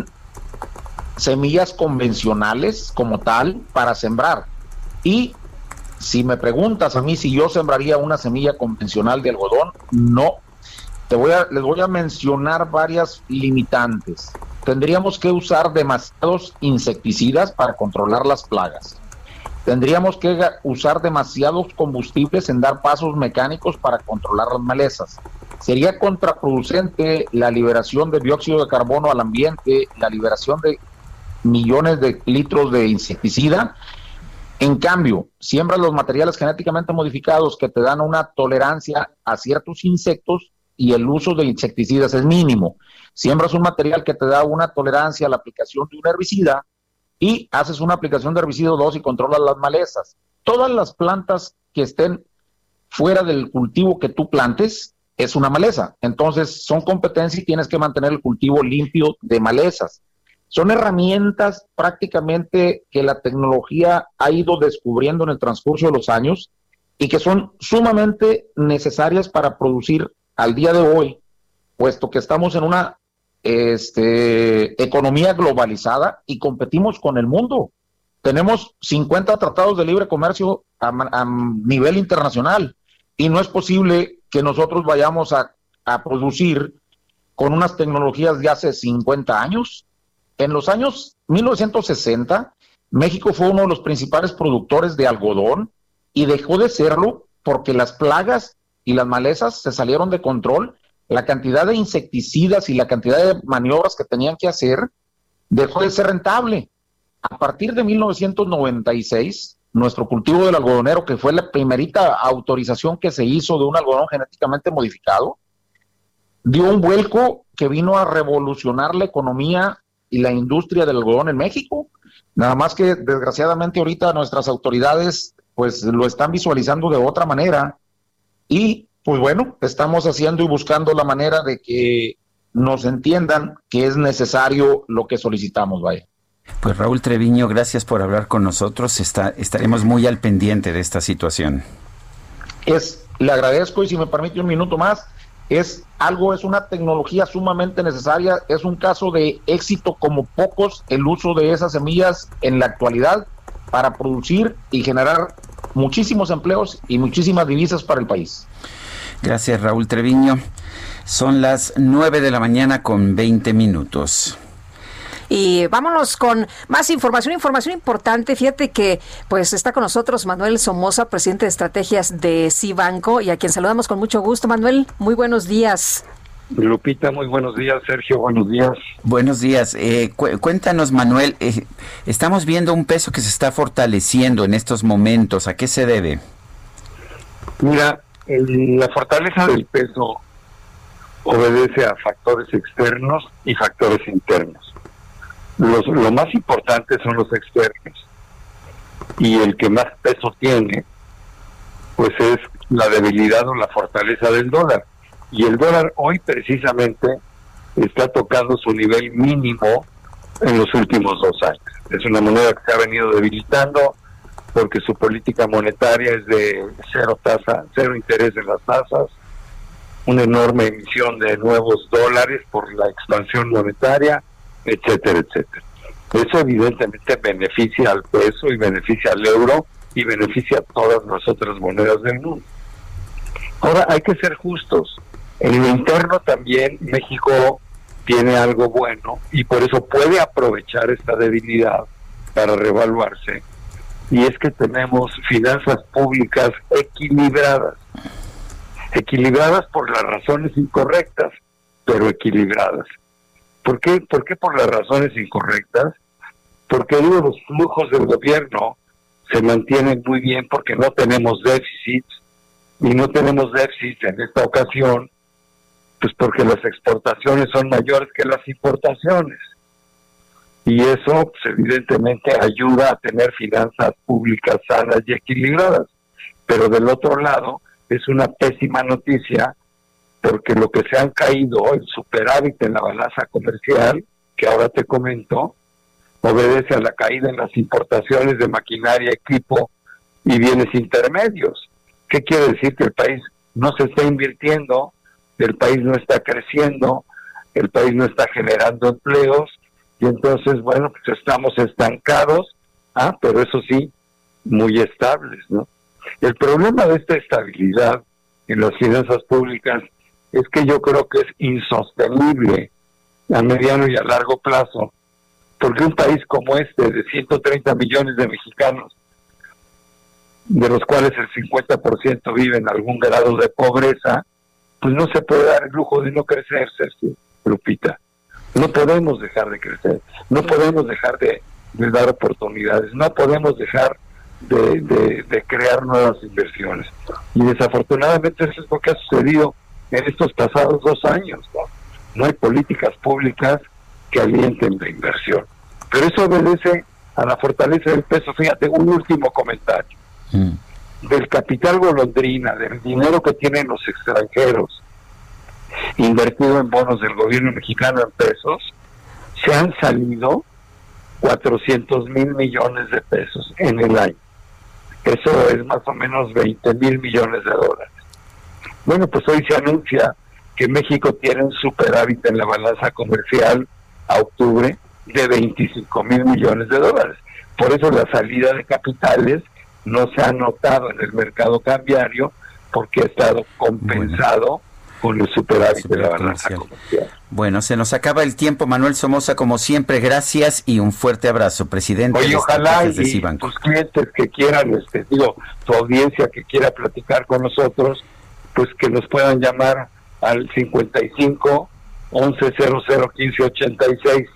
semillas convencionales como tal para sembrar. Y si me preguntas a mí si yo sembraría una semilla convencional de algodón, no. Te voy a, les voy a mencionar varias limitantes. Tendríamos que usar demasiados insecticidas para controlar las plagas. Tendríamos que usar demasiados combustibles en dar pasos mecánicos para controlar las malezas. Sería contraproducente la liberación de dióxido de carbono al ambiente, la liberación de millones de litros de insecticida. En cambio, siembras los materiales genéticamente modificados que te dan una tolerancia a ciertos insectos y el uso de insecticidas es mínimo. Siembras un material que te da una tolerancia a la aplicación de un herbicida y haces una aplicación de herbicida dos y controlas las malezas. Todas las plantas que estén fuera del cultivo que tú plantes es una maleza. Entonces son competencia y tienes que mantener el cultivo limpio de malezas. Son herramientas prácticamente que la tecnología ha ido descubriendo en el transcurso de los años y que son sumamente necesarias para producir al día de hoy, puesto que estamos en una este, economía globalizada y competimos con el mundo. Tenemos cincuenta tratados de libre comercio a, a nivel internacional y no es posible que nosotros vayamos a, a producir con unas tecnologías de hace cincuenta años. En los años mil novecientos sesenta, México fue uno de los principales productores de algodón y dejó de serlo porque las plagas y las malezas se salieron de control. La cantidad de insecticidas y la cantidad de maniobras que tenían que hacer dejó de ser rentable. A partir de mil novecientos noventa y seis, nuestro cultivo del algodonero, que fue la primerita autorización que se hizo de un algodón genéticamente modificado, dio un vuelco que vino a revolucionar la economía y la industria del algodón en México. Nada más que desgraciadamente ahorita nuestras autoridades pues lo están visualizando de otra manera y pues bueno, estamos haciendo y buscando la manera de que nos entiendan que es necesario lo que solicitamos, vaya. Pues Raúl Treviño, gracias por hablar con nosotros. Está, estaremos muy al pendiente de esta situación. Es, le agradezco y si me permite un minuto más, es algo, es una tecnología sumamente necesaria, es un caso de éxito como pocos el uso de esas semillas en la actualidad para producir y generar muchísimos empleos y muchísimas divisas para el país. Gracias, Raúl Treviño. Son las nueve de la mañana con veinte minutos. Y vámonos con más información, información importante. Fíjate que pues está con nosotros Manuel Somoza, presidente de estrategias de Cibanco, y a quien saludamos con mucho gusto. Manuel, muy buenos días. Lupita, muy buenos días. Sergio, buenos días. Buenos días. Eh, cu- cuéntanos, Manuel, eh, estamos viendo un peso que se está fortaleciendo en estos momentos. ¿A qué se debe? Mira, el, la fortaleza del peso obedece a factores externos y factores internos. Los, lo más importante son los externos, y el que más peso tiene pues es la debilidad o la fortaleza del dólar, y el dólar hoy precisamente está tocando su nivel mínimo en los últimos dos años. Es una moneda que se ha venido debilitando porque su política monetaria es de cero tasa, cero interés en las tasas, una enorme emisión de nuevos dólares por la expansión monetaria, etcétera, etcétera. Eso evidentemente beneficia al peso y beneficia al euro y beneficia a todas las otras monedas del mundo. Ahora hay que ser justos. En lo interno también México tiene algo bueno y por eso puede aprovechar esta debilidad para revaluarse, y es que tenemos finanzas públicas equilibradas. Equilibradas por las razones incorrectas, pero equilibradas. ¿Por qué? ¿Por qué por las razones incorrectas? Porque digo, los flujos del gobierno se mantienen muy bien porque no tenemos déficits, y no tenemos déficits en esta ocasión, pues porque las exportaciones son mayores que las importaciones. Y eso, pues, evidentemente ayuda a tener finanzas públicas sanas y equilibradas. Pero del otro lado, es una pésima noticia porque lo que se han caído, el superávit en la balanza comercial, que ahora te comento, obedece a la caída en las importaciones de maquinaria, equipo y bienes intermedios. ¿Qué quiere decir? Que el país no se está invirtiendo, el país no está creciendo, el país no está generando empleos, y entonces, bueno, pues estamos estancados, ah, pero eso sí, muy estables, ¿no? El problema de esta estabilidad en las finanzas públicas es que yo creo que es insostenible a mediano y a largo plazo, porque un país como este, de ciento treinta millones de mexicanos, de los cuales el cincuenta por ciento vive en algún grado de pobreza, pues no se puede dar el lujo de no crecer, Sergio, Lupita. No podemos dejar de crecer, no podemos dejar de, de dar oportunidades, no podemos dejar de, de, de crear nuevas inversiones. Y desafortunadamente eso es lo que ha sucedido en estos pasados dos años, ¿no? No hay políticas públicas que alienten la inversión. Pero eso obedece a la fortaleza del peso. Fíjate, un último comentario. Mm. Del capital golondrina, del dinero que tienen los extranjeros invertido en bonos del gobierno mexicano en pesos, se han salido cuatrocientos mil millones de pesos en el año. Eso es más o menos veinte mil millones de dólares. Bueno, pues hoy se anuncia que México tiene un superávit en la balanza comercial a octubre de veinticinco mil millones de dólares. Por eso la salida de capitales no se ha notado en el mercado cambiario, porque ha estado compensado bueno. con el superávit de la balanza comercial. Bueno, se nos acaba el tiempo. Manuel Somoza, como siempre, gracias y un fuerte abrazo, presidente. Oye, ojalá y tus clientes que quieran, este, digo, tu audiencia que quiera platicar con nosotros, pues que nos puedan llamar al cincuenta y cinco, once, cero cero, quince, ochenta y seis.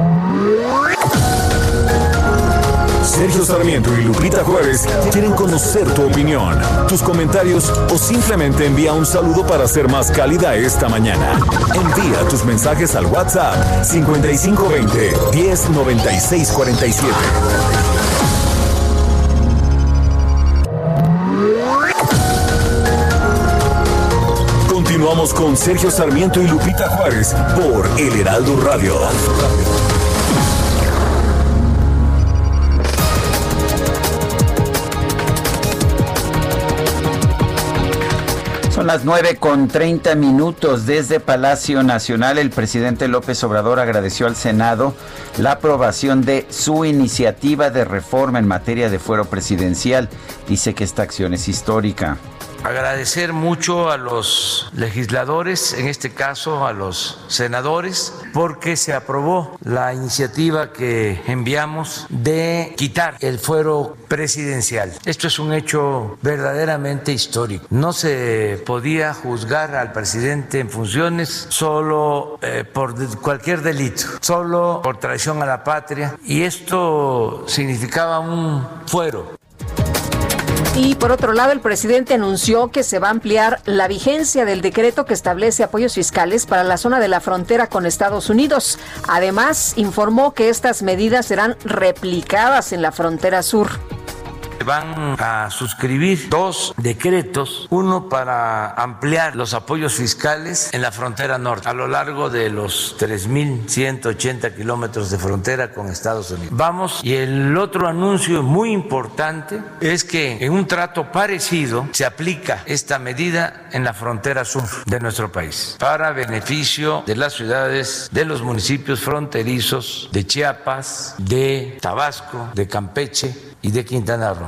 Sergio Sarmiento y Lupita Juárez quieren conocer tu opinión, tus comentarios o simplemente envía un saludo para hacer más cálida esta mañana. Envía tus mensajes al WhatsApp cincuenta y cinco veinte, diez noventa y seis cuarenta y siete. Continuamos con Sergio Sarmiento y Lupita Juárez por El Heraldo Radio. Son las nueve con treinta minutos. Desde Palacio Nacional, el presidente López Obrador agradeció al Senado la aprobación de su iniciativa de reforma en materia de fuero presidencial. Dice que esta acción es histórica. Agradecer mucho a los legisladores, en este caso a los senadores, porque se aprobó la iniciativa que enviamos de quitar el fuero presidencial. Esto es un hecho verdaderamente histórico. No se podía juzgar al presidente en funciones solo eh, por cualquier delito, solo por traición a la patria, y esto significaba un fuero. Y por otro lado, el presidente anunció que se va a ampliar la vigencia del decreto que establece apoyos fiscales para la zona de la frontera con Estados Unidos. Además, informó que estas medidas serán replicadas en la frontera sur. Van a suscribir dos decretos, uno para ampliar los apoyos fiscales en la frontera norte, a lo largo de los tres mil ciento ochenta kilómetros de frontera con Estados Unidos. Vamos, y el otro anuncio muy importante es que en un trato parecido se aplica esta medida en la frontera sur de nuestro país, para beneficio de las ciudades, de los municipios fronterizos de Chiapas, de Tabasco, de Campeche y de Quintana Roo.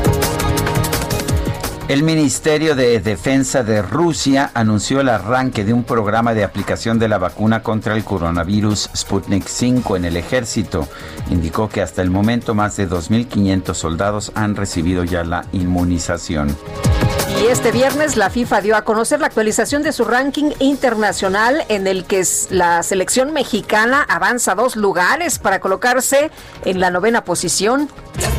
El Ministerio de Defensa de Rusia anunció el arranque de un programa de aplicación de la vacuna contra el coronavirus Sputnik cinco en el ejército. Indicó que hasta el momento más de dos mil quinientos soldados han recibido ya la inmunización. Y este viernes la FIFA dio a conocer la actualización de su ranking internacional, en el que la selección mexicana avanza dos lugares para colocarse en la novena posición.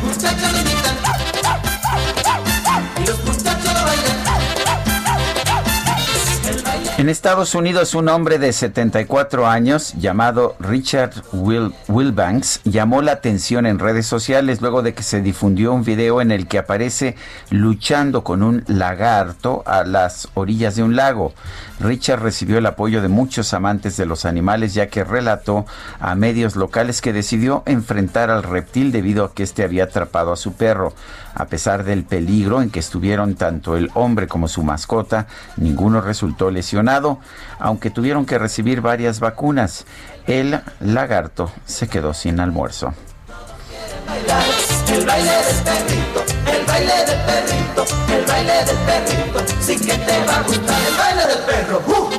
En Estados Unidos, un hombre de setenta y cuatro años llamado Richard Will, Wilbanks llamó la atención en redes sociales luego de que se difundió un video en el que aparece luchando con un lagarto a las orillas de un lago. Richard recibió el apoyo de muchos amantes de los animales, ya que relató a medios locales que decidió enfrentar al reptil debido a que este había atrapado a su perro. A pesar del peligro en que estuvieron tanto el hombre como su mascota, ninguno resultó lesionado, aunque tuvieron que recibir varias vacunas. El lagarto se quedó sin almuerzo. El baile del perrito, el baile del perrito, el baile del perrito, sí que te va a gustar el baile del perro. ¡Uh!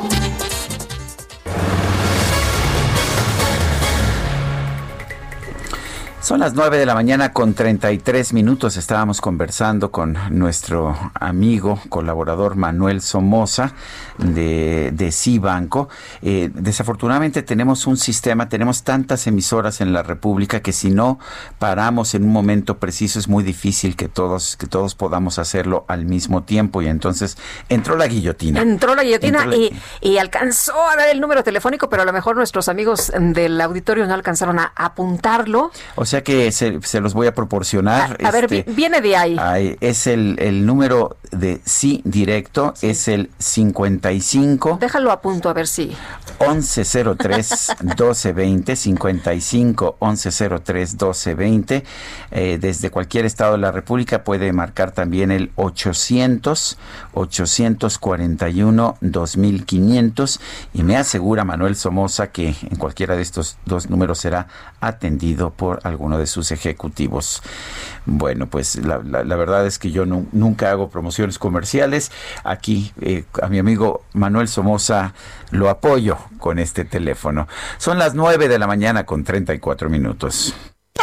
Son las nueve de la mañana con treinta y tres minutos. Estábamos conversando con nuestro amigo, colaborador Manuel Somoza de, de Cibanco. Eh, desafortunadamente tenemos un sistema, tenemos tantas emisoras en la República que si no paramos en un momento preciso es muy difícil que todos, que todos podamos hacerlo al mismo tiempo. Y entonces entró la guillotina. Entró la guillotina entró la... Y, y alcanzó a dar el número telefónico, pero a lo mejor nuestros amigos del auditorio no alcanzaron a apuntarlo. O sea que se, se los voy a proporcionar. A, a ver, este, viene de ahí. ahí es el, el número de sí directo, sí. Es el cincuenta y cinco. Déjalo a punto, a ver si. once cero tres doce veinte, cincuenta y cinco once cero tres doce veinte. Eh, desde cualquier estado de la República puede marcar también el ochocientos ochocientos cuarenta y uno dos mil quinientos. Y me asegura Manuel Somoza que en cualquiera de estos dos números será atendido por alguno de sus ejecutivos. Bueno, pues la, la, la verdad es que yo no, nunca hago promociones comerciales. Aquí eh, a mi amigo Manuel Somoza lo apoyo con este teléfono. Son las nueve de la mañana con treinta y cuatro minutos.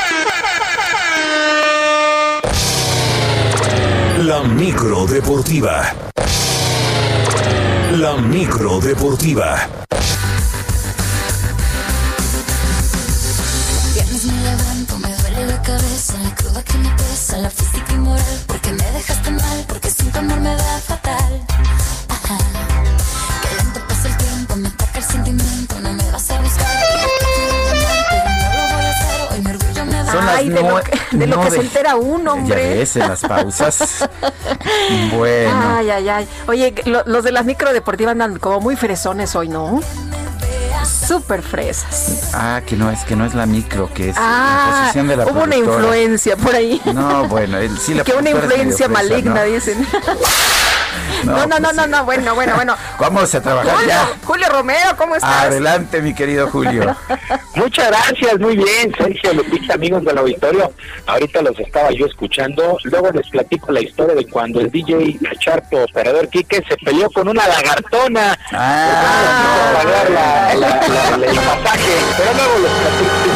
La micro deportiva. La micro deportiva. Me levanto, me duele la cabeza, la cruda que me pesa, la física y moral, porque me dejaste mal, porque sin tu amor me da fatal. Ajá. Que lento pasa el tiempo, me ataca el sentimiento, no me vas a buscar, pero no lo voy a hacer, hoy mi orgullo me da. Son las Ay, de, no, lo que, de lo que se entera uno, hombre. Ya ves, en las pausas. Bueno. Ay, ay, ay. Oye, lo, los de las micro deportivas andan como muy fresones hoy, ¿no? Súper fresas. Ah, que no es que no es la micro, que es ah, la posición de la hubo productora. Una influencia por ahí. No, bueno, él, sí la que una influencia fresa, maligna, ¿no? Dicen. No, no, no, pues, no, no, no, bueno, bueno, bueno. Vamos a trabajar Julio, ya. Julio Romero, ¿cómo estás? Adelante, mi querido Julio. Muchas gracias, muy bien, Sergio Lupita, amigos del auditorio. Ahorita los estaba yo escuchando. Luego les platico la historia de cuando el D J Charpo, operador Quique, se peleó con una lagartona. Ah, no pagar la, la, la, la, el pasaje. Pero luego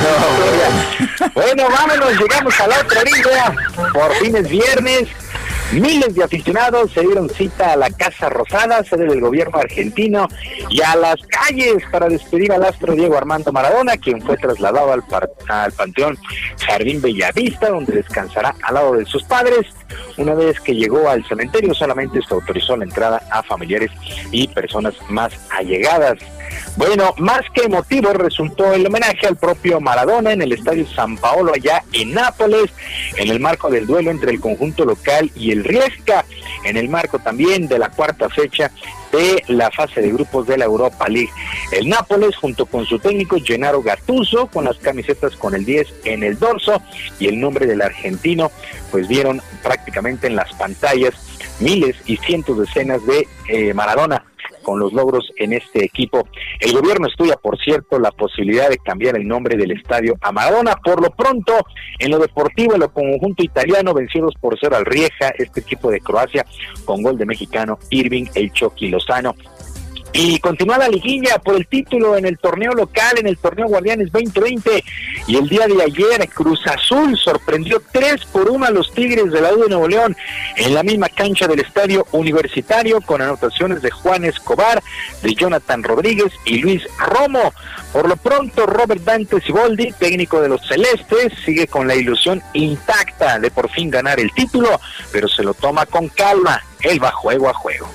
les platico la historia. Bueno, vámonos, llegamos a la otra orilla. Por fin es viernes. Miles de aficionados se dieron cita a la Casa Rosada, sede del gobierno argentino, y a las calles para despedir al astro Diego Armando Maradona, quien fue trasladado al, par- al Panteón Jardín Bellavista, donde descansará al lado de sus padres. Una vez que llegó al cementerio, solamente se autorizó la entrada a familiares y personas más allegadas. Bueno, más que emotivo resultó el homenaje al propio Maradona en el Estadio San Paolo, allá en Nápoles, en el marco del duelo entre el conjunto local y el Rijeka, en el marco también de la cuarta fecha de la fase de grupos de la Europa League. El Nápoles, junto con su técnico Gennaro Gattuso, con las camisetas con el diez en el dorso y el nombre del argentino, pues vieron prácticamente en las pantallas miles y cientos de escenas de eh, Maradona con los logros en este equipo. El gobierno estudia, por cierto, la posibilidad de cambiar el nombre del estadio a Maradona. Por lo pronto, en lo deportivo, el conjunto italiano venció dos por cero al Rijeka, este equipo de Croacia, con gol de mexicano Irving El Chucky Lozano. Y continúa la liguilla por el título en el torneo local, en el torneo Guardianes veinte veinte, y el día de ayer Cruz Azul sorprendió tres por uno a los Tigres de la U de Nuevo León en la misma cancha del Estadio Universitario, con anotaciones de Juan Escobar, de Jonathan Rodríguez y Luis Romo. Por lo pronto, Robert Dante Siboldi, técnico de los Celestes, sigue con la ilusión intacta de por fin ganar el título, pero se lo toma con calma. Él va juego a juego.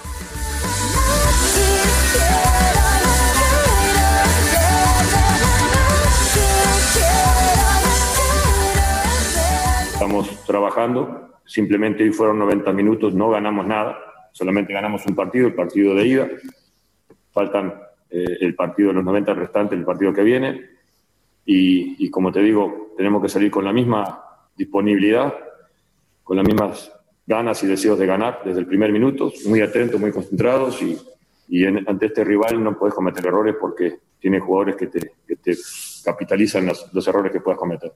Estamos trabajando, simplemente hoy fueron noventa minutos, no ganamos nada, solamente ganamos un partido, el partido de ida. Faltan eh, el partido de los noventa restantes, el partido que viene. Y, y como te digo, tenemos que salir con la misma disponibilidad, con las mismas ganas y deseos de ganar desde el primer minuto, muy atentos, muy concentrados. Y, y en, ante este rival no puedes cometer errores porque tiene jugadores que te, que te capitalizan los, los errores que puedas cometer.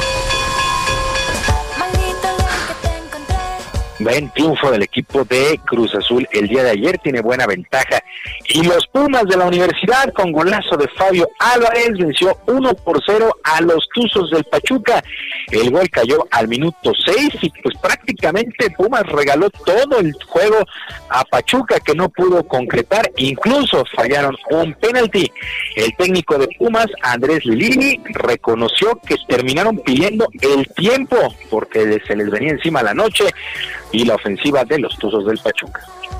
Buen triunfo del equipo de Cruz Azul el día de ayer, tiene buena ventaja. Y los Pumas de la Universidad, con golazo de Fabio Álvarez, venció uno por cero a los Tuzos del Pachuca. El gol cayó al minuto seis y pues prácticamente Pumas regaló todo el juego a Pachuca, que no pudo concretar, incluso fallaron un penalti. El técnico de Pumas, Andrés Lilini, reconoció que terminaron pidiendo el tiempo porque se les venía encima la noche y la ofensiva de los Tuzos del Pachuca.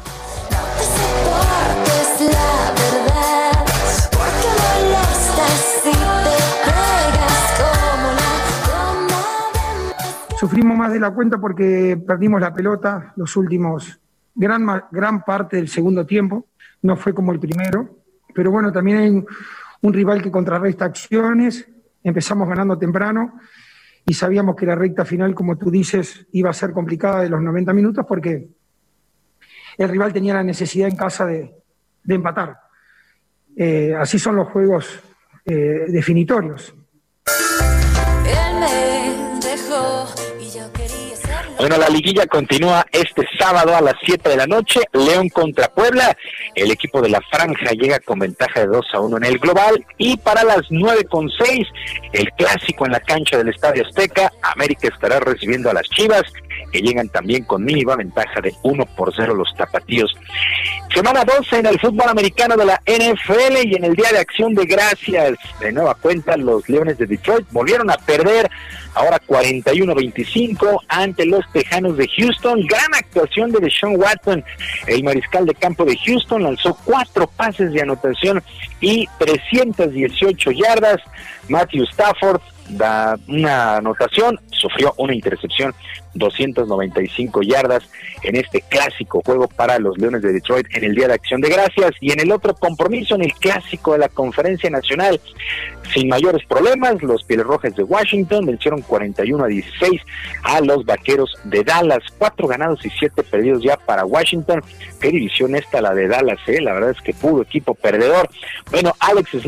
Sufrimos más de la cuenta porque perdimos la pelota los últimos, gran, gran parte del segundo tiempo, no fue como el primero, pero bueno, también hay un, un rival que contrarresta acciones, empezamos ganando temprano y sabíamos que la recta final, como tú dices, iba a ser complicada de los noventa minutos porque el rival tenía la necesidad en casa de, de empatar. Eh, así son los juegos eh, definitorios. Él me dejó y yo quería ser... Bueno, la liguilla continúa este sábado a las siete de la noche, León contra Puebla. El equipo de la Franja llega con ventaja de dos a uno en el global. Y para las nueve con seis, el clásico en la cancha del Estadio Azteca, América estará recibiendo a las Chivas, que llegan también con mínima ventaja de uno por cero los tapatíos. Semana doce en el fútbol americano de la N F L, y en el Día de Acción de Gracias, de nueva cuenta, los Leones de Detroit volvieron a perder, ahora cuarenta y uno a veinticinco ante los Tejanos de Houston. Gran actuación de Deshaun Watson, el mariscal de campo de Houston, lanzó cuatro pases de anotación y trescientas dieciocho yardas. Matthew Stafford da una anotación, sufrió una intercepción, doscientas noventa y cinco yardas en este clásico juego para los Leones de Detroit en el Día de Acción de Gracias. Y en el otro compromiso, en el clásico de la Conferencia Nacional, sin mayores problemas, los Pieles Rojas de Washington vencieron cuarenta y uno a dieciséis a los Vaqueros de Dallas. Cuatro ganados y siete perdidos ya para Washington. Qué división esta la de Dallas, eh, la verdad es que puro equipo perdedor. Bueno, Alex Smith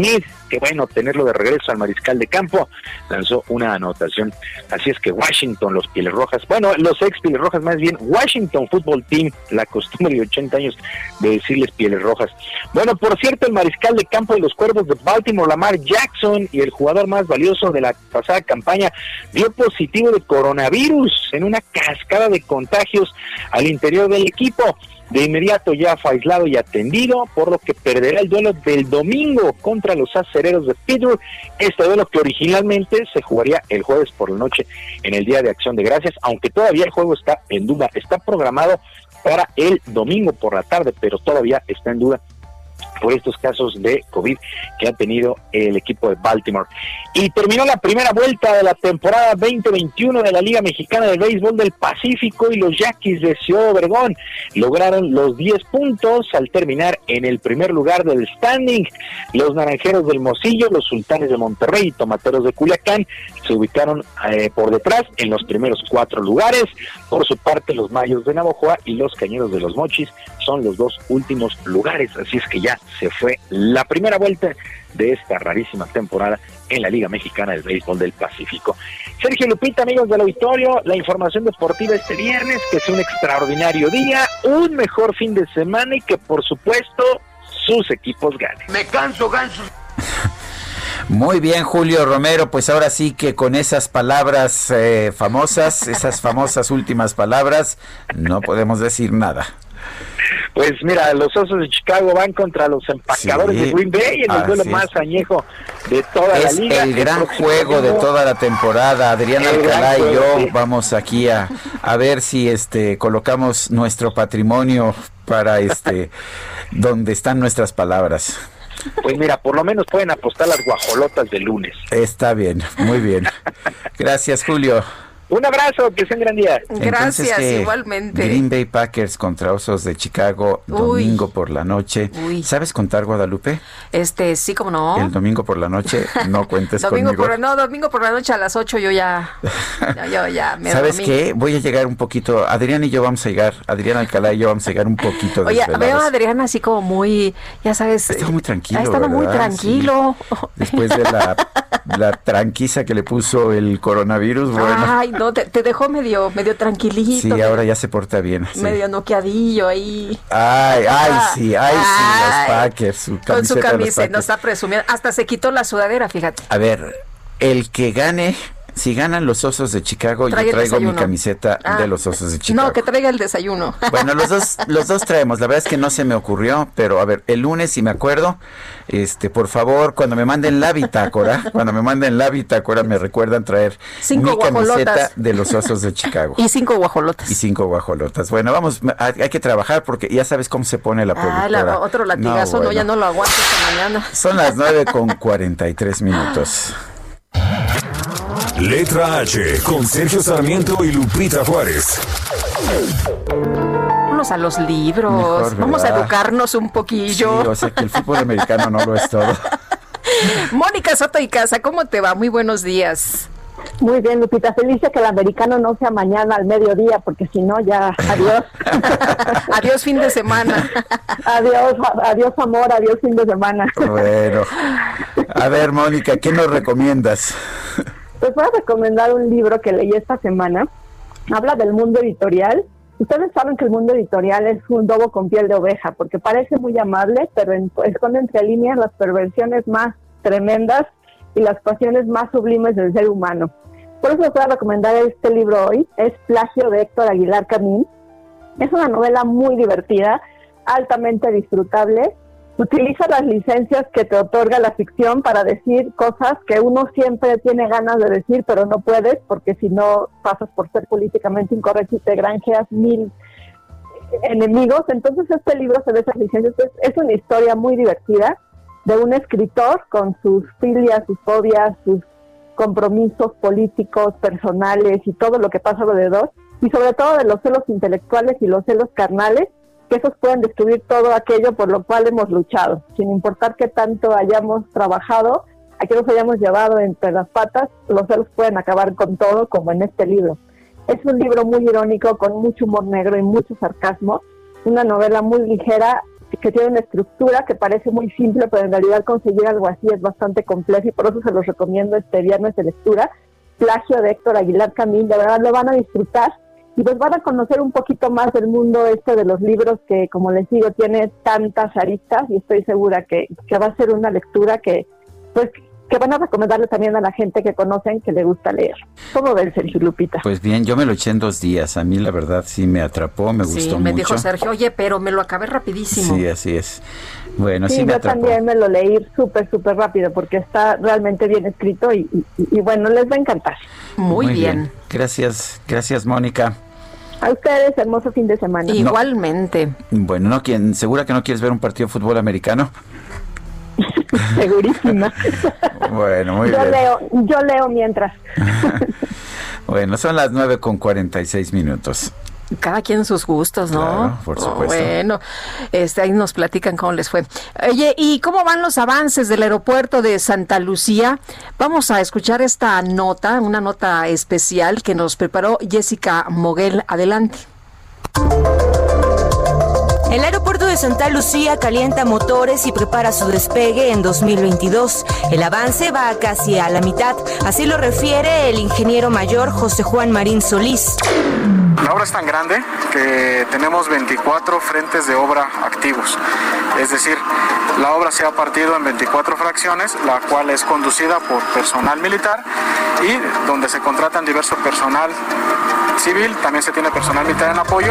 qué bueno tenerlo de regreso al mariscal de campo, lanzó una anotación. Así es que Washington, los Pieles Rojas, bueno, los ex Pieles Rojas más bien, Washington Football Team, la costumbre de ochenta años de decirles Pieles Rojas. Bueno, por cierto, el mariscal de campo de los Cuervos de Baltimore, Lamar Jackson, y el jugador más valioso de la pasada campaña, dio positivo de coronavirus en una cascada de contagios al interior del equipo. De inmediato ya fue aislado y atendido, por lo que perderá el duelo del domingo contra los Acereros de Pittsburgh. Este duelo que originalmente se jugaría el jueves por la noche en el Día de Acción de Gracias, aunque todavía el juego está en duda. Está programado para el domingo por la tarde, pero todavía está en duda por estos casos de COVID que ha tenido el equipo de Baltimore. Y terminó la primera vuelta de la temporada veinte veintiuno de la Liga Mexicana de Béisbol del Pacífico, y los Yaquis de Ciudad Obregón lograron los diez puntos al terminar en el primer lugar del standing. Los Naranjeros del Hermosillo, los Sultanes de Monterrey y Tomateros de Culiacán se ubicaron eh, por detrás en los primeros cuatro lugares. Por su parte, los Mayos de Navojoa y los Cañeros de los Mochis son los dos últimos lugares. Así es que ya se fue la primera vuelta de esta rarísima temporada en la Liga Mexicana de Béisbol del Pacífico. Sergio, Lupita, amigos del auditorio, la información deportiva este viernes, que es un extraordinario día, un mejor fin de semana y que por supuesto sus equipos ganen. Me canso, ganso. Muy bien, Julio Romero, pues ahora sí que con esas palabras eh, famosas, esas famosas últimas palabras, no podemos decir nada. Pues mira, los Osos de Chicago van contra los Empacadores sí, de Green Bay en el duelo es. más añejo de toda es la liga. El gran el juego de toda la temporada. Adrián Alcalá y yo sí. vamos aquí a, a ver si este colocamos nuestro patrimonio para este donde están nuestras palabras. Pues mira, por lo menos pueden apostar las guajolotas de lunes. Está bien, muy bien. Gracias, Julio. Un abrazo, que sea un gran día. Gracias, Entonces, igualmente. Green Bay Packers contra Osos de Chicago, Uy. domingo por la noche. Uy. ¿Sabes contar, Guadalupe? Este, sí, como no. El domingo por la noche, no cuentes domingo conmigo. Por, no, domingo por la noche a las ocho yo ya, ya, yo ya me ¿Sabes dormí. qué? Voy a llegar un poquito, Adrián y yo vamos a llegar, Adrián Alcalá y yo vamos a llegar un poquito Oye, desvelados. veo a Adrián así como muy, ya sabes. Está muy tranquilo, Ha estado muy tranquilo. Sí. Después de la, la tranquiza que le puso el coronavirus, bueno. Ay, no, te, te dejó medio medio tranquilito. Sí, ahora ya se porta bien. Sí. Medio noqueadillo ahí. Ay, ay, sí, ay, ay sí, los Packers. Su con su camiseta, nos está presumiendo. Hasta se quitó la sudadera, fíjate. A ver, el que gane... Si ganan los Osos de Chicago, Trae yo traigo mi camiseta ah, de los Osos de Chicago. No, que traiga el desayuno. Bueno, los dos, los dos traemos. La verdad es que no se me ocurrió, pero a ver, el lunes, si me acuerdo, este, por favor, cuando me manden la bitácora, cuando me manden la bitácora, me recuerdan traer cinco mi guajolotas. Camiseta de los Osos de Chicago. Y cinco guajolotas. Y cinco guajolotas. Bueno, vamos, hay, hay que trabajar porque ya sabes cómo se pone la productora. Ah, la, otro latigazo, no, bueno. no, ya no lo aguanto esta mañana. Son las nueve con cuarenta y tres minutos. Letra H, con Sergio Sarmiento y Lupita Juárez. Vámonos a los libros, Mejor, vamos a educarnos un poquillo. Sí, o sea que el fútbol americano no lo es todo. Mónica Soto y Casa, ¿cómo te va? Muy buenos días. Muy bien, Lupita, feliz de que el americano no sea mañana al mediodía, porque si no, ya, adiós. Adiós fin de semana. Adiós, adiós amor, adiós fin de semana. Bueno, a ver, Mónica, ¿qué nos recomiendas? Pues voy a recomendar un libro que leí esta semana. Habla del mundo editorial. Ustedes saben que el mundo editorial es un lobo con piel de oveja, porque parece muy amable, pero en, esconde entre líneas las perversiones más tremendas y las pasiones más sublimes del ser humano. Por eso les voy a recomendar este libro hoy. Es Plagio, de Héctor Aguilar Camín. Es una novela muy divertida, altamente disfrutable. Utiliza las licencias que te otorga la ficción para decir cosas que uno siempre tiene ganas de decir, pero no puedes, porque si no pasas por ser políticamente incorrecto y te granjeas mil enemigos. Entonces este libro se ve esas licencias. Es, es una historia muy divertida de un escritor con sus filias, sus fobias, sus compromisos políticos, personales y todo lo que pasa alrededor, y sobre todo de los celos intelectuales y los celos carnales, que esos pueden destruir todo aquello por lo cual hemos luchado, sin importar qué tanto hayamos trabajado, a qué nos hayamos llevado entre las patas, los celos pueden acabar con todo, como en este libro. Es un libro muy irónico, con mucho humor negro y mucho sarcasmo, una novela muy ligera, que tiene una estructura que parece muy simple, pero en realidad conseguir algo así es bastante complejo y por eso se los recomiendo este viernes de lectura. Plagio de Héctor Aguilar Camín, de verdad lo van a disfrutar y pues van a conocer un poquito más del mundo este de los libros que, como les digo, tiene tantas aristas y estoy segura que, que va a ser una lectura que pues que van a recomendarle también a la gente que conocen que le gusta leer. ¿Cómo ven, Sergio, Lupita? Pues bien, yo me lo eché en dos días. A mí la verdad sí me atrapó, me sí, gustó me mucho. dijo Sergio, oye, pero me lo acabé rapidísimo. Sí, así es. Bueno, sí, sí me yo atrapó. también me lo leí súper, súper rápido porque está realmente bien escrito y, y, y bueno, les va a encantar. Muy, Muy bien. bien. Gracias, gracias, Mónica. A ustedes, hermoso fin de semana. Igualmente. No, bueno, ¿no? ¿Quién, ¿segura que no quieres ver un partido de fútbol americano? Segurísima. Bueno, muy yo bien. Leo, yo leo mientras. Bueno, son las nueve con cuarenta y seis minutos. Cada quien sus gustos, ¿no? Claro, por supuesto. Bueno, este, ahí nos platican cómo les fue. Oye, ¿y cómo van los avances del aeropuerto de Santa Lucía? Vamos a escuchar esta nota, una nota especial que nos preparó Jessica Moguel. Adelante. El aeropuerto de Santa Lucía calienta motores y prepara su despegue en dos mil veintidós. El avance va casi a la mitad, así lo refiere el ingeniero mayor José Juan Marín Solís. La obra es tan grande que tenemos veinticuatro frentes de obra activos, es decir, la obra se ha partido en veinticuatro fracciones, la cual es conducida por personal militar y donde se contratan diverso personal civil, también se tiene personal militar en apoyo.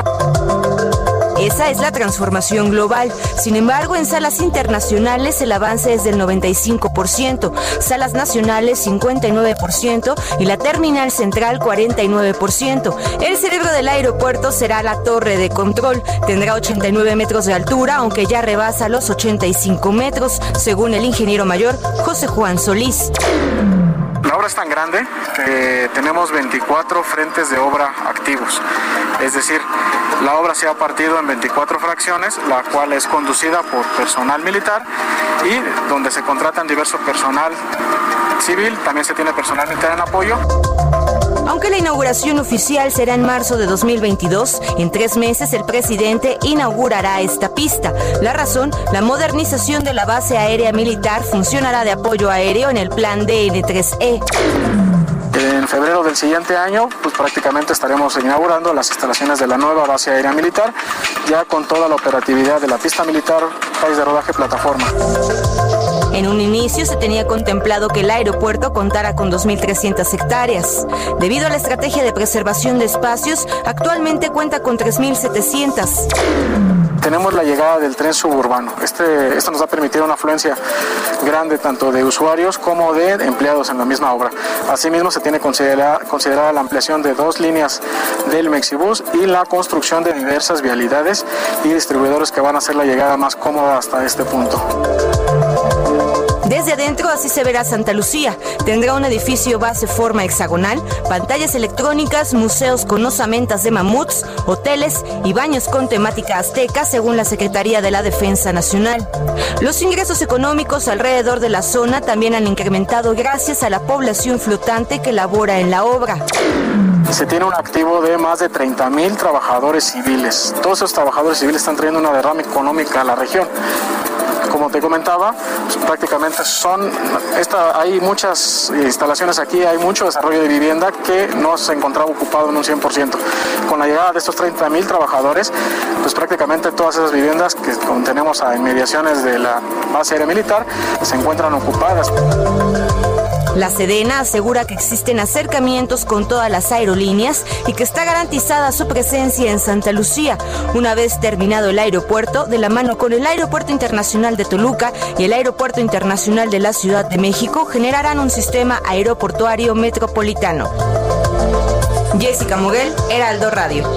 Esa es la transformación global. Sin embargo, en salas internacionales el avance es del noventa y cinco por ciento, salas nacionales cincuenta y nueve por ciento y la terminal central cuarenta y nueve por ciento. El cerebro del aeropuerto será la torre de control. Tendrá ochenta y nueve metros de altura, aunque ya rebasa los ochenta y cinco metros, según el ingeniero mayor José Juan Solís. La obra es tan grande que tenemos veinticuatro frentes de obra activos, es decir, la obra se ha partido en veinticuatro fracciones, la cual es conducida por personal militar y donde se contratan diverso personal civil, también se tiene personal militar en apoyo. Aunque la inauguración oficial será en marzo de dos mil veintidós, en tres meses el presidente inaugurará esta pista. La razón, la modernización de la base aérea militar funcionará de apoyo aéreo en el plan D N tres E. En febrero del siguiente año, pues prácticamente estaremos inaugurando las instalaciones de la nueva base aérea militar, ya con toda la operatividad de la pista militar, país de rodaje, plataforma. En un inicio se tenía contemplado que el aeropuerto contara con dos mil trescientas hectáreas. Debido a la estrategia de preservación de espacios, actualmente cuenta con tres mil setecientas. Tenemos la llegada del tren suburbano. Este, esto nos va a permitir una afluencia grande tanto de usuarios como de empleados en la misma obra. Asimismo, se tiene considerada, considerada la ampliación de dos líneas del Mexibus y la construcción de diversas vialidades y distribuidores que van a hacer la llegada más cómoda hasta este punto. Desde adentro así se verá Santa Lucía. Tendrá un edificio base forma hexagonal, pantallas electrónicas, museos con osamentas de mamuts, hoteles y baños con temática azteca, según la Secretaría de la Defensa Nacional. Los ingresos económicos alrededor de la zona también han incrementado gracias a la población flotante que labora en la obra. Se tiene un activo de más de treinta mil trabajadores civiles. Todos esos trabajadores civiles están trayendo una derrama económica a la región. Como te comentaba, pues, prácticamente son, esta, hay muchas instalaciones aquí, hay mucho desarrollo de vivienda que no se encontraba ocupado en un cien por ciento. Con la llegada de estos treinta mil trabajadores, pues prácticamente todas esas viviendas que tenemos a inmediaciones de la base aérea militar se encuentran ocupadas. La Sedena asegura que existen acercamientos con todas las aerolíneas y que está garantizada su presencia en Santa Lucía, una vez terminado el aeropuerto, de la mano con el Aeropuerto Internacional de Toluca y el Aeropuerto Internacional de la Ciudad de México, generarán un sistema aeroportuario metropolitano. Jessica Moguel, Heraldo Radio.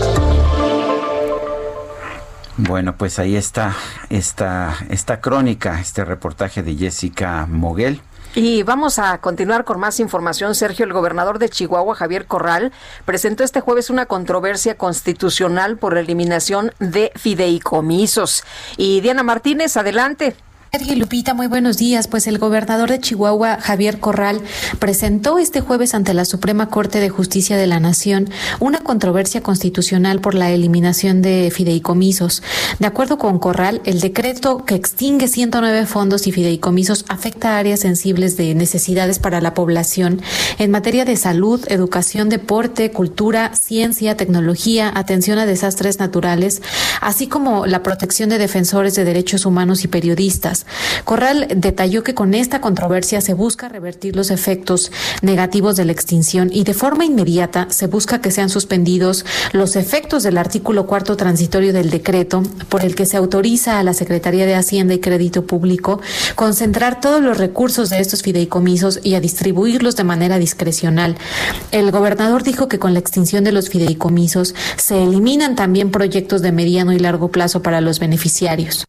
Bueno, pues ahí está esta, esta crónica, este reportaje de Jessica Moguel. Y vamos a continuar con más información. Sergio, el gobernador de Chihuahua, Javier Corral, presentó este jueves una controversia constitucional por la eliminación de fideicomisos. Y Diana Martínez, adelante. Sergio y Lupita, muy buenos días. Pues el gobernador de Chihuahua, Javier Corral, presentó este jueves ante la Suprema Corte de Justicia de la Nación una controversia constitucional por la eliminación de fideicomisos. De acuerdo con Corral, el decreto que extingue ciento nueve fondos y fideicomisos afecta a áreas sensibles de necesidades para la población en materia de salud, educación, deporte, cultura, ciencia, tecnología, atención a desastres naturales, así como la protección de defensores de derechos humanos y periodistas. Corral detalló que con esta controversia se busca revertir los efectos negativos de la extinción y de forma inmediata se busca que sean suspendidos los efectos del artículo cuarto transitorio del decreto por el que se autoriza a la Secretaría de Hacienda y Crédito Público concentrar todos los recursos de estos fideicomisos y a distribuirlos de manera discrecional. El gobernador dijo que con la extinción de los fideicomisos se eliminan también proyectos de mediano y largo plazo para los beneficiarios.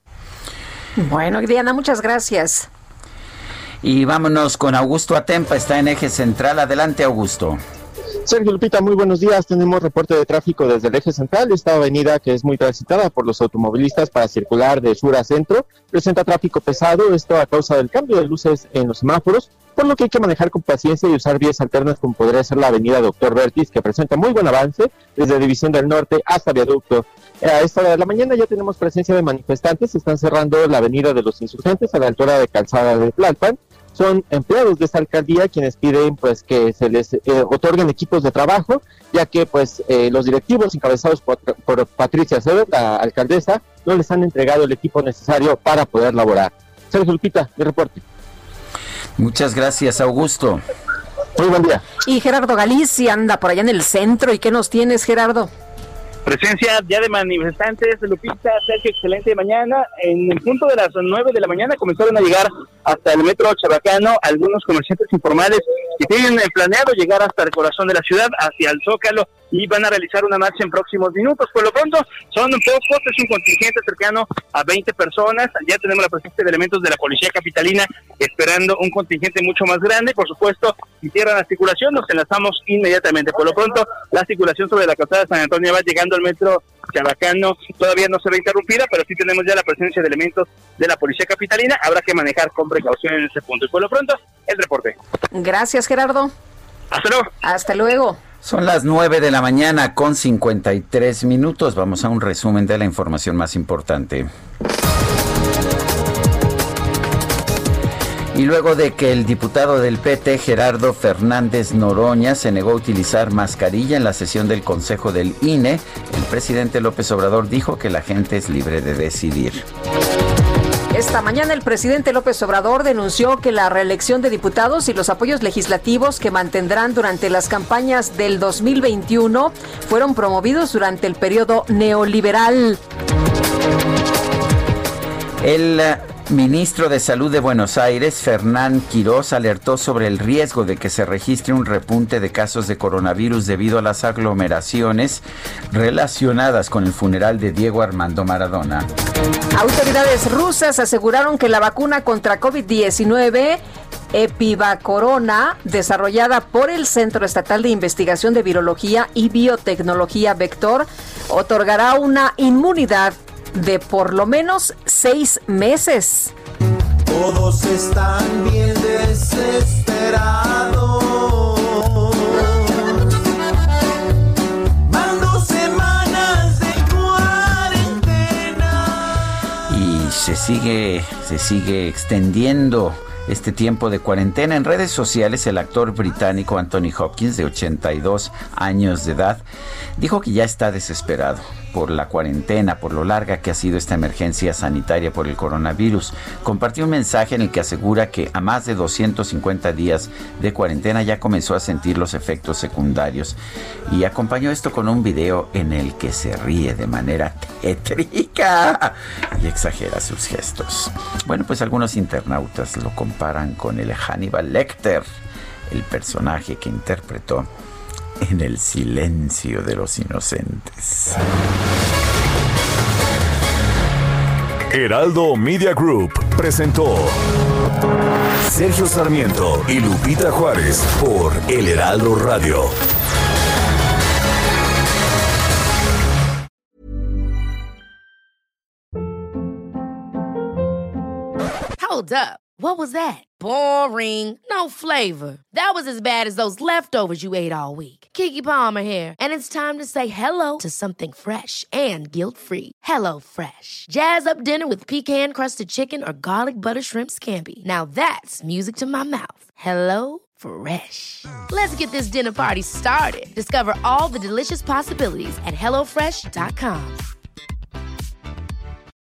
Bueno, Diana, muchas gracias. Y vámonos con Augusto Atempa, está en Eje Central. Adelante, Augusto. Sergio, Lupita, muy buenos días. Tenemos reporte de tráfico desde el Eje Central. Esta avenida, que es muy transitada por los automovilistas para circular de sur a centro, presenta tráfico pesado, esto a causa del cambio de luces en los semáforos, por lo que hay que manejar con paciencia y usar vías alternas como podría ser la avenida Doctor Vertis, que presenta muy buen avance desde División del Norte hasta Viaducto. A esta hora de la mañana ya tenemos presencia de manifestantes, están cerrando la avenida de los Insurgentes a la altura de Calzada de Tlalpan. Son empleados de esta alcaldía quienes piden pues que se les eh, otorguen equipos de trabajo, ya que pues eh, los directivos encabezados por, por Patricia Acevedo, la alcaldesa, no les han entregado el equipo necesario para poder laborar. Sergio, Lupita, mi reporte. Muchas gracias, Augusto. Muy buen día. Y Gerardo Galicia anda por allá en el centro. ¿Y qué nos tienes, Gerardo? Presencia ya de manifestantes, Lupita, Sergio, excelente mañana. En el punto de las nueve de la mañana comenzaron a llegar hasta el metro Chabacano algunos comerciantes informales que tienen planeado llegar hasta el corazón de la ciudad, hacia el Zócalo, y van a realizar una marcha en próximos minutos. Por lo pronto son pocos, es un contingente cercano a veinte personas. Ya tenemos la presencia de elementos de la Policía Capitalina esperando un contingente mucho más grande. Por supuesto, si cierran la circulación, nos enlazamos inmediatamente. Por lo pronto, la circulación sobre la calzada de San Antonio va llegando al metro Chabacano, todavía no se ve interrumpida, pero sí tenemos ya la presencia de elementos de la Policía Capitalina. Habrá que manejar con precaución en ese punto. Y por lo pronto, el reporte. Gracias, Gerardo. Hasta luego. Hasta luego. Son las nueve de la mañana con cincuenta y tres minutos. Vamos a un resumen de la información más importante. Y luego de que el diputado del P T, Gerardo Fernández Noroña, se negó a utilizar mascarilla en la sesión del Consejo del I N E, el presidente López Obrador dijo que la gente es libre de decidir. Esta mañana el presidente López Obrador denunció que la reelección de diputados y los apoyos legislativos que mantendrán durante las campañas del dos mil veintiuno fueron promovidos durante el periodo neoliberal. El ministro de Salud de Buenos Aires, Fernán Quirós, alertó sobre el riesgo de que se registre un repunte de casos de coronavirus debido a las aglomeraciones relacionadas con el funeral de Diego Armando Maradona. Autoridades rusas aseguraron que la vacuna contra COVID diecinueve, Epivacorona, desarrollada por el Centro Estatal de Investigación de Virología y Biotecnología Vector, otorgará una inmunidad de por lo menos seis meses. Todos están bien desesperados. Van dos semanas de cuarentena. Y se sigue, se sigue extendiendo este tiempo de cuarentena. En redes sociales, el actor británico Anthony Hopkins, de ochenta y dos años de edad, dijo que ya está desesperado por la cuarentena, por lo larga que ha sido esta emergencia sanitaria por el coronavirus. Compartió un mensaje en el que asegura que a más de doscientos cincuenta días de cuarentena ya comenzó a sentir los efectos secundarios, y acompañó esto con un video en el que se ríe de manera tétrica y exagera sus gestos. Bueno, pues algunos internautas lo comparan con el Hannibal Lecter, el personaje que interpretó en El silencio de los inocentes. Heraldo Media Group presentó Sergio Sarmiento y Lupita Juárez por El Heraldo Radio. Hold up. What was that? Boring. No flavor. That was as bad as those leftovers you ate all week. Keke Palmer here, and it's time to say hello to something fresh and guilt-free. Hello Fresh. Jazz up dinner with pecan-crusted chicken or garlic butter shrimp scampi. Now that's music to my mouth. Hello Fresh. Let's get this dinner party started. Discover all the delicious possibilities at hello fresh dot com.